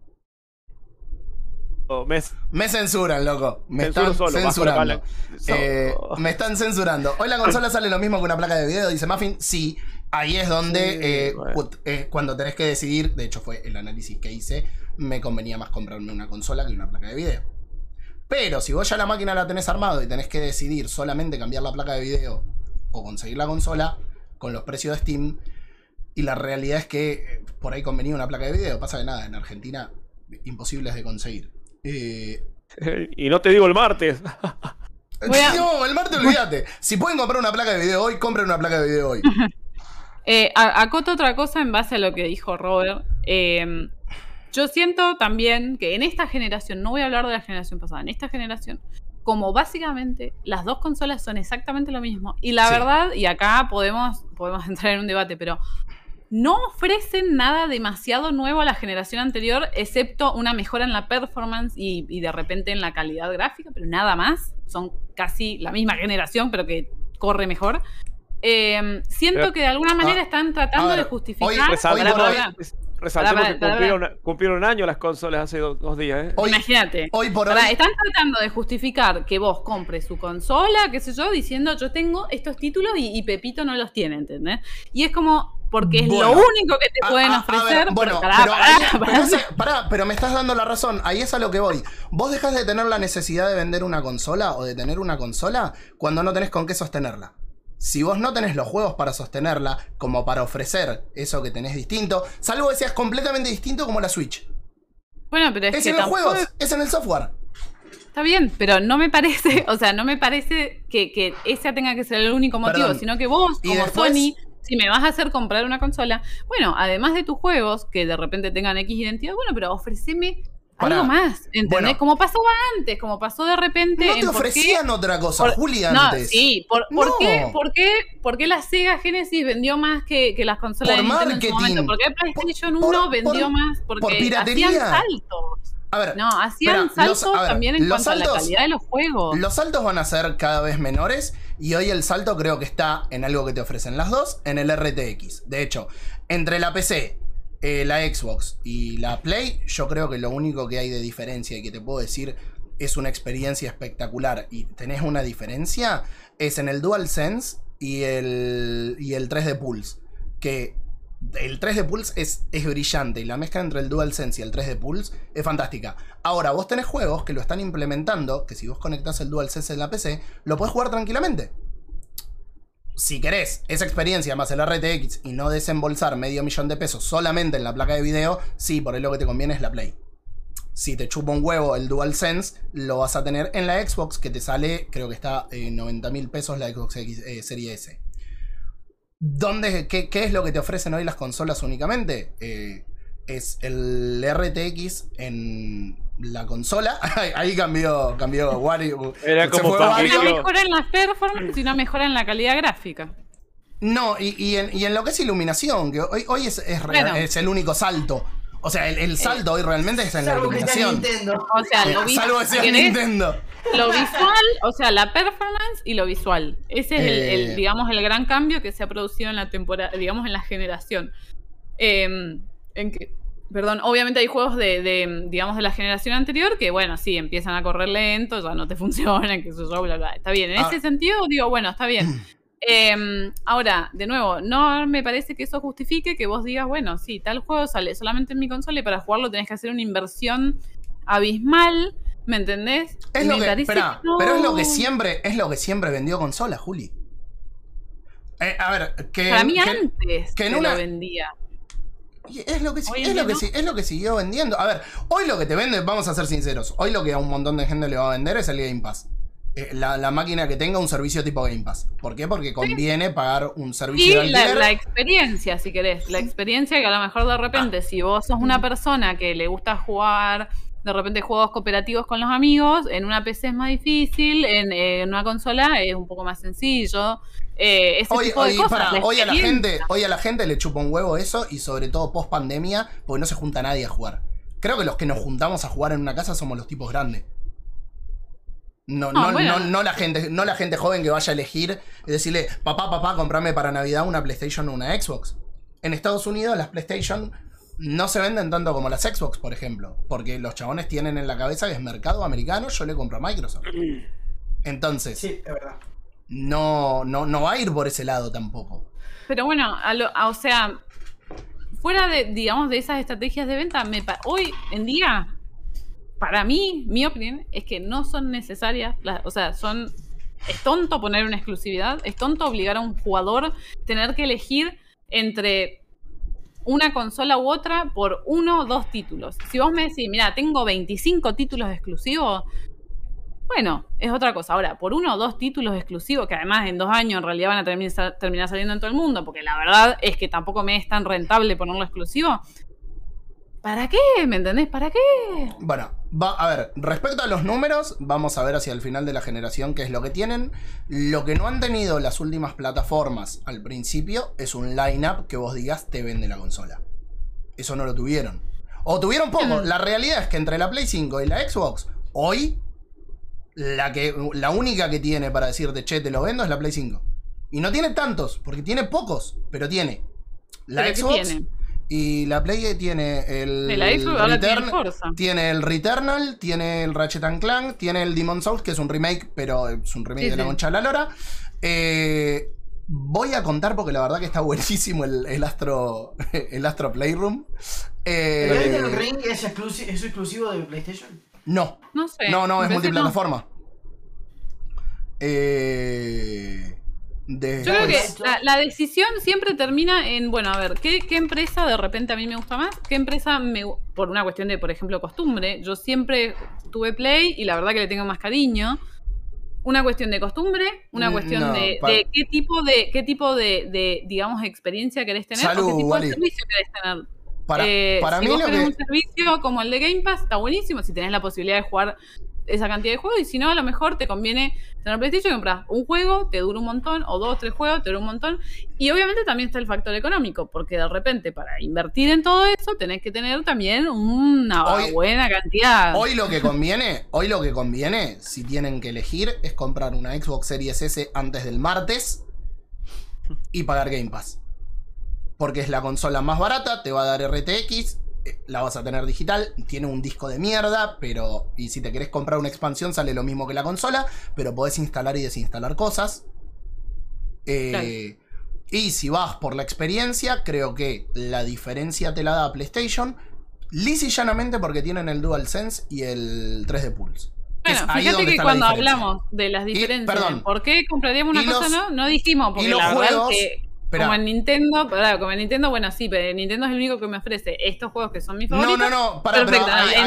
C: Me censuran, loco. Me están censurando. Me están censurando. Hoy la consola sale lo mismo que una placa de video, dice Muffin. Sí, ahí es donde cuando tenés que decidir, de hecho fue el análisis que hice, me convenía más comprarme una consola que una placa de video. Pero si vos ya la máquina la tenés armado y tenés que decidir solamente cambiar la placa de video o conseguir la consola con los precios de Steam, y la realidad es que por ahí convenía una placa de video, pasa que nada, en Argentina imposibles de conseguir.
B: Y no te digo el martes.
C: No, el martes olvídate. Si pueden comprar una placa de video hoy, compren una placa de video hoy.
E: Acoto otra cosa en base a lo que dijo Robert. Yo siento también que en esta generación, no voy a hablar de la generación pasada, en esta generación, como básicamente las dos consolas son exactamente lo mismo, y la verdad, y acá podemos entrar en un debate, pero no ofrecen nada demasiado nuevo a la generación anterior, excepto una mejora en la performance y de repente en la calidad gráfica, pero nada más. Son casi la misma generación, pero que corre mejor. Siento que de alguna manera están tratando de justificar...
B: Resaltemos que cumplieron un año las consolas hace 2 días, ¿eh?
E: Imagínate. Están tratando de justificar que vos compres su consola, qué sé yo, diciendo yo tengo estos títulos y Pepito no los tiene, ¿entendés? Y es como, porque es lo único que te pueden ofrecer.
C: Pero me estás dando la razón. Ahí es a lo que voy. Vos dejás de tener la necesidad de vender una consola o de tener una consola cuando no tenés con qué sostenerla. Si vos no tenés los juegos para sostenerla, como para ofrecer eso que tenés distinto, salvo que seas completamente distinto como la Switch.
E: Bueno, pero es que
C: en los juegos, es en el software.
E: Está bien, pero no me parece, que ese tenga que ser el único motivo, sino que vos, como después, Sony, si me vas a hacer comprar una consola, bueno, además de tus juegos, que de repente tengan X identidad, bueno, pero ofreceme algo más, ¿entendés?
C: Bueno,
E: como pasaba antes, como pasó de repente.
C: No te ofrecían otra cosa, Juli, antes.
E: No, sí, ¿por qué la Sega Genesis vendió más que las consolas
C: Por
E: de Nintendo
C: marketing.
E: en su momento? ¿Por qué PlayStation 1 vendió más? Porque
C: por piratería.
E: hacían saltos.
C: A ver,
E: No, hacían saltos también en cuanto a la
C: saltos,
E: calidad de los juegos.
C: Los saltos van a ser cada vez menores y hoy el salto creo que está en algo que te ofrecen las dos, en el RTX. De hecho, entre la PC, la Xbox y la Play, yo creo que lo único que hay de diferencia y que te puedo decir es una experiencia espectacular y tenés una diferencia, es en el DualSense y el 3D Pulse. Que el 3D Pulse es brillante y la mezcla entre el DualSense y el 3D Pulse es fantástica. Ahora, vos tenés juegos que lo están implementando, que si vos conectás el DualSense en la PC, lo podés jugar tranquilamente. Si querés esa experiencia más el RTX y no desembolsar $500,000 solamente en la placa de video, sí, por ahí lo que te conviene es la Play. Si te chupa un huevo el DualSense, lo vas a tener en la Xbox, que te sale, creo que está $90,000 la Xbox X, Serie S. ¿Qué es lo que te ofrecen hoy las consolas únicamente? Es el RTX en la consola. Ahí cambió Wario.
B: Era como
E: No mejora en las performance, sino mejora en la calidad gráfica.
C: No, y en lo que es iluminación, que hoy es el único salto. O sea, el salto hoy realmente es en la iluminación.
E: O sea,
C: salvo que sea Nintendo.
E: Lo visual, o sea, la performance y lo visual. Ese es digamos, el gran cambio que se ha producido en la temporada, digamos, en la generación. Perdón, obviamente hay juegos digamos, de la generación anterior que, bueno, sí, empiezan a correr lento, ya no te funcionan, que eso, bla, bla. Está bien. En ese sentido, digo, bueno, está bien. Ahora, de nuevo, no me parece que eso justifique que vos digas, bueno, sí, tal juego sale solamente en mi consola y para jugarlo tenés que hacer una inversión abismal, ¿me entendés?
C: Pero es lo que siempre vendió consola, Juli. A ver,
E: para mí antes que lo vendía.
C: Es lo que siguió vendiendo. A ver, hoy lo que te vende, vamos a ser sinceros, hoy lo que a un montón de gente le va a vender es el Game Pass. La máquina que tenga un servicio tipo Game Pass. ¿Por qué? Porque conviene pagar un servicio de alquiler.
E: La experiencia, si querés. La experiencia que a lo mejor de repente, si vos sos una persona que le gusta jugar de repente juegos cooperativos con los amigos, en una PC es más difícil, en una consola es un poco más sencillo. Hoy
C: a la gente le chupa un huevo eso, y sobre todo post pandemia, porque no se junta nadie a jugar. Creo que los que nos juntamos a jugar en una casa somos los tipos grandes. No la gente joven que vaya a elegir y decirle, papá, comprame para Navidad una PlayStation o una Xbox. En Estados Unidos las PlayStation no se venden tanto como las Xbox, por ejemplo, porque los chabones tienen en la cabeza que es mercado americano, yo le compro a Microsoft. Entonces,
D: sí, es verdad.
C: No va a ir por ese lado tampoco.
E: Pero bueno, o sea, fuera de, digamos, de esas estrategias de venta, hoy en día, para mí, mi opinión es que no son necesarias, o sea, es tonto poner una exclusividad, es tonto obligar a un jugador tener que elegir entre una consola u otra por 1 o 2 títulos. Si vos me decís, mira, tengo 25 títulos exclusivos, bueno, es otra cosa. Ahora, por 1 o 2 títulos exclusivos, que además en 2 años en realidad van a terminar saliendo en todo el mundo, porque la verdad es que tampoco me es tan rentable ponerlo exclusivo. ¿Para qué? ¿Me entendés? ¿Para qué?
C: Bueno, a ver, respecto a los números, vamos a ver hacia el final de la generación qué es lo que tienen. Lo que no han tenido las últimas plataformas al principio es un line-up que vos digas te vende la consola. Eso no lo tuvieron. O tuvieron poco. La realidad es que entre la Play 5 y la Xbox, hoy, la única que tiene para decirte, che, te lo vendo, es la Play 5. Y no tiene tantos, porque tiene pocos, pero tiene. La Xbox... Y la Play tiene tiene el Returnal, tiene el Ratchet & Clank, tiene el Demon's Souls, que es un remake, pero es un remake de la concha de la lora. Voy a contar porque la verdad que está buenísimo el Astro Playroom.
D: ¿El Elden Ring es exclusivo de PlayStation?
C: No.
E: No sé.
C: No, es multiplataforma.
E: Yo creo que la decisión siempre termina en, bueno, a ver, ¿qué empresa de repente a mí me gusta más? ¿Qué empresa por una cuestión de, por ejemplo, costumbre? Yo siempre tuve Play y la verdad que le tengo más cariño. una cuestión de costumbre, una cuestión
C: No,
E: de qué tipo de digamos, experiencia querés tener,
C: Salud,
E: o qué tipo
C: Wally.
E: de servicio querés tener.
C: Para
E: si
C: mí
E: vos
C: lo
E: querés
C: que...
E: un servicio como el de Game Pass, está buenísimo, si tenés la posibilidad de jugar esa cantidad de juegos, y si no, a lo mejor te conviene tener PlayStation, compras un juego, te dura un montón, o 2 o 3 juegos, te dura un montón, y obviamente también está el factor económico, porque de repente para invertir en todo eso tenés que tener también una buena cantidad.
C: Hoy lo que conviene, si tienen que elegir, es comprar una Xbox Series S antes del martes y pagar Game Pass. Porque es la consola más barata, te va a dar RTX, la vas a tener digital, tiene un disco de mierda, pero... Y si te querés comprar una expansión sale lo mismo que la consola, pero podés instalar y desinstalar cosas.
E: Claro.
C: Y si vas por la experiencia, creo que la diferencia te la da PlayStation, lisa y llanamente porque tienen el DualSense y el 3D Pulse.
E: Bueno, fíjate que cuando hablamos de las diferencias, ¿por qué compraríamos una cosa? No dijimos, porque la verdad es que... Como en Nintendo, bueno, sí, pero Nintendo es el único que me ofrece estos juegos que son mis favoritos.
C: No, pará,
E: perfecto.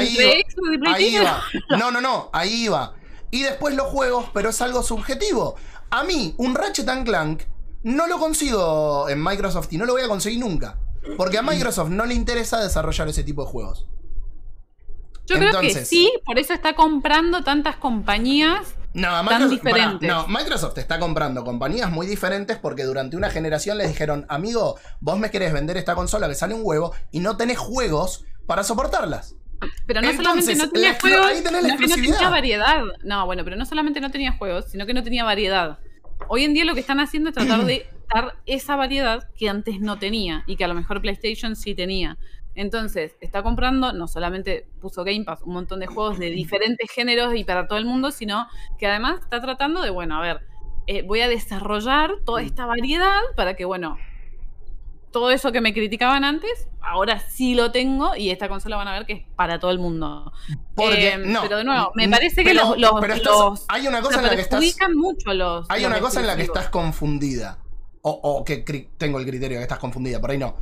C: Ahí iba. Y después los juegos, pero es algo subjetivo. A mí, un Ratchet & Clank no lo consigo en Microsoft y no lo voy a conseguir nunca. Porque a Microsoft no le interesa desarrollar ese tipo de juegos.
E: Yo creo que sí, por eso está comprando tantas compañías tan diferentes.
C: Microsoft está comprando compañías muy diferentes porque durante una generación les dijeron, amigo, vos me querés vender esta consola que sale un huevo y no tenés juegos para soportarlas.
E: Pero no solamente no tenía juegos, sino que no tenía variedad. No, bueno, pero no solamente no tenía juegos, sino que no tenía variedad. Hoy en día lo que están haciendo es tratar de dar esa variedad que antes no tenía y que a lo mejor PlayStation sí tenía. Entonces, está comprando, no solamente puso Game Pass, un montón de juegos de diferentes géneros y para todo el mundo, sino que además está tratando de, bueno, a ver, voy a desarrollar toda esta variedad para que, bueno, todo eso que me criticaban antes, ahora sí lo tengo y esta consola van a ver que es para todo el mundo. Pero de nuevo, me parece que
C: hay una cosa en la que estás...
E: mucho los...
C: Hay una cosa en la que estás confundida. O que tengo el criterio de que estás confundida, por ahí no.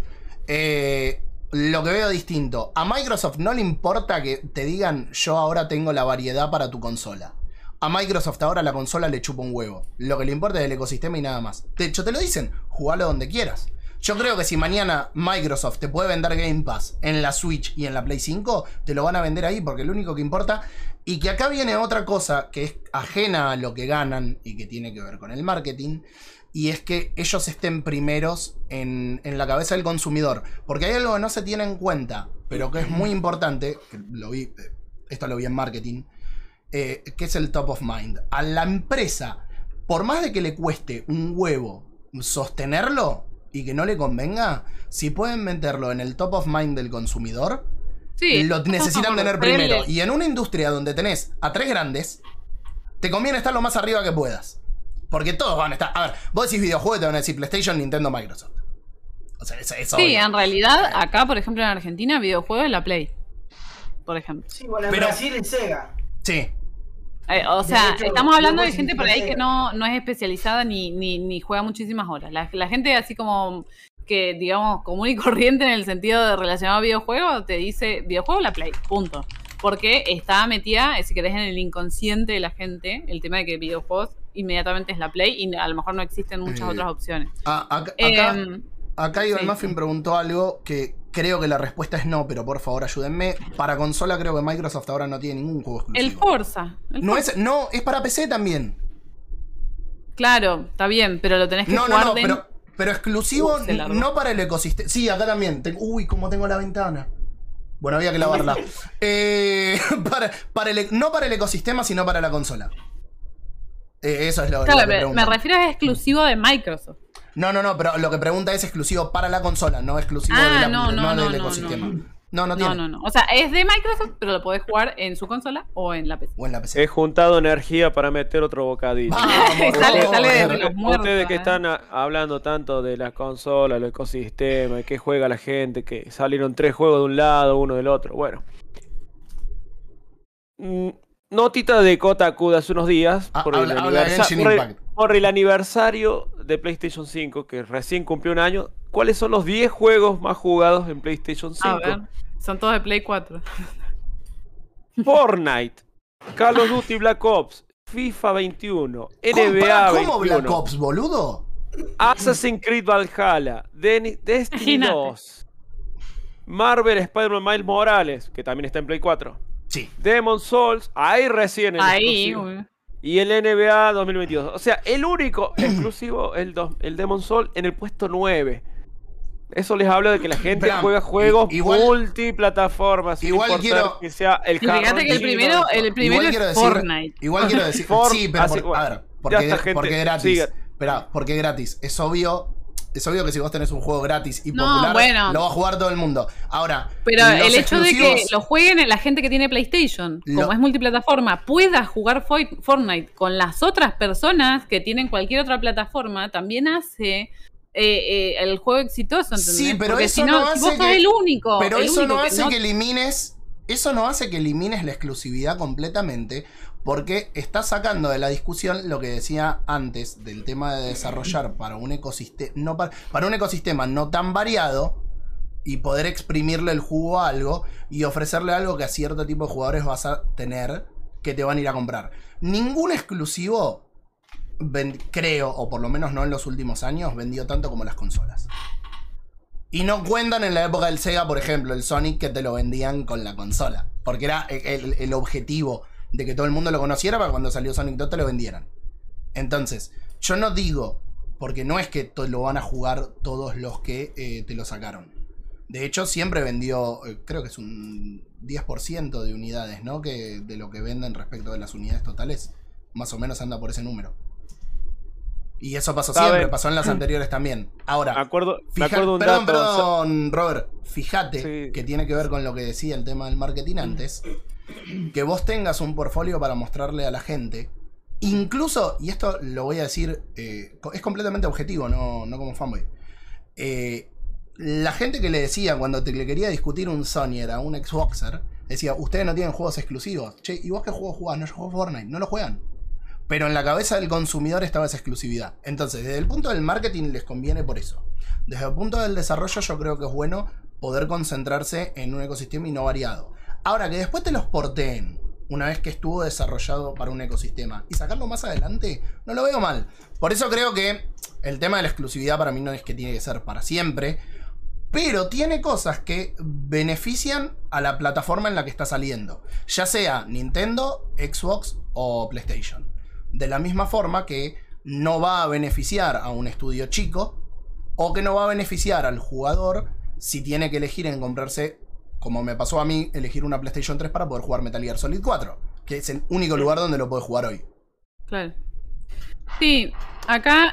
C: Lo que veo distinto. A Microsoft no le importa que te digan yo ahora tengo la variedad para tu consola. A Microsoft ahora la consola le chupa un huevo. Lo que le importa es el ecosistema y nada más. De hecho, te lo dicen, jugalo donde quieras. Yo creo que si mañana Microsoft te puede vender Game Pass en la Switch y en la Play 5, te lo van a vender ahí porque es lo único que importa. Y que acá viene otra cosa que es ajena a lo que ganan y que tiene que ver con el marketing. Y es que ellos estén primeros en la cabeza del consumidor. Porque hay algo que no se tiene en cuenta, pero que es muy importante, que esto lo vi en marketing, que es el top of mind. A la empresa, por más de que le cueste un huevo sostenerlo y que no le convenga, si pueden meterlo en el top of mind del consumidor, lo necesitan tener primero. Y en una industria donde tenés a 3 grandes, te conviene estar lo más arriba que puedas. Porque todos van a estar... A ver, vos decís videojuegos y te van a decir PlayStation, Nintendo, Microsoft. O sea, eso
E: sí, en realidad, acá, por ejemplo, en Argentina, videojuegos es la Play. Por ejemplo.
D: Sí, bueno, en Brasil es Sega.
C: Sí.
E: O sea, estamos hablando de gente por ahí que no es especializada ni juega muchísimas horas. La gente así como que, digamos, común y corriente en el sentido de relacionado a videojuegos, te dice videojuego la Play, punto. Porque está metida, si querés, en el inconsciente de la gente, el tema de que videojuegos inmediatamente es la Play y a lo mejor no existen muchas otras opciones.
C: Acá Iván Muffin preguntó algo que creo que la respuesta es no, pero por favor ayúdenme. Para consola creo que Microsoft ahora no tiene ningún juego exclusivo.
E: El Forza.
C: Es para PC también.
E: Claro, está bien, pero lo tenés que jugar
C: pero exclusivo no para el ecosistema. Sí, acá también. Uy, como tengo la ventana. Bueno, había que lavarla. No para el ecosistema, sino para la consola. Eso es lo que pregunta.
E: Me refiero a exclusivo de Microsoft.
C: No, pero lo que pregunta es exclusivo para la consola, no exclusivo del ecosistema. No tiene.
E: O sea, es de Microsoft, pero lo podés jugar en su consola o en la PC.
B: He juntado energía para meter otro bocadillo.
E: Sale de los muertos.
B: Ustedes que están hablando tanto de la consola, el ecosistema, de qué juega la gente, que salieron 3 juegos de un lado, 1 del otro. Bueno. Notita de Kotaku de hace unos días por el aniversario de PlayStation 5, que recién cumplió un año. ¿Cuáles son los 10 juegos más jugados en PlayStation 5?
E: A ver, son todos de Play 4.
B: Fortnite, Call of Duty Black Ops, FIFA 21,
C: ¿Cómo,
B: NBA
C: ¿Cómo
B: 21,
C: Black Ops, boludo?
B: Assassin's Creed Valhalla, Destiny
E: Imagínate.
B: 2, Marvel Spider-Man Miles Morales, que también está en Play 4,
C: Sí.
B: Demon's Souls, ahí recién el
E: Ahí,
B: exclusivo, y el NBA 2022. O sea, el único exclusivo es el Demon's Souls en el puesto 9. Eso les habla de que la gente
C: Esperá,
B: juega juegos
C: igual-
B: multiplataformas. Sin
C: igual
B: importar
C: quiero-
B: que sea el
E: Y fíjate
B: jarrón
E: que el
B: chino,
E: primero
C: Igual
E: es
C: quiero decir,
E: Fortnite.
C: Igual quiero decir. sí, pero
B: así, bueno,
C: a ver,
B: ya
C: porque,
B: esta gente
C: porque gratis.
B: sigue.
C: Esperá, porque gratis. Es obvio que si vos tenés un juego gratis y
E: No,
C: popular,
E: bueno.
C: lo va a jugar todo el mundo. Ahora,
E: Pero
C: los
E: el hecho de que
C: exclusivos-
E: lo jueguen la gente que tiene PlayStation, como es multiplataforma, pueda jugar Fortnite con las otras personas que tienen cualquier otra plataforma, también hace el juego exitoso, ¿entendés?
C: Sí, pero
E: Porque
C: eso
E: si
C: no
E: si
C: hace
E: vos sos
C: que-
E: el único,
C: Pero
E: el
C: eso
E: único
C: no
E: que
C: hace
E: no-
C: que elimines. Eso no hace que elimines la exclusividad completamente. Porque estás sacando de la discusión lo que decía antes del tema de desarrollar para un ecosistema. No para un ecosistema no tan variado. Y poder exprimirle el jugo a algo. Y ofrecerle algo que a cierto tipo de jugadores vas a tener. Que te van a ir a comprar. Ningún exclusivo. Creo, o por lo menos no en los últimos años, vendió tanto como las consolas. Y no cuentan en la época del Sega, por ejemplo, el Sonic, que te lo vendían con la consola. Porque era el objetivo de que todo el mundo lo conociera para cuando salió Sonic 2 te lo vendieran. Entonces, yo no digo, porque no es que lo van a jugar todos los que te lo sacaron. De hecho, siempre vendió, creo que es un 10% de unidades, ¿no? Que de lo que venden respecto de las unidades totales, más o menos anda por ese número. Y eso pasó siempre, pasó en las anteriores también. Ahora,
B: Me acuerdo un
C: perdón,
B: dato.
C: perdón, Robert. Fíjate
B: Sí.
C: que tiene que ver con lo que decía el tema del marketing antes. Que vos tengas un portfolio para mostrarle a la gente. Incluso, y esto lo voy a decir, es completamente objetivo, no como fanboy. La gente que le decía cuando le quería discutir un Sonyer a un Xboxer, decía, ustedes no tienen juegos exclusivos. Che, ¿y vos qué juego jugás? No, yo juego Fortnite, no lo juegan. Pero en la cabeza del consumidor estaba esa exclusividad. Entonces, desde el punto del marketing les conviene por eso. Desde el punto del desarrollo yo creo que es bueno poder concentrarse en un ecosistema y no variado. Ahora, que después te los porteen una vez que estuvo desarrollado para un ecosistema y sacarlo más adelante, no lo veo mal. Por eso creo que el tema de la exclusividad para mí no es que tiene que ser para siempre, pero tiene cosas que benefician a la plataforma en la que está saliendo. Ya sea Nintendo, Xbox o PlayStation. De la misma forma que no va a beneficiar a un estudio chico o que no va a beneficiar al jugador si tiene que elegir en comprarse, como me pasó a mí, elegir una PlayStation 3 para poder jugar Metal Gear Solid 4, que es el único lugar donde lo puede jugar hoy.
E: Claro. Sí, acá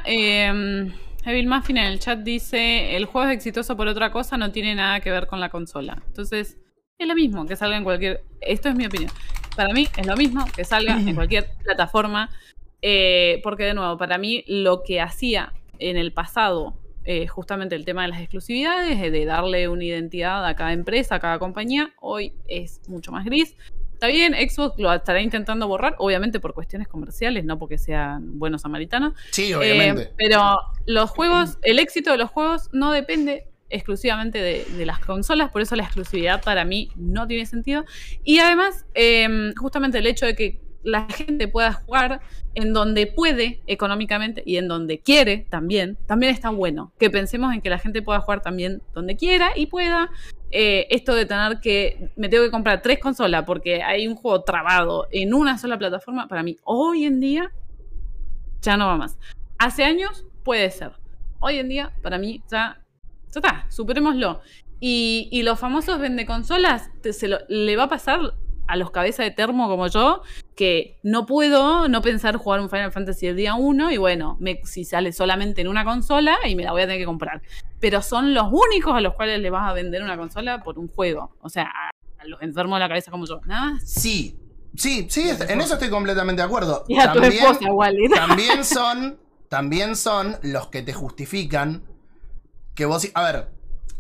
E: Evil Muffin en el chat dice, el juego es exitoso por otra cosa, no tiene nada que ver con la consola. Entonces, es lo mismo que salga en cualquier... Esto es mi opinión. Para mí es lo mismo que salga en cualquier plataforma. Porque de nuevo, para mí lo que hacía en el pasado, justamente el tema de las exclusividades, de darle una identidad a cada empresa, a cada compañía, hoy es mucho más gris. Está bien, Xbox lo estará intentando borrar, obviamente por cuestiones comerciales, no porque sean buenos samaritanos.
C: Sí, obviamente.
E: Pero los juegos, el éxito de los juegos no depende exclusivamente de las consolas, por eso la exclusividad para mí no tiene sentido. Y además, justamente el hecho de que la gente pueda jugar en donde puede económicamente y en donde quiere también está bueno. Que pensemos en que la gente pueda jugar también donde quiera y pueda. Esto de tener que, me tengo que comprar 3 consolas porque hay un juego trabado en una sola plataforma, para mí hoy en día ya no va más. Hace años puede ser. Hoy en día, para mí, ya está, superémoslo. Y los famosos vendeconsolas, le va a pasar a los cabezas de termo como yo, que no puedo no pensar jugar un Final Fantasy el día 1 y bueno, si sale solamente en una consola y me la voy a tener que comprar. Pero son los únicos a los cuales le vas a vender una consola por un juego. O sea, a los enfermos de la cabeza como yo. Nada más.
C: Sí, en eso estoy completamente de acuerdo.
E: Y a tu esposa igual.
C: También son los que te justifican que vos... A ver,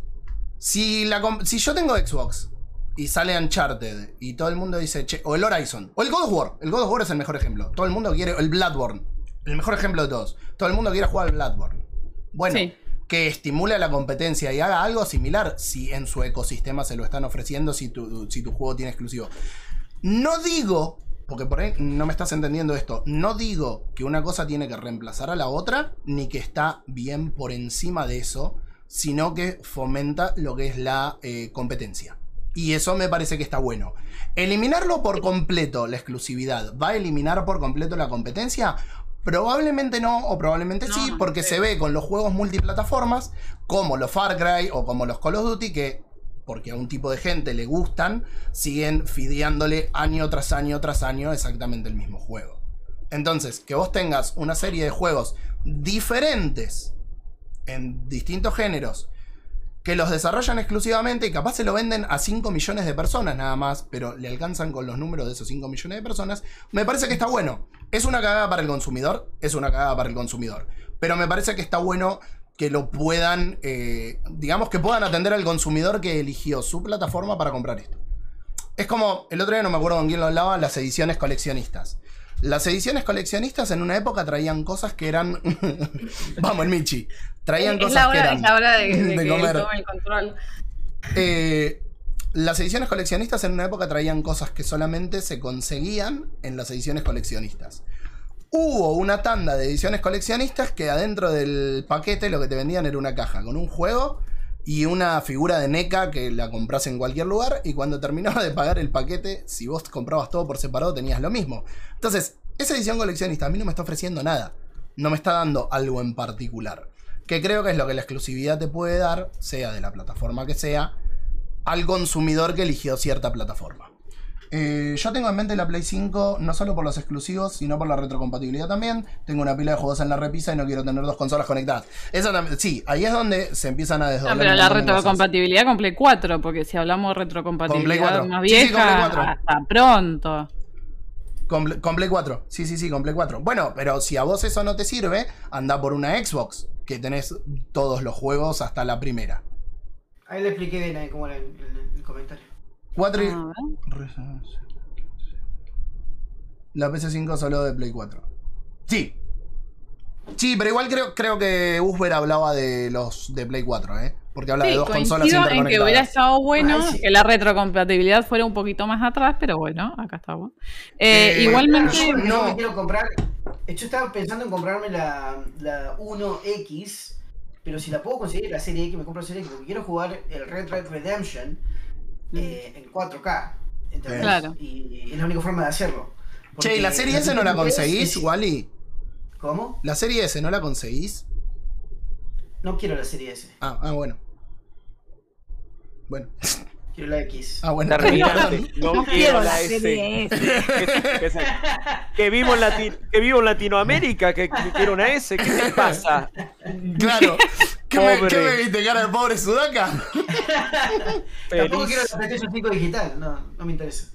C: si yo tengo Xbox y sale Uncharted y todo el mundo dice, che, o el Horizon, o el God of War. El God of War es el mejor ejemplo. Todo el mundo quiere, el Bloodborne, el mejor ejemplo de todos. Todo el mundo quiere jugar al Bloodborne. Bueno, sí, que estimule la competencia y haga algo similar si en su ecosistema se lo están ofreciendo, si tu juego tiene exclusivo. No digo porque por ahí no me estás entendiendo esto. No digo que una cosa tiene que reemplazar a la otra, ni que está bien por encima de eso, sino que fomenta lo que es la competencia. Y eso me parece que está bueno. ¿Eliminarlo por completo, la exclusividad, va a eliminar por completo la competencia? Probablemente no, o probablemente sí, porque se ve con los juegos multiplataformas, como los Far Cry o como los Call of Duty, que, porque a un tipo de gente le gustan, siguen fideándole año tras año tras año exactamente el mismo juego. Entonces, que vos tengas una serie de juegos diferentes en distintos géneros, que los desarrollan exclusivamente y capaz se lo venden a 5 millones de personas nada más, pero le alcanzan con los números de esos 5 millones de personas, me parece que está bueno. Es una cagada para el consumidor, pero me parece que está bueno que lo puedan, digamos que puedan atender al consumidor que eligió su plataforma para comprar esto. Es como, el otro día no me acuerdo con quién lo hablaba, las ediciones coleccionistas. Las ediciones coleccionistas en una época traían cosas que eran... Vamos, el Michi. Traían cosas que eran...
E: Es la hora de que
C: comer.
E: tome el control.
C: Las ediciones coleccionistas en una época traían cosas que solamente se conseguían en las ediciones coleccionistas. Hubo una tanda de ediciones coleccionistas que adentro del paquete lo que te vendían era una caja con un juego y una figura de NECA que la compras en cualquier lugar, y cuando terminabas de pagar el paquete, si vos comprabas todo por separado tenías lo mismo. Entonces, esa edición coleccionista a mí no me está ofreciendo nada, no me está dando algo en particular, que creo que es lo que la exclusividad te puede dar, sea de la plataforma que sea, al consumidor que eligió cierta plataforma. Yo tengo en mente la Play 5 no solo por los exclusivos, sino por la retrocompatibilidad también. Tengo una pila de juegos en la repisa y no quiero tener 2 consolas conectadas. Eso también, sí, ahí es donde se empiezan a desdoblar.
E: Pero la retrocompatibilidad con Play 4, porque si hablamos de retrocompatibilidad más vieja, hasta pronto.
C: Con Play 4, sí, con Play 4. Bueno, pero si a vos eso no te sirve, anda por una Xbox, que tenés todos los juegos hasta la primera.
D: Ahí le expliqué bien ahí cómo era el comentario.
C: 4 y... La PS5 solo de Play 4. Sí. Sí, pero igual creo que Usber hablaba de los de Play 4, porque habla de 2 consolas interconectadas.
E: En que hubiera estado bueno que la retrocompatibilidad fuera un poquito más atrás, pero bueno, acá estamos. Igualmente...
D: No me quiero comprar... Yo estaba pensando en comprarme la 1X, pero si la puedo conseguir, la serie X, me compro la serie X, porque quiero jugar el Red Dead Redemption en 4K. ¿Entendés?
E: Claro.
D: Y es la única forma de hacerlo.
C: Che, ¿y la serie S no la conseguís, Wally?
D: ¿Cómo?
C: ¿La serie S no la conseguís?
D: No quiero la serie S.
C: Bueno. Bueno.
D: Quiero la X.
C: Bueno.
B: No quiero la S. Que vivo en Latinoamérica, que quiero una S. ¿Qué te pasa?
C: Claro. ¿Qué me viste, cara de pobre sudaca?
D: Tampoco quiero la PlayStation 5 digital. No me interesa.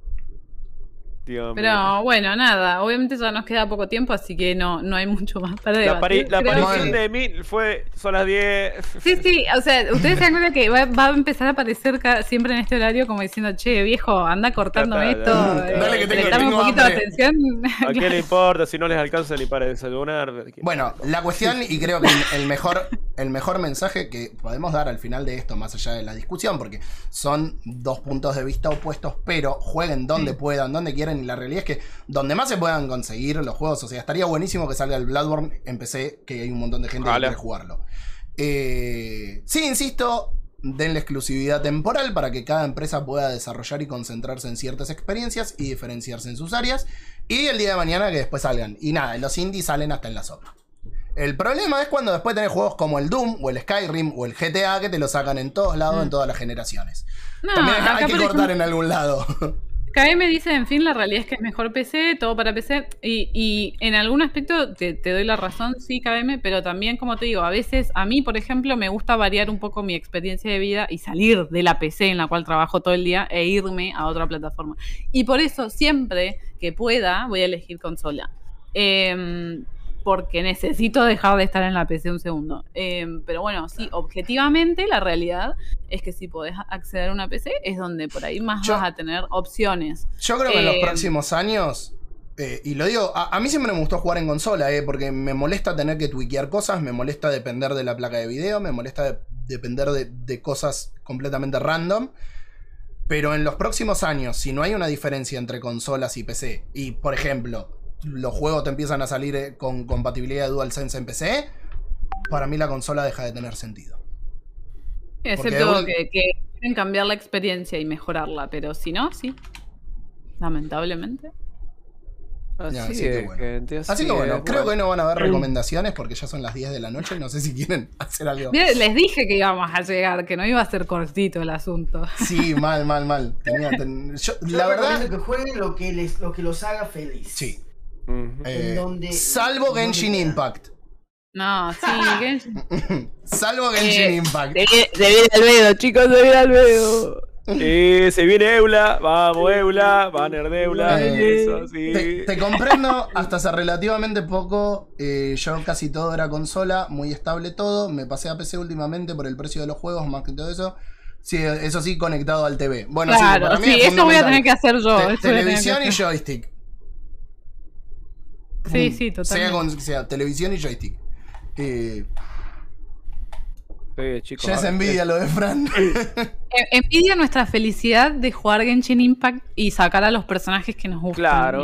E: Pero bueno, nada, obviamente ya nos queda poco tiempo, así que no hay mucho más para debatir.
B: La aparición de Emil son las 10.
E: Sí, o sea, ustedes se dan cuenta que va a empezar a aparecer siempre en este horario como diciendo, che, viejo, anda cortando esto.
C: Dale que
E: tengo un poquito de atención.
B: ¿A qué le importa si no les alcanza ni para desayunar?
C: Bueno, la cuestión, y creo que el mejor mensaje que podemos dar al final de esto, más allá de la discusión, porque son 2 puntos de vista opuestos, pero jueguen donde puedan, donde quieran. Y la realidad es que donde más se puedan conseguir los juegos, o sea, estaría buenísimo que salga el Bloodborne en PC, que hay un montón de gente que quiere jugarlo. Sí, insisto, denle exclusividad temporal para que cada empresa pueda desarrollar y concentrarse en ciertas experiencias y diferenciarse en sus áreas. Y el día de mañana que después salgan. Y nada, los indies salen hasta en la sopa. El problema es cuando después tenés juegos como el Doom o el Skyrim o el GTA que te lo sacan en todos lados, en todas las generaciones. También hay que cortar en algún lado.
E: KM dice, en fin, la realidad es que es mejor PC, todo para PC, y en algún aspecto te doy la razón, sí, KM, pero también, como te digo, a veces, a mí, por ejemplo, me gusta variar un poco mi experiencia de vida y salir de la PC en la cual trabajo todo el día e irme a otra plataforma. Y por eso, siempre que pueda, voy a elegir consola. Porque necesito dejar de estar en la PC un segundo. Pero bueno, sí, objetivamente la realidad es que si podés acceder a una PC es donde por ahí más vas a tener opciones.
C: Yo creo que en los próximos años, y lo digo, a mí siempre me gustó jugar en consola, porque me molesta tener que tweakear cosas, me molesta depender de la placa de video, me molesta depender de cosas completamente random. Pero en los próximos años, si no hay una diferencia entre consolas y PC, y por ejemplo, los juegos te empiezan a salir con compatibilidad de DualSense en PC, para mí la consola deja de tener sentido.
E: Excepto que quieren cambiar la experiencia y mejorarla, pero si no, sí. Lamentablemente.
C: Así que bueno, creo que hoy no van a haber recomendaciones porque ya son las 10 de la noche y no sé si quieren hacer algo.
E: Les dije que íbamos a llegar, que no iba a ser cortito el asunto.
C: Sí, mal. Yo la verdad
D: que jueguen lo que los haga feliz.
C: Sí.
D: Donde,
C: salvo Genshin Impact.
E: No, sí, Genshin.
C: Salvo Genshin Impact.
B: Se viene Albedo, chicos, se viene Albedo. Se viene Eula, vamos Eula, banner de Eula, eso, sí.
C: Te comprendo, hasta hace relativamente poco, yo casi todo era consola, muy estable todo, me pasé a PC últimamente por el precio de los juegos, más que todo eso. Sí, eso sí, conectado al TV. Bueno,
E: claro,
C: sí, para mí
E: sí,
C: es
E: eso voy a tener que hacer yo.
C: Televisión y joystick.
E: Sí, totalmente.
C: Sea televisión y joystick.
B: Chicos,
C: ya es envidia lo de Fran.
E: Envidia nuestra felicidad de jugar Genshin Impact y sacar a los personajes que nos gustan.
B: Claro.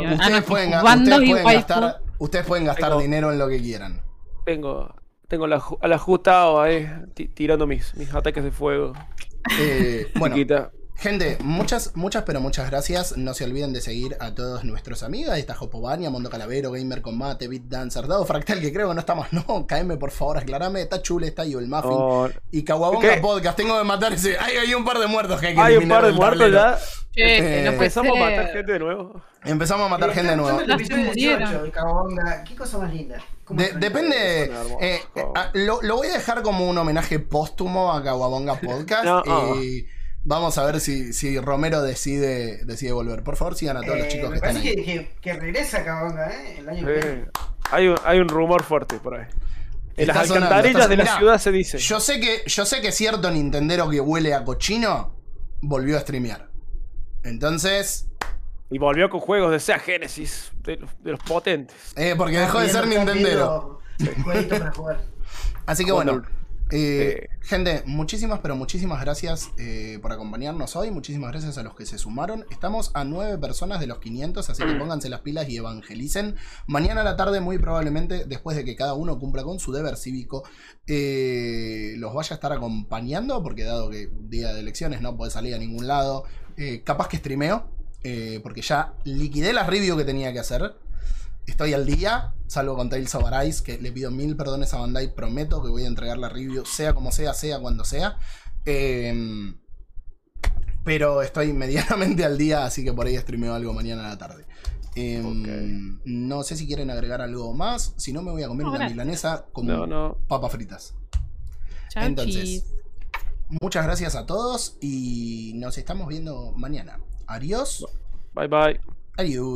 C: Ustedes pueden gastar dinero en lo que quieran.
B: Tengo al ajustado ahí tirando mis ataques de fuego.
C: Bueno, gente, muchas gracias. No se olviden de seguir a todos nuestros amigos. Ahí está Jopobania, Mondo Calavero, Gamer Combate, Beat Dancer, Dado Fractal, que creo que no está más. No, caeme por favor, aclarame. Está Chule, está Evil Muffin y Kawabonga Podcast. Tengo que matar ese. Hay un par de muertos que hay que eliminar.
B: Hay un par de muertos ya.
E: Empezamos
B: a matar gente de nuevo.
C: Empezamos a matar gente de nuevo.
D: ¿Qué cosa más linda?
C: Depende. Lo voy a dejar como un homenaje póstumo a Kawabonga Podcast. Y vamos a ver si Romero decide volver. Por favor, sigan a todos los chicos que están ahí.
D: Que regresa Kawabonga, el año que viene.
B: Hay un rumor fuerte por ahí. En las alcantarillas de la ciudad se dice.
C: Yo sé que cierto nintendero que huele a cochino volvió a streamear. Entonces.
B: Y volvió con juegos de Sega Genesis, de los potentes.
C: Porque dejó de ser nintendero.
D: Para jugar.
C: Así que bueno. Gente, muchísimas gracias por acompañarnos hoy. Muchísimas gracias a los que se sumaron. Estamos a 9 personas de los 500, así que pónganse las pilas y evangelicen. Mañana a la tarde, muy probablemente, después de que cada uno cumpla con su deber cívico, los vaya a estar acompañando, porque dado que día de elecciones no puede salir a ningún lado, capaz que streameo, porque ya liquidé las reviews que tenía que hacer. Estoy al día, salvo con Tales of Arise, que le pido 1000 perdones a Bandai. Prometo que voy a entregar la review, sea como sea cuando sea. Pero estoy medianamente al día, así que por ahí streameo algo mañana a la tarde. No sé si quieren agregar algo más. Si no, me voy a comer una milanesa con papas fritas.
E: Chau,
C: entonces, muchas gracias a todos y nos estamos viendo mañana. Adiós.
B: Bye bye.
C: Adiós.